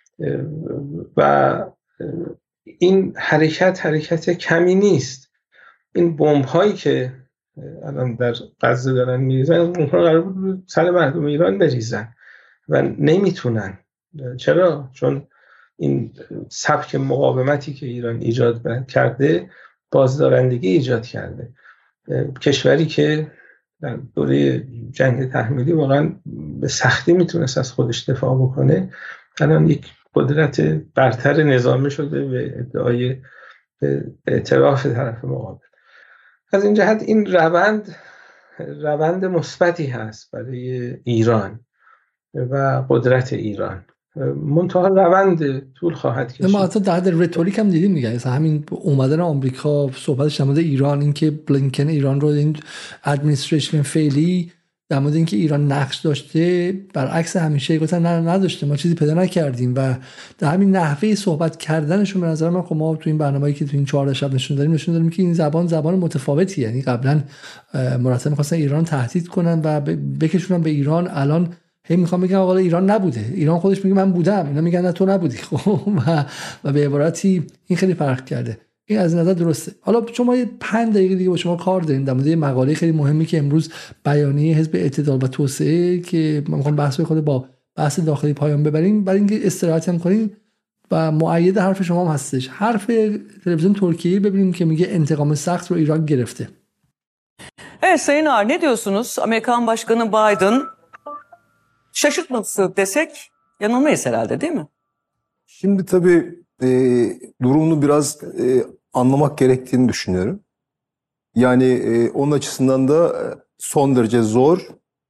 و این حرکت حرکت کمی نیست. این بمب هایی که الان در غزه دارن میریزن، اونها قرار بود سر مردم ایران بریزن و نمیتونن. چرا؟ چون این سبک مقاومتی که ایران ایجاد کرده بازدارندگی ایجاد کرده. کشوری که در دوره جنگ تحمیلی واقعا به سختی میتونست از خودش دفاع بکنه، الان یک قدرت برتر نظامی شده به ادعای اعتراف طرف مقابل. از این جهت این روند روند مثبتی هست برای ایران و قدرت ایران. منتها روند طول خواهد کشید. ما حتی در رتوریک هم دیدیم دیگه، مثلا همین اومدن آمریکا، صحبتش در مورد ایران، اینکه بلینکن ایران رو، این ادمنستریشن فعلی در مورد اینکه ایران نقش داشته، برعکس همیشه گفتن نه نداشته، ما چیزی پیدا نکردیم و در همین نحوه صحبت کردنشون به نظر من، خب ما تو این برنامه‌ای که تو این چهارده شب نشون دادیم نشون دادیم که این زبان زبان متفاوتیه. یعنی قبلا مرتب می‌خواستن ایران تهدید کنن و بکشونن به ایران، الان هی میخوام بگم آقا ایران نبوده، ایران خودش میگه من بودم، اینا میگن نه تو نبودی. خب و, و به عبارتی این خیلی فرق کرده. این از نظر درسته. حالا شما یه پنج دقیقه دیگه با شما کار داریم در مورد مقاله خیلی مهمی که امروز بیانیه حزب اعتدال و توسعه که من میخوام بحث خود با بحث داخلی پایان ببریم، برای اینکه استراحت هم کنیم و مؤید حرف شما هم هستش. حرف تلویزیون ترکیه ببینیم که میگه انتقام سخت رو ایران گرفته. Evet Sayın Ağar, ne diyorsunuz? Amerikan Başkanı Biden şaşırtması desek yanılmayız herhalde, değil mi? Şimdi tabii e, durumunu biraz e, anlamak gerektiğini düşünüyorum. Yani e, onun açısından da son derece zor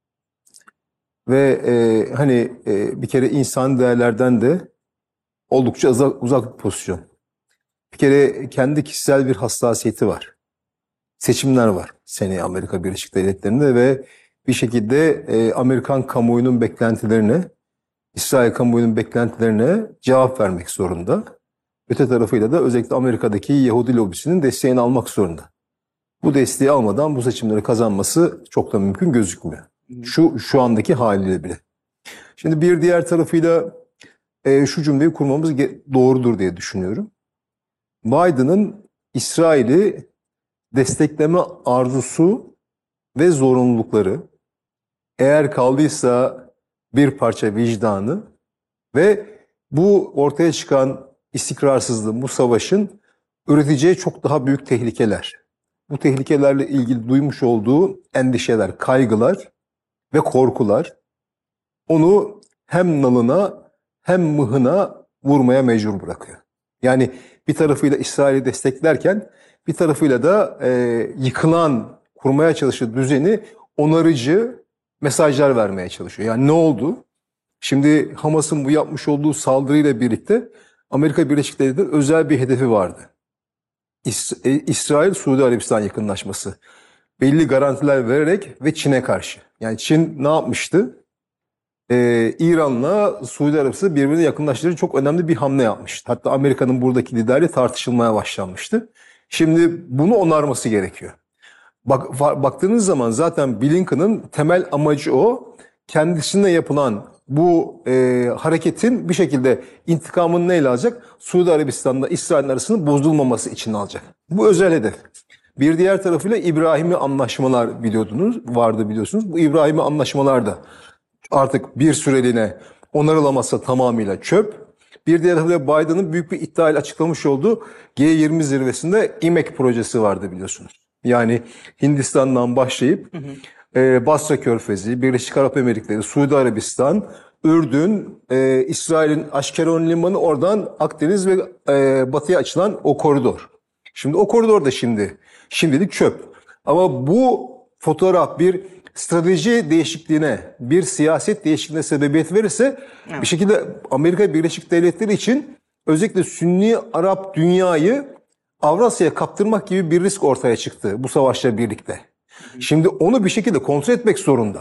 ve e, hani e, bir kere insan değerlerden de oldukça uzak, uzak bir pozisyon. Bir kere kendi kişisel bir hassasiyeti var. Seçimler var seneye Amerika Birleşik Devletleri'nde ve bir şekilde e, Amerikan kamuoyunun beklentilerine, İsrail kamuoyunun beklentilerine cevap vermek zorunda. Öte tarafıyla da özellikle Amerika'daki Yahudi lobisinin desteğini almak zorunda. Bu desteği almadan bu seçimleri kazanması çok da mümkün gözükmüyor. Şu şu andaki haliyle bile. Şimdi bir diğer tarafıyla e, şu cümleyi kurmamız doğrudur diye düşünüyorum. Biden'ın İsrail'i destekleme arzusu ve zorunlulukları, eğer kaldıysa bir parça vicdanı ve bu ortaya çıkan istikrarsızlığın, bu savaşın üreteceği çok daha büyük tehlikeler. Bu tehlikelerle ilgili duymuş olduğu endişeler, kaygılar ve korkular onu hem nalına hem mıhına vurmaya mecbur bırakıyor. Yani bir tarafıyla İsrail'i desteklerken bir tarafıyla da e, yıkılan, kurmaya çalıştığı düzeni onarıcı mesajlar vermeye çalışıyor. Yani ne oldu? Şimdi Hamas'ın bu yapmış olduğu saldırıyla birlikte Amerika Birleşik Devletleri'nin özel bir hedefi vardı. İs- İsrail-Suudi Arabistan yakınlaşması. Belli garantiler vererek ve Çin'e karşı. Yani Çin ne yapmıştı? Ee, İran'la Suudi Arabistan birbirine yakınlaştırıcı çok önemli bir hamle yapmıştı. Hatta Amerika'nın buradaki liderliği tartışılmaya başlanmıştı. Şimdi bunu onarması gerekiyor. Bak, baktığınız zaman zaten Blinken'ın temel amacı o. Kendisine yapılan bu e, hareketin bir şekilde intikamını neyle alacak? Suudi Arabistan'la İsrail arasının bozulmaması için alacak. Bu özel hedef. Bir diğer tarafıyla İbrahimi anlaşmalar biliyordunuz, vardı biliyorsunuz. Bu İbrahimi anlaşmalar da artık bir süreliğine onarılamazsa tamamıyla çöp. Bir diğer tarafıyla Biden'ın büyük bir iddia ile açıklamış olduğu G yirmi zirvesinde I M E C projesi vardı biliyorsunuz. Yani Hindistan'dan başlayıp hı hı. E, Basra Körfezi, Birleşik Arap Emirlikleri, Suudi Arabistan, Ürdün, e, İsrail'in Aşkeron Limanı, oradan Akdeniz ve e, batıya açılan o koridor. Şimdi o koridor da şimdi şimdilik çöp. Ama bu fotoğraf bir strateji değişikliğine, bir siyaset değişikliğine sebebiyet verirse evet. bir şekilde Amerika Birleşik Devletleri için özellikle Sünni Arap dünyayı Avrasya'ya kaptırmak gibi bir risk ortaya çıktı bu savaşla birlikte. Şimdi onu bir şekilde kontrol etmek zorunda.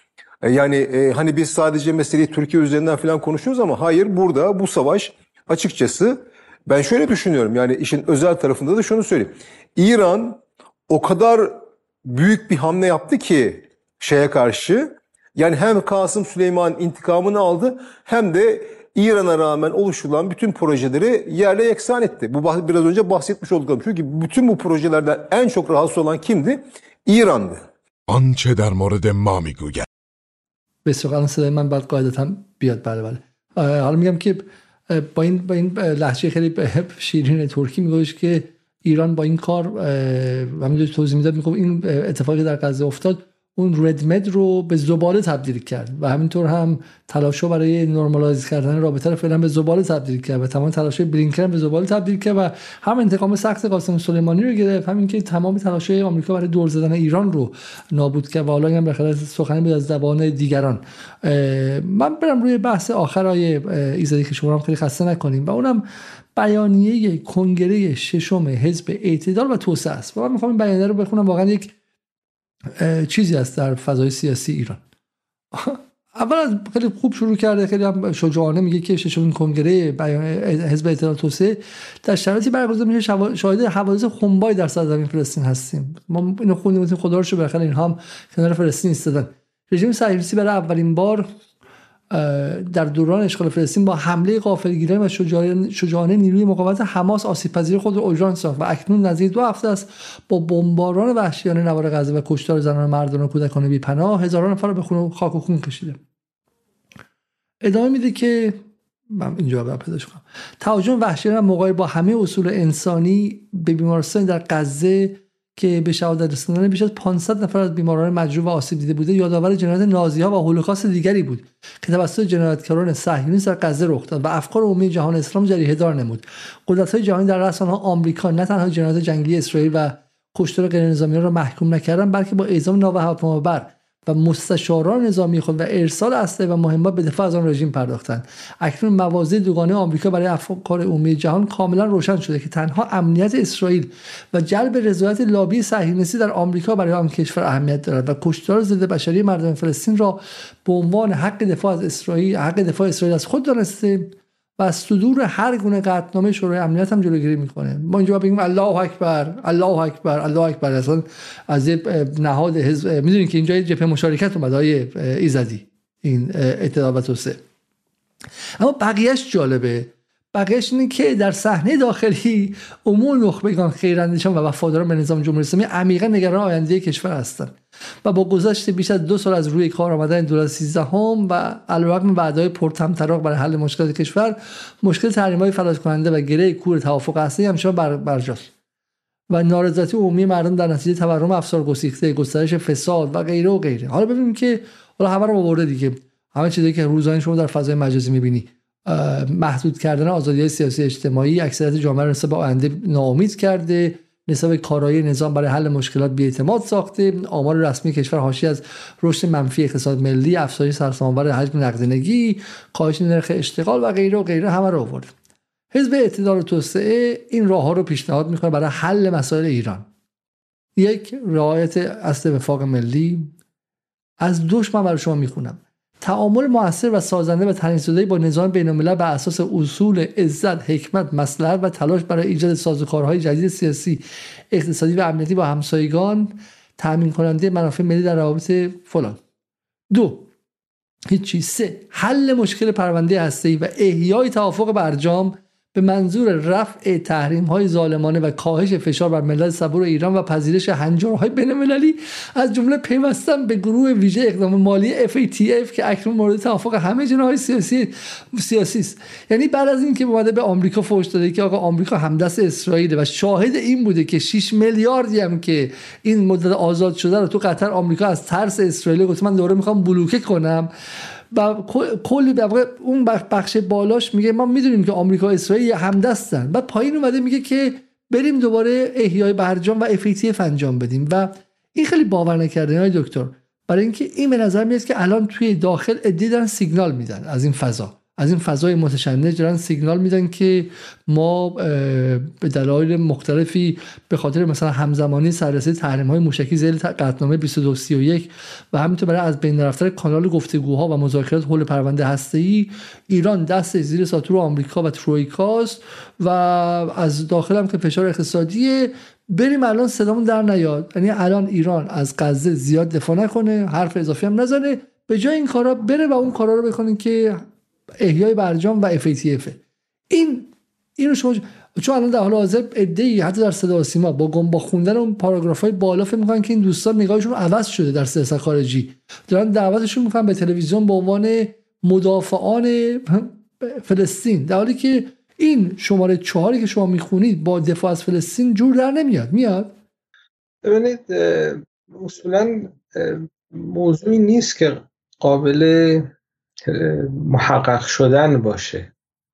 Yani e, hani biz sadece meseleyi Türkiye üzerinden falan konuşuyoruz ama hayır, burada bu savaş açıkçası ben şöyle düşünüyorum. Yani işin özel tarafında da şunu söyleyeyim. İran o kadar büyük bir hamle yaptı ki şeye karşı, yani hem Kasım Süleyman'ın intikamını aldı hem de İran'a rağmen oluşturulan bütün projeleri yerle yeksan etti. Bu biraz önce bahsetmiş olduklarım. Çünkü bütün bu projelerden en çok rahatsız olan kimdi? İran'dı. آنچه در مورد ما میگوید. به سوال صدای من بعد قاعدتا بیاد. بله بله. حالا میگم که با این با این لهجه خیلی شیرین ترکی میگوش که ایران با این کار همینجوری توضیح میداد، میگفت این اتفاقی در غزه افتاد اون ردمد رو به زباله تبدیل کرد و همینطور هم تلاشو برای نرمالایز کردن رابطه رو فعلا به زباله تبدیل کرد و تمام تلاشای بلینکن به زباله تبدیل کرد و هم انتقام سخت قاسم سلیمانی رو گرفت، همین که تمام تلاشای آمریکا برای دور زدن ایران رو نابود کرد و حالا هم بخاطر سخنی بود از زبان دیگران. من برم روی بحث آخرای ایزدی که شما هم خیلی خسته نکنیم و اونم بیانیه کنگره ششم حزب اعتدال و توسعه است. و من می‌خوام این بیانیه رو بخونم. واقعا یک چیزی است در فضای سیاسی ایران. اول خیلی خوب شروع کرده، خیلی هم شجاعانه میگه که ششمین کنگره حزب اعتدال توسعه در شرایطی برگزار میشه شاهد حوادث خنبایی در سرزمین فلسطین هستیم. ما اینو خوندیم، خدا رو شکر بالاخره اینها هم کنار فلسطین ایستادن. رژیم صهیونیستی برای اولین بار در دوران اشغال فلسطین با حمله غافلگیرانه و شجاعانه نیروی مقاومت حماس آسیب‌پذیر خود را اوژان ساخت و اکنون نزدیک دو هفته است با بمباران وحشیانه نوار غزه و کشتار زنان، مردان و کودکان بی‌پناه هزاران نفر را به خون خاک و خون کشیده. ادامه میده که من اینجا برام پیداش کنم. تهاجم وحشیانه مقابل با همه اصول انسانی به بیمارستان در غزه که به شهادت رساندن بیش از پانصد نفر از بیماران مجروح و آسیب دیده بوده یادآور جنایت نازی‌ها و هولوکاست دیگری بود که توسط جنایتکاران صهیونیست در غزه رخ داد و افکار عمومی جهان اسلام جریحه‌دار نمود. قدرت‌های جهانی در رأس آنها آمریکا نه تنها جنایات جنگی اسرائیل و کشتار غیرنظامیان را محکوم نکردند، بلکه با اعزام نوحکم‌آور و مستشاران نظامی خود و ارسال اسلحه و مهمات به دفاع از آن رژیم پرداختند. اکنون مواضع دوگانه آمریکا برای افکار عمومی جهان کاملا روشن شده که تنها امنیت اسرائیل و جلب رضایت لابی صهیونیستی در آمریکا برای آن کشور اهمیت دارد و کشتار ضد بشری مردم فلسطین را به عنوان حق دفاع از اسرائیل حق دفاع اسرائیل از خود دانسته و از صدور هر گونه قطعنامه شورای امنیت هم جلوگیری میکنه. ما اینجا بگیم الله اکبر الله اکبر الله اکبر، اصلا از نهاد حزب میدونید که اینجا جبهه مشارکت اومد های ایزدی این اعتدال و توسعه. اما بقیهش جالبه. بقیهش اینه که در صحنه داخلی عموم نخبگان خیراندیشان و وفاداران به نظام جمهوری اسلامی عمیقا نگران آینده کشور هستند و با گذشت بیش از دو سال از روی کار آمدن دولت سیزدهم و علیرغم وعده‌های پرطمطراق برای حل مشکلات کشور، مشکل تحریم‌های فلج کننده و گره کور توافق اصلی همچنان بر برجاست و نارضایتی عمومی مردم در نتیجه تورم افسار گسیخته، گسترش فساد و غیره و غیره. حالا ببینیم که حالا همه رو آورده دیگه، همه چیزی که روزانه شما در فضای مجازی می‌بینی، محدود کردن آزادی‌های سیاسی اجتماعی، اکثریت جامعه را نسبت به آینده ناامید کرده، نسبت به کارایی نظام برای حل مشکلات بی‌اعتماد ساخته، آمار رسمی کشور حاشیه از رشد منفی اقتصاد ملی، افزایش سرسام‌آور حجم نقدینگی، کاهش نرخ اشتغال و غیره و غیره همه رو آورد. حزب اعتدال و توسعه این راه ها رو پیشنهاد میکنه برای حل مسائل ایران. یک، رعایت اصل وفاق ملی. از دوش من برای شما میخونم: تعامل مؤثر و سازنده و تنظیم‌شده با نظام بین‌الملل بر اساس اصول عزت، حکمت، مصلحت و تلاش برای ایجاد سازوکارهای جدید سیاسی، اقتصادی و امنیتی با همسایگان، تامین کننده منافع ملی در روابط فلان. دو، هیچی. سه، حل مشکل پرونده هسته‌ای و احیای توافق برجام به منظور رفع تحریم‌های ظالمانه و کاهش فشار بر ملت صبور ایران و پذیرش هنجارهای بین‌المللی، از جمله پیوستن به گروه ویژه اقدام مالی اف ای تی اف که اکنون مورد توافق همه جناح‌های سیاسی سیاسی است. یعنی بعد از اینکه اومده به آمریکا فحش داده که آقا آمریکا همدست اسرائیل و شاهد این بوده که شش میلیاردی هم که این مدت آزاد شده رو تو قطر آمریکا از ترس اسرائیل گفت من دوره میخوام بلوکه کنم، و کلی به واقع اون بخش بالاش میگه ما میدونیم که آمریکا و اسرائیل همدستن، بعد پایین اومده میگه که بریم دوباره احیای برجام و اف ای تی اف انجام بدیم. و این خیلی باور نکردنی های دکتر، برای اینکه این به نظر میاد که الان توی داخل ادعی دارن سیگنال میدن از این فضا، از این فضای متشنج دارن سیگنال میدن که ما به دلایل مختلفی به خاطر مثلا همزمانی سررسیدن تحریم‌های موشکی ذیل قطعنامه بیست و دو سی و یک و همینطور برای از بین رفتن کانال گفتگوها و مذاکرات حول پرونده هسته‌ای، ایران دست زیر ساتور آمریکا و ترویکاست و از داخل هم که فشار اقتصادیه، بریم الان صدامون در نیاد. یعنی الان ایران از غزه زیاد دفاع نکنه، حرف اضافی هم نزنه، به جای این کارا بره و اون کارا رو بکنه که احیای برجام و اف ای تی اف. این اینو شما چون الان در حال حاضر ادعی حتی در صدا و سیما با گم با خوندن اون پاراگراف‌های بالا فکر می‌کنن که این دوستان نگاهشون عوض شده در سیاست خارجی، دارن دعوتشون می‌کنن به تلویزیون به عنوان مدافعان فلسطین، در حالی که این شماره چهاری که شما می‌خونید با دفاع از فلسطین جور در نمیاد. میاد ببینید اصولاً موضوعی نیست که قابل محقق شدن باشه.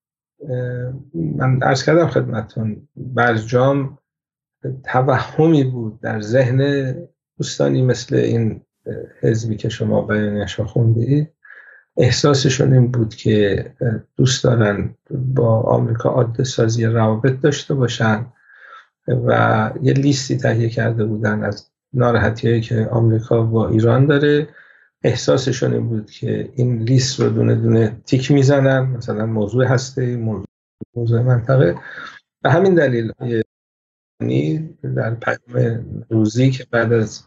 من عرض کردم خدمتتون برجام توهمی بود در ذهن دوستانی مثل این حزبی که شما بیانیه‌اش رو خوندید، احساسشون این بود که دوست دارن با آمریکا عادل سازی روابط داشته باشن و یه لیستی تهیه کرده بودن از ناراحتی‌هایی که آمریکا با ایران داره. احساسشون این بود که این لیست رو دونه دونه تیک میزنن، مثلا موضوع هسته، موضوع, موضوع منطقه. به همین دلیل یعنی در پیام روزی که بعد از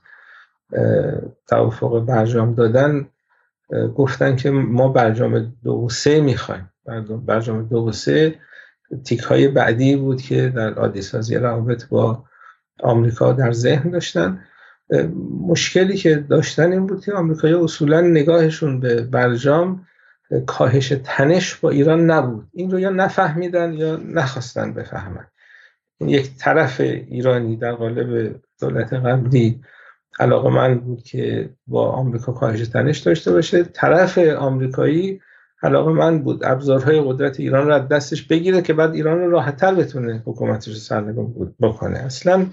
توافق برجام دادن گفتن که ما برجام دو و سه میخوایم. برجام دو و سه تیک های بعدی بود که در عادی سازی روابط با آمریکا در ذهن داشتن. مشکلی که داشتن این بود که آمریکایی‌ها اصولاً نگاهشون به برجام کاهش تنش با ایران نبود. این رو یا نفهمیدن یا نخواستن بفهمن. یک طرف ایرانی در قالب دولت قبلی علاقه‌مند بود که با آمریکا کاهش تنش داشته باشه، طرف آمریکایی علاقه‌مند بود ابزارهای قدرت ایران رو از دستش بگیره که بعد ایران رو راحت‌تر بتونه حکومتش رو سرنگون بکنه. اصلاً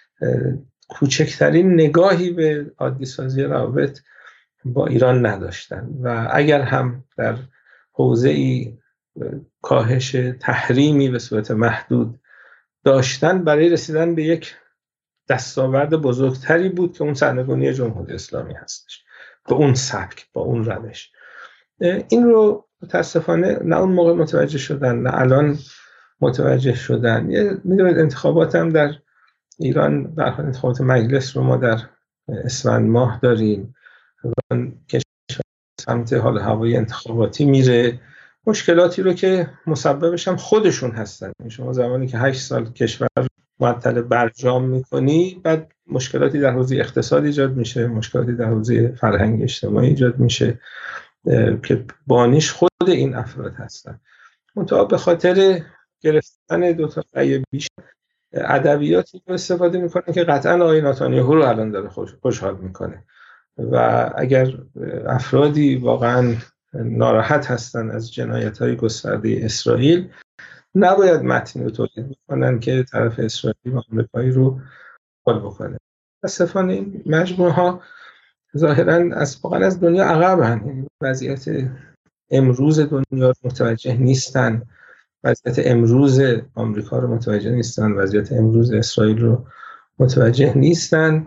کوچکترین نگاهی به عادی سازی روابط با ایران نداشتن و اگر هم در حوزه‌ای کاهش تحریمی به صورت محدود داشتن، برای رسیدن به یک دستاورد بزرگتری بود که اون سرنگونی جمهوری اسلامی هستش، به اون سبک، با اون روش. این رو متاسفانه نه اون موقع متوجه شدن نه الان متوجه شدن. میدونید انتخابات هم در ایران، به خاطر انتخابات مجلس رو ما در اسفند ماه داریم و کشور سمت حال هوای انتخاباتی میره، مشکلاتی رو که مسببش هم خودشون هستن. شما زمانی که هشت سال کشور معطل برجام میکنی، بعد مشکلاتی در حوزه اقتصاد ایجاد میشه، مشکلاتی در حوزه فرهنگ اجتماعی ایجاد میشه که بانیش خود این افراد هستن. منتها به خاطر گرفتن دو تا رأی بیشتر ادبیاتی رو استفاده میکنه که قطعا آقای نتانیاهو رو الان داره خوش، خوشحال میکنه و اگر افرادی واقعا ناراحت هستن از جنایت‌های گسترده اسرائیل، نباید متنی رو تولید بکنن که طرف اسرائیلی و آمریکایی رو خوشحال بکنه. متاسفانه این مجموعه ها ظاهراً از واقعا از دنیا عقبن، وضعیت امروز دنیا رو متوجه نیستن وضعیت امروز آمریکا رو متوجه نیستن، وضعیت امروز اسرائیل رو متوجه نیستن،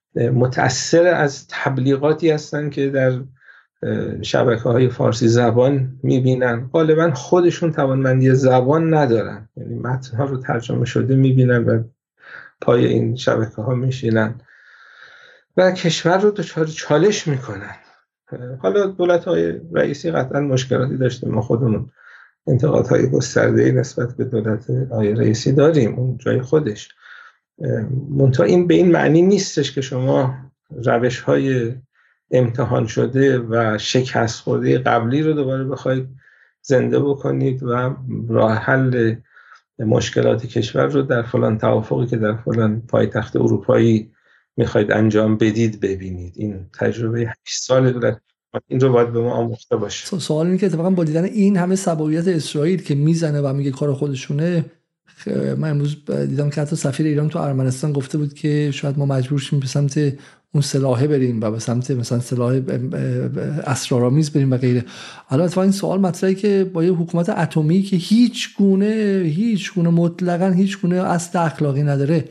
متأثر از تبلیغاتی هستن که در شبکه‌های فارسی زبان میبینن. غالبا خودشون توانمندی زبان ندارن، یعنی متن‌ها رو ترجمه شده میبینن و پای این شبکه‌ها میشینن و کشور رو دچار چالش میکنن. حالا دولت‌های رئیسی قطعا مشکلاتی داشته، ما خودمون انتقادهای گسترده‌ای نسبت به دولت آقای رئیسی داریم، اون جای خودش. منتها این به این معنی نیستش که شما روش‌های امتحان شده و شکست خورده قبلی رو دوباره بخواید زنده بکنید و راه حل مشکلات کشور رو در فلان توافقی که در فلان پایتخت اروپایی میخواید انجام بدید ببینید. این تجربه هشت سال دولت این رو باید به ما آموخته باشه. سوال اینه که اتفاقا با دیدن این همه سبویت اسرائیل که میزنه و میگه کار خودشونه، من امروز دیدم که حتی سفیر ایران تو ارمنستان گفته بود که شاید ما مجبور شیم به سمت اون سلاحه بریم و به سمت مثلا سلاح اسرارآمیز بریم و غیره. حالا اتفاقا این سوال مطرحه که با یه حکومت اتمی که هیچ گونه هیچ گونه مطلقاً هیچ گونه اصل اخلاقی نداره،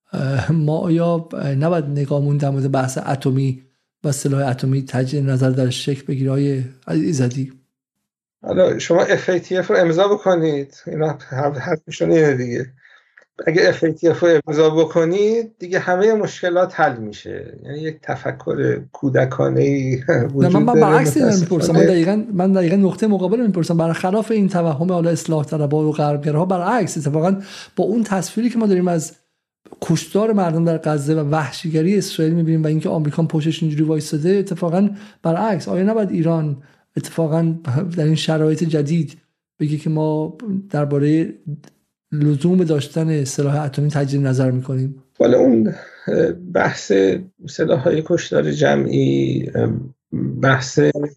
ما آیا نباید نگاهمون در مورد بحث اتمی و سلاح اتمی تجدید نظر در شک بگیره؟ های ایزدی حالا شما اف ای تی اف رو امضا بکنید، اینا حرفشون اینه دیگه. اگه اف ای تی اف رو امضا بکنید دیگه همه مشکلات حل میشه. یعنی یک تفکر کودکانه‌ای وجود داره. من برعکس داره میپرسم، من دقیقاً من دقیقاً نقطه مقابل میپرسم، برخلاف این توهم حالا اصلاح طلبها و غربگراها، برعکس اتفاقاً با اون تصویری که ما داریم از کشتار مردم در غزه و وحشیگری اسرائیل میبینیم و اینکه آمریکا پشتش اینجوری وایساده، اتفاقاً برعکس. آیا نباید ایران اتفاقاً در این شرایط جدید بگه که ما درباره لزوم داشتن سلاح اتمی تجدید نظر میکنیم؟ ولی اون بحث سلاح‌های کشتار جمعی بحث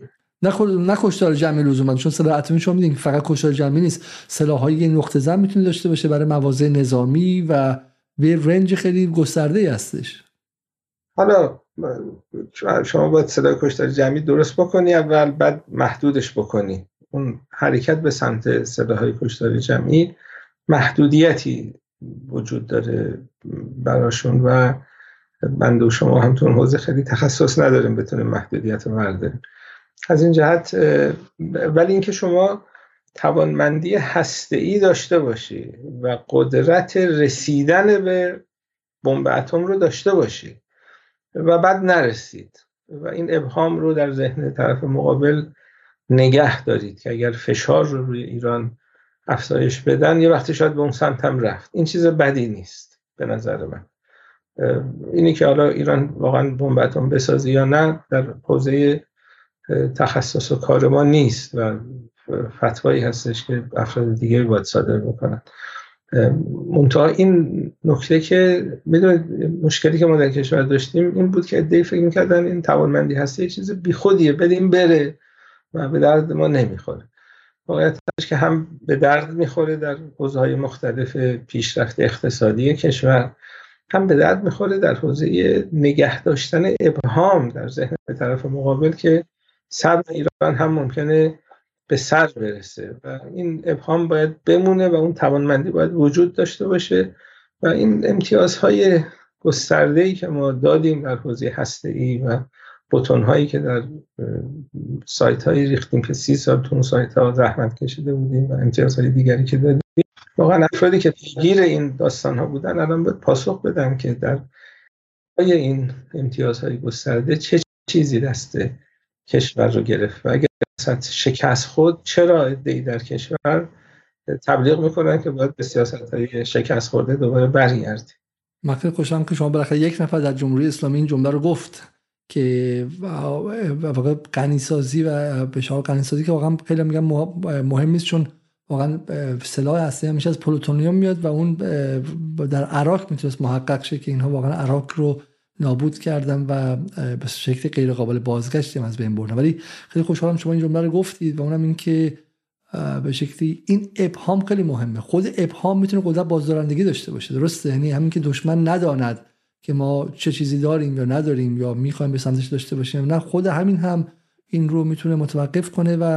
نه کشتار جمعی لزوما، چون سلاح اتمی شما میدونید فقط کشتار جمعی نیست، سلاح‌های نقطه زن میتونه داشته باشه برای مواضع نظامی و به رنج خیلی گسترده‌ای هستش. حالا شما باید سلاح کشتار جمعی درست بکنی اول، بعد محدودش بکنی. اون حرکت به سمت سلاح‌های کشتار جمعی محدودیتی وجود داره براشون و من و شما هم تو اون حوزه خیلی تخصص نداریم بتونیم محدودیت رو برداریم. از این جهت ولی اینکه شما توانمندی هسته‌ای داشته باشی و قدرت رسیدن به بمب اتم رو داشته باشی و بعد نرسید و این ابهام رو در ذهن طرف مقابل نگه دارید که اگر فشار رو روی ایران افزایش بدن یه وقتی شاید به اون سمت هم رفت. این چیز بدی نیست به نظر من. اینی که حالا ایران واقعا بمب اتم بسازه یا نه در حوزه تخصص و کار ما نیست و فتوایی هستش که افراد دیگه باید صادر بکنن. منتها این نکته که میدونید مشکلی که ما در کشور داشتیم این بود که عده‌ای فکر می‌کردن این توانمندی هسته یه چیز بیخودیه، بدیم بره و به درد ما نمیخوره. واقعیتش که هم به درد میخوره در حوزه‌های مختلف پیشرفت اقتصادی کشور، هم به درد میخوره در حوزه نگه داشتن ابهام در ذهن طرف مقابل که صبر ایران هم ممکنه به سر برسه و این ابهام باید بمونه و اون توانمندی باید وجود داشته باشه و این امتیازهای گسترده‌ای که ما دادیم در حوزه هسته‌ای و بتون‌هایی که در سایت‌های ریختیم که سی سال تو اون سایت‌ها زحمت کشیده بودیم و امتیازهای دیگری که دادیم، واقعا افرادی که پیگیر این داستان‌ها بودن الان باید پاسخ بدن که در پای این امتیازهای گسترده چه چیزی دست کشور رو گرفت و اگر شکست خود چرا عده‌ای در کشور تبلیغ میکنن که باید به سیاست‌های شکست خورده دوباره برگردیم. من خیلی خوشحالم که شما بالاخره یک نفر در جمهوری اسلامی این جمله رو گفت که واقعا غنی‌سازی و بشار غنی‌سازی که واقعا خیلی میگم مهم نیست، چون واقعا سلاح هسته همیشه از پلوتونیوم میاد و اون در عراق میتونست محقق شه که اینها واقعا عراق رو نابود کردن و به شکل غیر قابل بازگشتی از بین بردن. ولی خیلی خوشحالم شما این جمله رو گفتید و اونم این که به شکلی این ابهام خیلی مهمه. خود ابهام میتونه قدرت بازدارندگی داشته باشه، درسته؟ یعنی همین که دشمن نداند که ما چه چیزی داریم یا نداریم یا میخوایم به سمتش داشته باشیم، نه خود همین هم این رو میتونه متوقف کنه و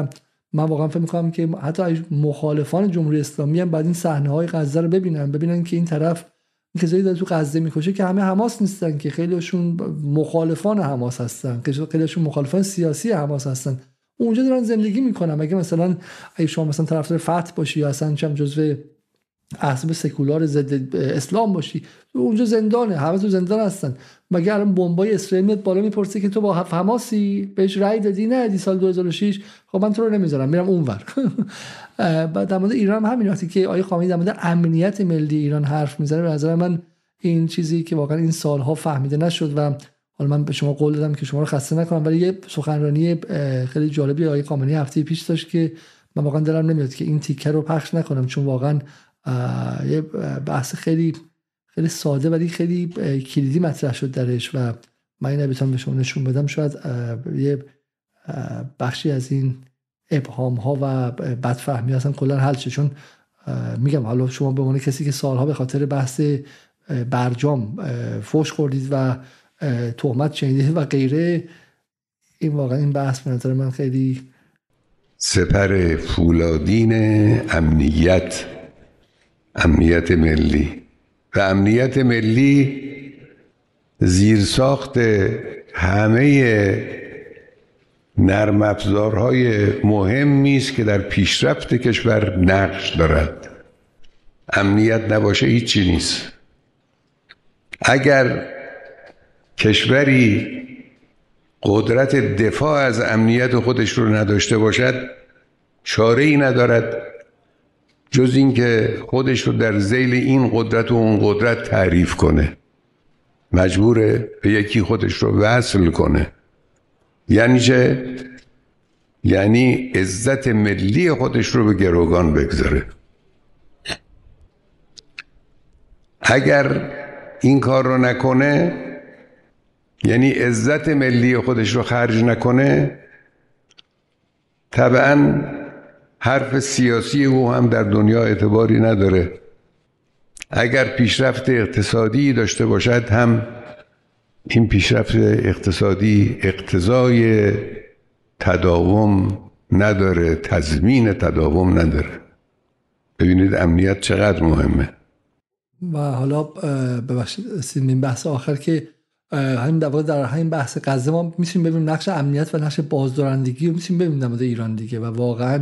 من واقعا فکر می‌کنم که حتی مخالفان جمهوری اسلامی هم بعد این صحنه‌های غزه رو ببینن ببینن که این طرف این کسایی داره تو غزه میکشه که همه حماس نیستن، که خیلیشون مخالفان حماس هستن، که خیلیشون مخالفان سیاسی حماس هستن، اونجا دارن زندگی میکنن. اگه مثلا اگه شما مثلا طرفدار فتح باشی یا اصلا چم جزو احزاب سکولار ضد اسلام باشی، اونجا زندانه، همه تو زندان هستن. مگه الان بمبای اسرائیل میاد بالا میپرسه که تو با حماسی بهش رأی دادی؟ نه دی سال دو هزار و شش. خب من تو رو نمیذارم، میرم اونور. بعد در مورد ایران هم همین، وقتی که آقای خامنه‌ای در مورد امنیت ملی ایران حرف میزنه، به نظر من این چیزی که واقعا این سالها فهمیده نشد و حالا من به شما قول دادم که شما رو خسته نکنم، ولی یه سخنرانی خیلی جالبی آقای خامنه‌ای هفته پیش داشت که من واقعا دلم نمیاد که این تیکر رو پخش نکنم، چون واقعا یه بحث خیلی خیلی ساده ولی خیلی کلیدی مطرح شد درش و من این بتونم به شما نشون بدم شاید یه بخشی از این ابهام ها و بدفهمی اصلا کلا حل شه. چون میگم حالا شما به عنوان کسی که سالها به خاطر بحث برجام فوش خوردید و تهمت شنیدید و غیره، این واقعا این بحث به نظر من خیلی سپر فولادین امنیت امنیت ملی و امنیت ملی زیرساخت همه نرم افزارهای مهمی است که در پیشرفت کشور نقش دارد. امنیت نباشه هیچی نیست. اگر کشوری قدرت دفاع از امنیت خودش رو نداشته باشد، چاره ای ندارد جز این که خودش رو در ذیل این قدرت و اون قدرت تعریف کنه. مجبوره به یکی خودش رو وصل کنه. یعنی چه؟ یعنی عزت ملی خودش رو به گروگان بگذاره. اگر این کار رو نکنه، یعنی عزت ملی خودش رو خرج نکنه، طبعا حرف سیاسی او هم در دنیا اعتباری نداره. اگر پیشرفت اقتصادی داشته باشد هم این پیشرفت اقتصادی اقتضای تداوم نداره، تضمین تداوم نداره. ببینید امنیت چقدر مهمه. و حالا ببخشید این بحث آخر که همین در واقع در همین بحث غزه ما میتونیم ببینیم نقش امنیت و نقش بازدارندگی رو میتونیم ببینیم در مورد ایران دیگه. و واقعا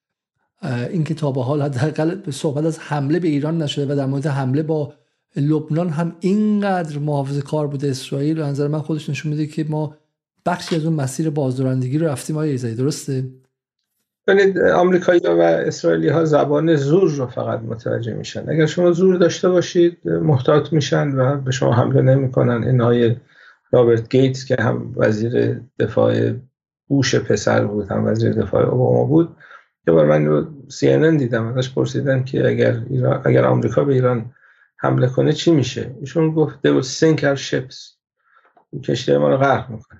این که تا به حال حداقل به صحبت از حمله به ایران نشده و در مورد حمله با لبنان هم اینقدر محافظه‌کار بوده اسرائیل، به نظر من خودش نشون میده که ما بخشی از اون مسیر بازدارندگی رو رفتیم. آقای ایزدی درسته؟ ببینید آمریکایی‌ها و اسرائیلی‌ها زبان زور رو فقط متوجه میشن. اگر شما زور داشته باشید محتاط میشن و به شما حمله نمیکنن. این آقای رابرت گیتس که هم وزیر دفاع بوش پسر بود هم وزیر دفاع اوباما بود، یه بار من رو سی ان ان دیدم، ازش پرسیدن که اگر ایران اگر آمریکا به ایران حمله کنه چی میشه؟ ایشون گفت they will sink our ships. کشتی ما رو غرق میکنه.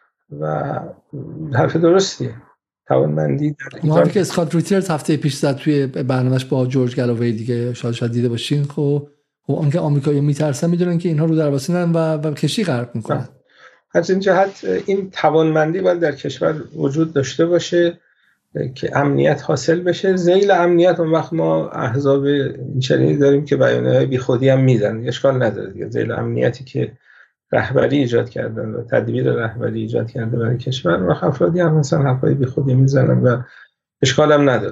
و حرف درستیه. توانمندی در ایران که اسکات ریترز هفته پیش زد توی برنامه‌اش با جورج گالووی دیگه، شاید شاید دیده باشین. خب اون که آمریکایی میترسن، میدونن که اینها رو درباسینن و, و کشتی غرق میکنن. از این جهت این توانمندی باید در کشور وجود داشته باشه که امنیت حاصل بشه. ذیل امنیت اون وقت ما احزاب این چنینی داریم که بیانیه‌های بیخودی هم میدن، اشکال نداره دیگه. ذیل امنیتی که رهبری ایجاد کردن و تدبیر رهبری ایجاد کرده برای کشور و افرادی هم مثلا حرفای بیخودی میزنن و اشکال هم نداره.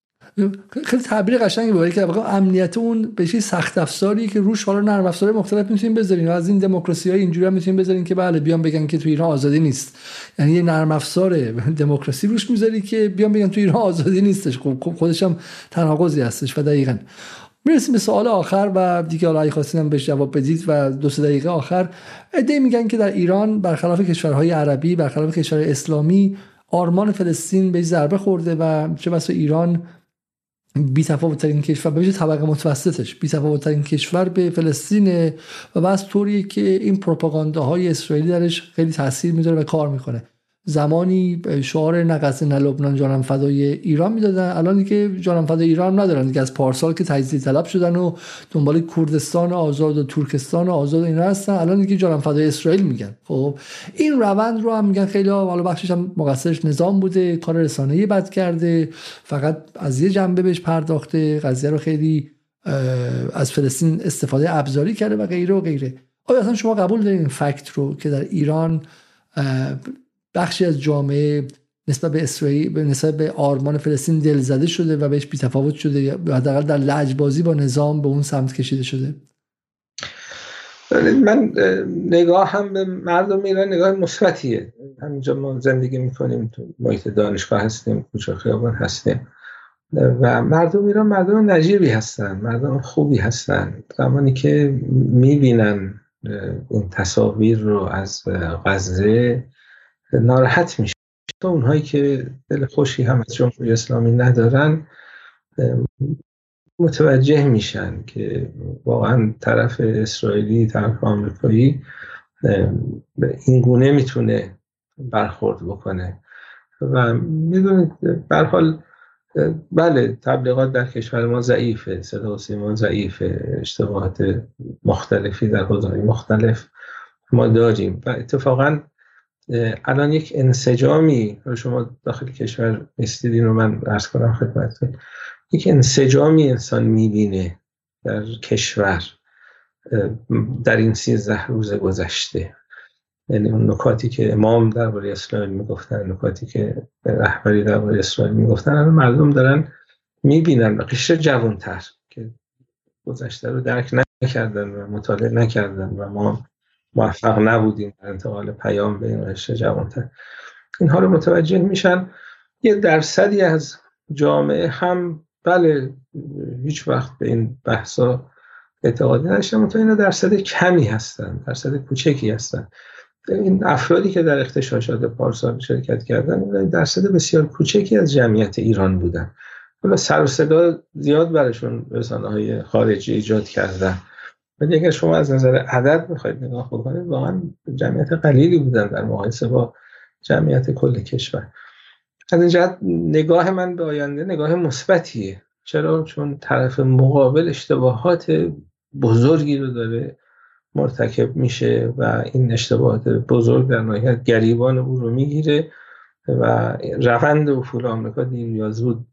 خیلی تعبیر قشنگی بود که واقعا امنیت اون به چیز سخت افزاری که روش حالا نرم افزار مختلف میتونیم بذارین و از این دموکراسی‌های اینجوری هم میتونیم بذارین که بله بیان بگن که تو ایران آزادی نیست. یعنی یه نرم افزار دموکراسی روش میذاری که بیان بگن تو ایران آزادی نیستش. خب خودش هم تناقضی هستش. و دقیقاً میرسیم به سوال آخر و دیگه حالا اگه خواستین بهش جواب بدید و دو سه دقیقه آخر. ایده میگن که در ایران برخلاف کشورهای عربی، برخلاف کشورهای اسلامی، آرمان فلسطین به ضربه خورده و چه بسا ایران بی‌تفاوت‌ترین کشور به ویژه طبقه متوسطش بی‌تفاوت‌ترین کشور به فلسطین و بس طوریه که این پروپاگانداهای اسرائیلی درش خیلی تاثیر میذاره و کار میکنه. زمانی شعار نه غزه نه لبنان جانم فدای ایران میدادن، الان دیگه جانم فدای ایران ندارن دیگه، از پارسال که تجزیه طلب شدن و دنبال کردستان آزاد و ترکستان آزاد اینا هستن، الان دیگه جانم فدای اسرائیل میگن. خب این روند رو هم میگن خیلی ها، حالا بخشش هم مقصرش نظام بوده، کار رسانه‌ای بد کرده، فقط از یه جنبه بهش پرداخته، قضیه رو خیلی از فلسطین استفاده ابزاری کرده و غیره و غیره. آیا اصلا شما قبول دارید این فکت رو که در ایران بخشی از جامعه نسبت به اسرائیل، نسبت به آرمان فلسطین دلزده شده و بهش بی‌تفاوت شده، یا حداقل در لجبازی با نظام به اون سمت کشیده شده؟ من نگاه هم به مردم ایران نگاه مثبتیه. همینجا ما زندگی میکنیم، تو محیط دانشگاه هستیم، کوچه خیابان هستیم و مردم ایران مردم نجیبی هستن، مردم خوبی هستن. زمانی که میبینن این تصاویر رو از غزه ناراحت میشه. تو اونهایی که دل خوشی هم از جمهوری اسلامی ندارن متوجه میشن که واقعا طرف اسرائیلی، طرف آمریکایی این گونه میتونه برخورد بکنه. و میدونید به هر حال بله تبلیغات در کشور ما ضعیفه، صدا و سیما ضعیفه، اشتباهات مختلفی در حوزه‌های مختلف ما داریم و اتفاقا الان یک انسجامی، شما داخل کشور نیستید این رو من عرض کنم خدمتتون، یک انسجامی انسان میبینه در کشور در این سیزده روز گذشته. یعنی اون نکاتی که امام درباره اسرائیل میگفتن، نکاتی که رهبری درباره اسرائیل میگفتن، الان مردم دارن میبینن و قشر جوانتر که گذشته رو درک نکردن و مطالعه نکردن و ما موفق نبودیم در انتقال پیام به این قشر جوانتر، اینها رو متوجه میشن. یه درصدی از جامعه هم بله هیچ وقت به این بحثا اعتقادی نداشتن، منتها اینا درصد کمی هستن، درصد کوچکی هستن. این افرادی که در اغتشاشات پارسال شرکت کردن درصد بسیار کوچکی از جمعیت ایران بودن. حالا سر و صدا زیاد براشون رسانه‌های خارجی ایجاد کردن، ولی اگر شما از نظر عدد بخواید نگاه بکنید واقعا جمعیت قلیلی بودن در مقایسه با جمعیت کل کشور. از این جهت نگاه من به آینده نگاه مثبتیه. چرا؟ چون طرف مقابل اشتباهات بزرگی رو داره مرتکب میشه و این اشتباهات بزرگ در نهایت گریبان او رو میگیره و روند افول آمریکا دیر یا زود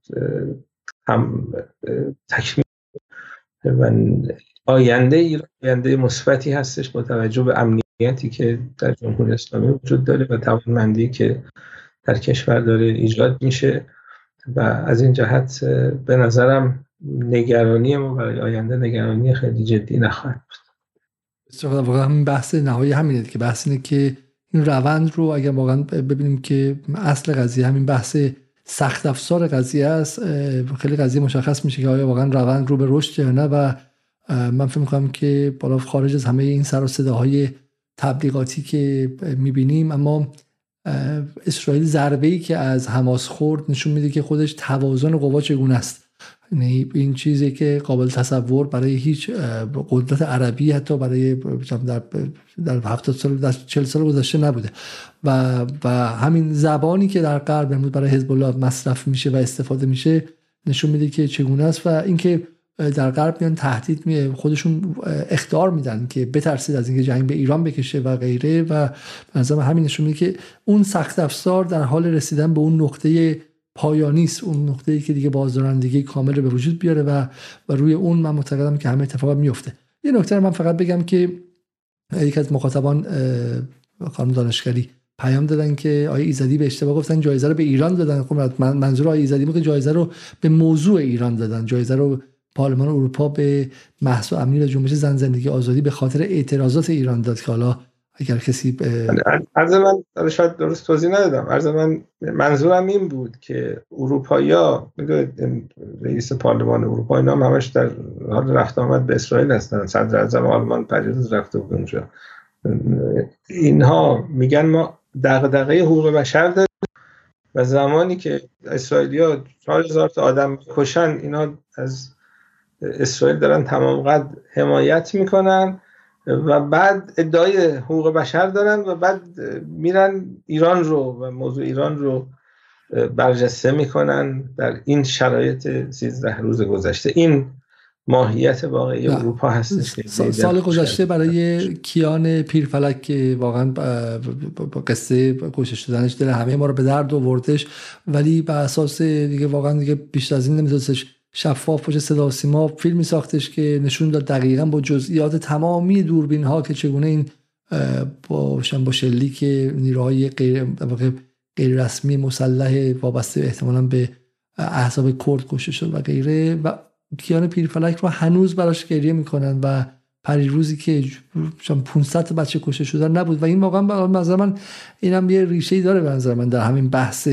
هم تکمیل و آینده ایران آینده مثبتی هستش با توجه به امنیتی که در جمهوری اسلامی وجود داره و توانمندی که در کشور داره ایجاد میشه و از این جهت به نظرم نگرانی ما برای آینده نگرانی خیلی جدی نخواهد بود. واقعا همین بحث نهایی همینه که بحث اینه که این روند رو اگر واقعا ببینیم که اصل قضیه همین بحث سخت افزار قضیه است، خیلی قضیه مشخص میشه که آیا واقعا روند رو به رشد یا نه. و من فکر می‌کنم که بالا خارج از همه این سر و صداهای تبلیغاتی که میبینیم، اما اسرائیل ضربه‌ای که از حماس خورد نشون میده که خودش توازن قوا چگونه است. یعنی این چیزی که قابل تصور برای هیچ قدرت عربی حتی برای در در هفتاد سال در چهل سال گذشته نبوده و و همین زبانی که در غرب امروز برای حزب الله مصرف میشه و استفاده میشه نشون میده که چگونه است. و اینکه در غرب میان تهدید می خودشون اخطار میدن که بترسید از اینکه جنگ به ایران بکشه و غیره و مثلا همین نشون میده که اون سخت افزار در حال رسیدن به اون نقطه پایانی است، اون نقطه‌ای که دیگه بازدارندگی کامل به وجود بیاره و و روی اون من معتقدم که همه اتفاقات میفته. یه نکته من فقط بگم که یک از مخاطبان خانم دانشگری پیام دادن که آقای ایزدی به اشتباه گفتن جایزه رو به ایران دادن. خب منظور آقای ایزدی بود که جایزه رو به موضوع ایران دادن، جایزه رو پارلمان اروپا به مهسا امینی و جنبش زن زندگی آزادی به خاطر اعتراضات ایران داد که حالا اگر کسی عرض من شاید درست توضیح ندادم. عرض من منظورم این بود که اروپایی‌ها، رئیس پارلمان اروپا اینا همش در حال رفت آمد به اسرائیل هستن، صدر اعظم آلمان پریروز رفته بود اونجا، اینها میگن ما دغدغه حقوق بشر داریم و زمانی که اسرائیلی‌ها چهار هزار تا آدم کشن اینا از اسرائیل دارن تمام قد حمایت میکنن و بعد ادعای حقوق بشر دارن و بعد میرن ایران رو و موضوع ایران رو برجسته میکنن در این شرایط سیزده روز گذشته. این ماهیت واقعی اروپا هستش. سال گذشته برای کیان پیرفلک که واقعا با قصه کشته شدنش دل همه ما رو به درد آوردش، ولی به اساس دیگه واقعا دیگه بیشتر از این نمیتونستش شفاف باشه. صدا و سیما فیلمی ساختش که نشون داد دقیقاً با جزئیات تمامی دوربین ها که چگونه این با با شلیک نیروهای غیر غیر رسمی مسلح وابسته احتمالاً به احزاب کرد کشته شد و غیره، و کیان پیرفلک رو هنوز براش گریه میکنن و پریروزی که پانصد بچه کشته شدن نبود. و این واقعا به نظر من اینم یه ریشه‌ای داره به نظر من در همین بحث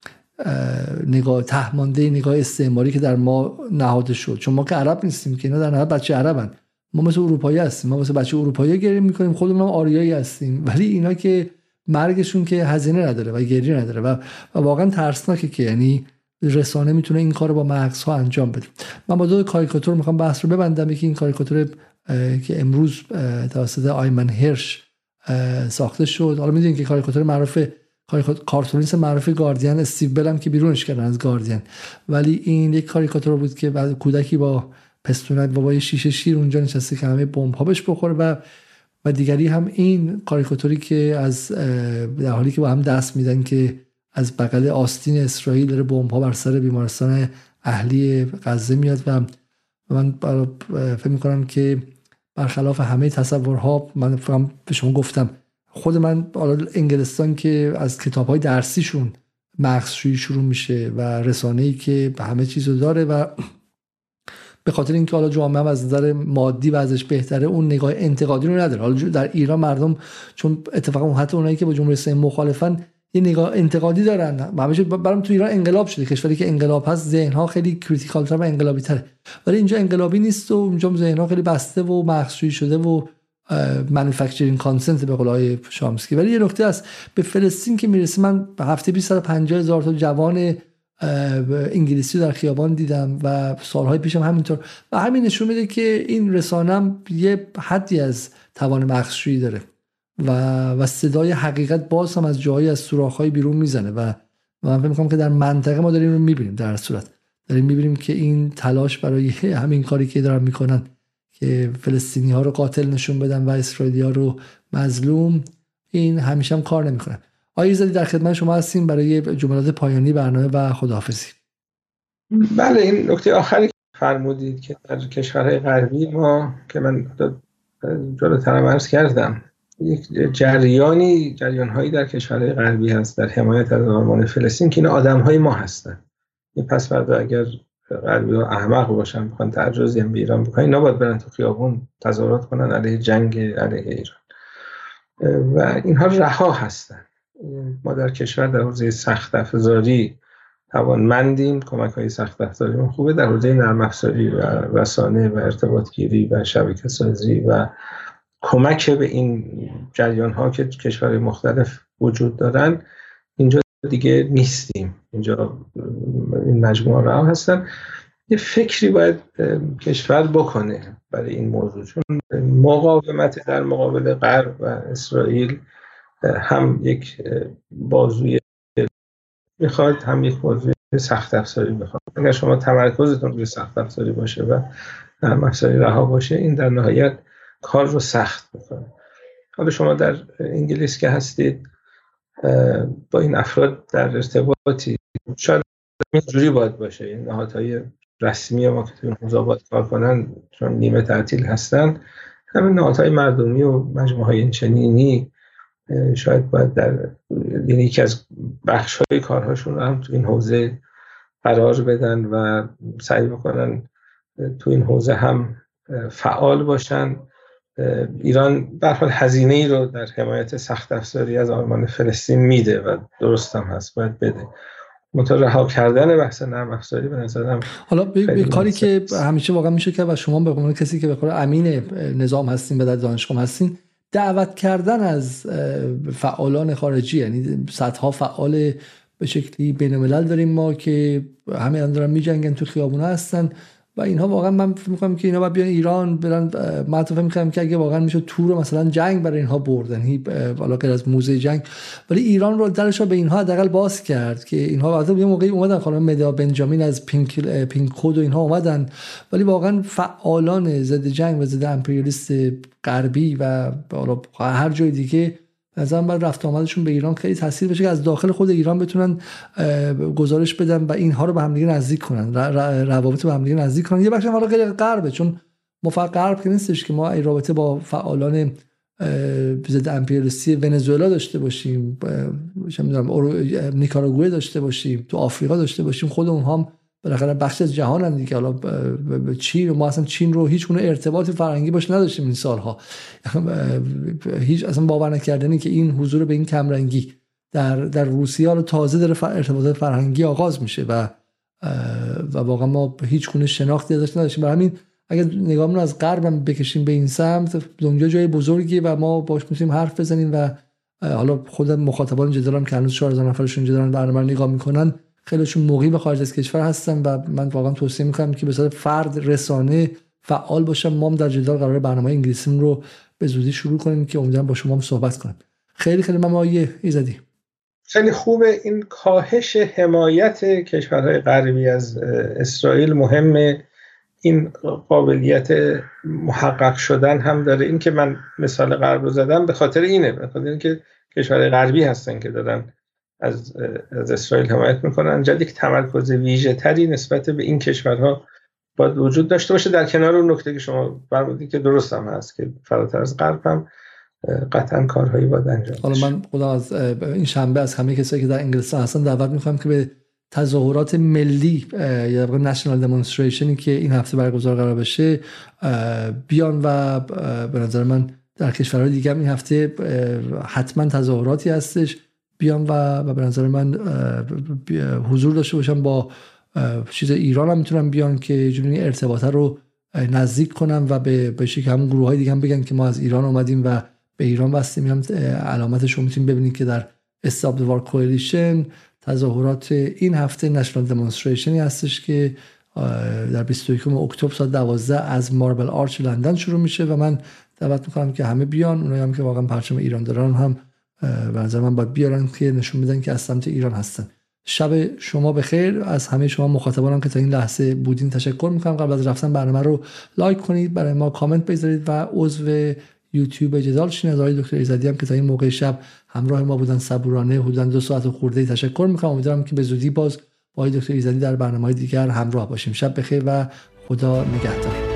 نگاه تهمانده نگاه استعماری که در ما نهاده شد. چون ما که عرب نیستیم که، اینا در نهایت بچه عربن، ما مثل اروپایی هستیم، ما مثل بچه اروپایی گریه میکنیم، خودمون هم آریایی هستیم، ولی اینا که مرگشون که هزینه نداره و گریه نداره و, و واقعا ترسناکه که یعنی رسانه میتونه این کارو با مغزها انجام بده. من با دو کاریکاتور میخوام بحث رو ببندم. یکی این کاریکاتور که امروز توسط آیمن هرش ساخته شد. حالا میدونید که کاریکاتور معروف کارتونیست معروف گاردین استیو بلم که بیرونش کردن از گاردین، ولی این یک کاریکاتور بود که بعد کودکی با پستونک و با یه شیشه شیر اونجا نشسته که همه بمب ها بهش بخوره، و و دیگری هم این کاریکاتوری که از در حالی که با هم دست میدن که از بغل آستین اسرائیل داره بمب ها بر سر بیمارستان اهلی غزه میاد. و من فکر می‌کنم که برخلاف همه تصورها، من فهم به شما گفتم خود من انگلستان که از کتاب‌های درسیشون مغزشویی شروع میشه و رسانه‌ای که به همه چیزو داره و به خاطر اینکه حالا جامعه از نظر مادی وضعش بهتره اون نگاه انتقادی رو نداره. حالا در ایران مردم چون اتفاقا حتی اونایی که با جمهوری اسلامی مخالفن یه نگاه انتقادی دارن. همیشه برام تو ایران انقلاب شده، کشوری که انقلاب هست ذهن‌ها خیلی کریتیکال تر و انقلابی تره، ولی اینجا انقلابی نیست و اونجا ذهن‌ها خیلی بسته و مغزشویی شده و مانیفکتچرینگ کانسنت به قول آقای شامسکی. ولی یه نکته است، به فلسطین که میرسیم، من به هفته بیست تا پنجاه هزار تا جوان انگلیسی در خیابان دیدم و سالهای پیشم همینطور، و همین نشون میده که این رسانه‌ام یه حدی از توان مغزشویی داره و و صدای حقیقت باز هم از جایی از سوراخ‌های بیرون میزنه و من فکر می‌کنم که در منطقه ما داریم رو می‌بینیم، در صورت داریم می‌بینیم که این تلاش برای همین کاری که دارن میکنن که فلسطینی‌ها رو قاتل نشون بدن و اسرائیلی‌ها رو مظلوم، این همیشه هم کار نمی‌کنه. آقای ایزدی در خدمت شما هستیم برای جملات پایانی برنامه و خداحافظی. بله، این نکته آخری که فرمودید که در کشورهای غربی ما که من جلوتر عرض کردم یک جریانی جریان‌هایی در کشورهای غربی هست در حمایت از آرمان فلسطین که اینا آدم‌های ما هستن. این پس فردا اگر غربی‌ها احمق باشن بخوان تعرضی هم به ایران بکنن، اینا باید برن تو خیابون تظاهرات کنن علیه جنگ علیه ایران و اینها رها هستن. ما در کشور در حوزه سخت افزاری توانمندیم، کمک‌های سخت افزاری خوبه، در حوزه نرم افزاری و رسانه و ارتباط گیری و شبکه سازی و کمک به این جریان ها که کشورهای مختلف وجود دارن اینجا دیگه نیستیم. اینجا این مجموعه رها هستن. یه فکری باید کشور بکنه برای این موضوع، چون مقاومت در مقابل غرب و اسرائیل هم یک بازوی میخواد، هم یک بازوی سخت افزاری میخواد. اگر شما تمرکزتون روی سخت افزاری باشه و نرم افزاری رها باشه، این در نهایت کار رو سخت میکنه. حالا شما در انگلیس که هستید با این افراد در ارتباطی، شاید اینجوری باید باشه، این نهادهای رسمی ما که توی حوزه باید کار کنن چون نیمه تعطیل هستن، همین نهادهای مردمی و مجموعه‌های اینچنینی شاید باید در یعنی یکی از بخش‌های کارهاشون رو هم تو این حوزه قرار بدن و سعی بکنن تو این حوزه هم فعال باشن. ایران به هر حال هزینه‌ای رو در حمایت سخت افزاری از آرمان فلسطین میده و درست هم هست، باید بده. منتها رها کردن بحث نرم افزاری به نظرم حالا به کاری که همیشه واقعا میشه که و شما به عنوان کسی که به قول امین نظام هستین و در دانشگاه هستین، دعوت کردن از فعالان خارجی، یعنی صدها فعال به شکلی بین‌الملل داریم ما که همه الان دارن میجنگن تو خیابونا هستن و اینها واقعا من فکر می‌کنم که اینا باید بیان ایران برن. من فکر می‌کنم که اگه واقعا میشه تور مثلا جنگ برای اینها بردن، والا غیر از موزه جنگ، ولی ایران رو درش رو به اینها حداقل باز کرد که اینها البته یه موقعی اومدن، خانم مدیا بنجامین از پینک پینک کد و اینها اومدن، ولی واقعا فعالان ضد جنگ و ضد امپریالیست غربی و والا هر جای دیگه مثلا بعد رفت آمدشون به ایران خیلی تاثیر بشه که از داخل خود ایران بتونن گزارش بدن و اینها رو به هم دیگه نزدیک کنن، روابط به هم دیگه نزدیک کنن. یه بخش حالا غیر غربه، چون ما فقط غرب که نیستش که ما رابطه با فعالان ضد امپریالیستی ونزوئلا داشته باشیم، چه می‌دونم نیکاراگوئه داشته باشیم، تو آفریقا داشته باشیم، خود اونها هم بالاخره بخش از جهانن دیگه. حالا چین، ما اصلا چین رو هیچ گونه ارتباطی فرهنگی باش نداشتیم این سالها، هیچ اصلا باور نکردنی که این حضور به این کمرنگی در در روسیه رو تازه داره ارتباطات فرهنگی آغاز میشه و و واقعا ما هیچ گونه شناختی ازش نداشتیم. برای همین اگر نگاهمون از غربم بکشیم به این سمت، دنیا جای بزرگی و ما باش میتونیم حرف بزنیم و حالا خود مخاطبان جدال هم که هنوز چهار هزار نفرشون جدال برنامه رو نگاه میکنن خیلیشون مقیم خارج از کشور هستن و من واقعا توصیه میکنم که به صورت فرد رسانه فعال باشم. ما هم در جدال قرار برنامه انگلیسیم رو به زودی شروع کنیم که امیدوارم با شما هم صحبت کنم. خیلی خیلی ممنون آقای ایزدی. خیلی خوبه این کاهش حمایت کشورهای غربی از اسرائیل مهمه، این قابلیت محقق شدن هم داره. این که من مثال غرب رو زدم به خاطر اینه، به خاطر اینکه کشورهای غربی هستن که دارن از از اسرائیل حمایت میکنن. جدی که تمرکز ویژه تری نسبت به این کشورها باید وجود داشته باشه، در کنار اون نکته که شما فرمودید که درست هم هست که فراتر از غرب هم قطعا کارهایی باید انجام بشه. حالا من خودم از این شنبه از همه کسایی که در انگلستان هستن دعوت میکنم که به تظاهرات ملی یا نشنال دمونستریشنی که این هفته برگزار قرار بشه بیان و به نظر من در کشورهای دیگه هم این هفته حتما تظاهراتی هستش، بیان و, و به نظر من حضور داشته باشن. با چیز ایران هم میتونن بیان که جوری ارتباط رو نزدیک کنن و به به شکل همون گروه های دیگه هم بگن که ما از ایران اومدیم و به ایران واسطیم. هم علامتش رو میتونید ببینید که در استاپ دی وار کولیشن تظاهرات این هفته نشنال دمونستریشنی هستش که در بیست و یکم اکتبر ساعت دوازده از ماربل آرچ لندن شروع میشه و من دعوت میکنم که همه بیان. اونایی هم که واقعا پرچم ایران دارن هم به نظر من باید بیارن که نشون بدن که از سمت ایران هستن. شب شما بخیر. از همه شما مخاطبانم که تا این لحظه بودین تشکر میکنم. قبل از رفتن برنامه رو لایک کنید، برای ما کامنت بذارید و عضو یوتیوب جدال شین. از آقای دکتر ایزدی هم که تا این موقع شب همراه ما بودن صبورانه حدوداً دو ساعت و خورده تشکر میکنم. امیدوارم که به زودی باز با آقای دکتر ایزدی در برنامه‌های دیگر همراه باشیم. شب بخیر و خدا نگهدار.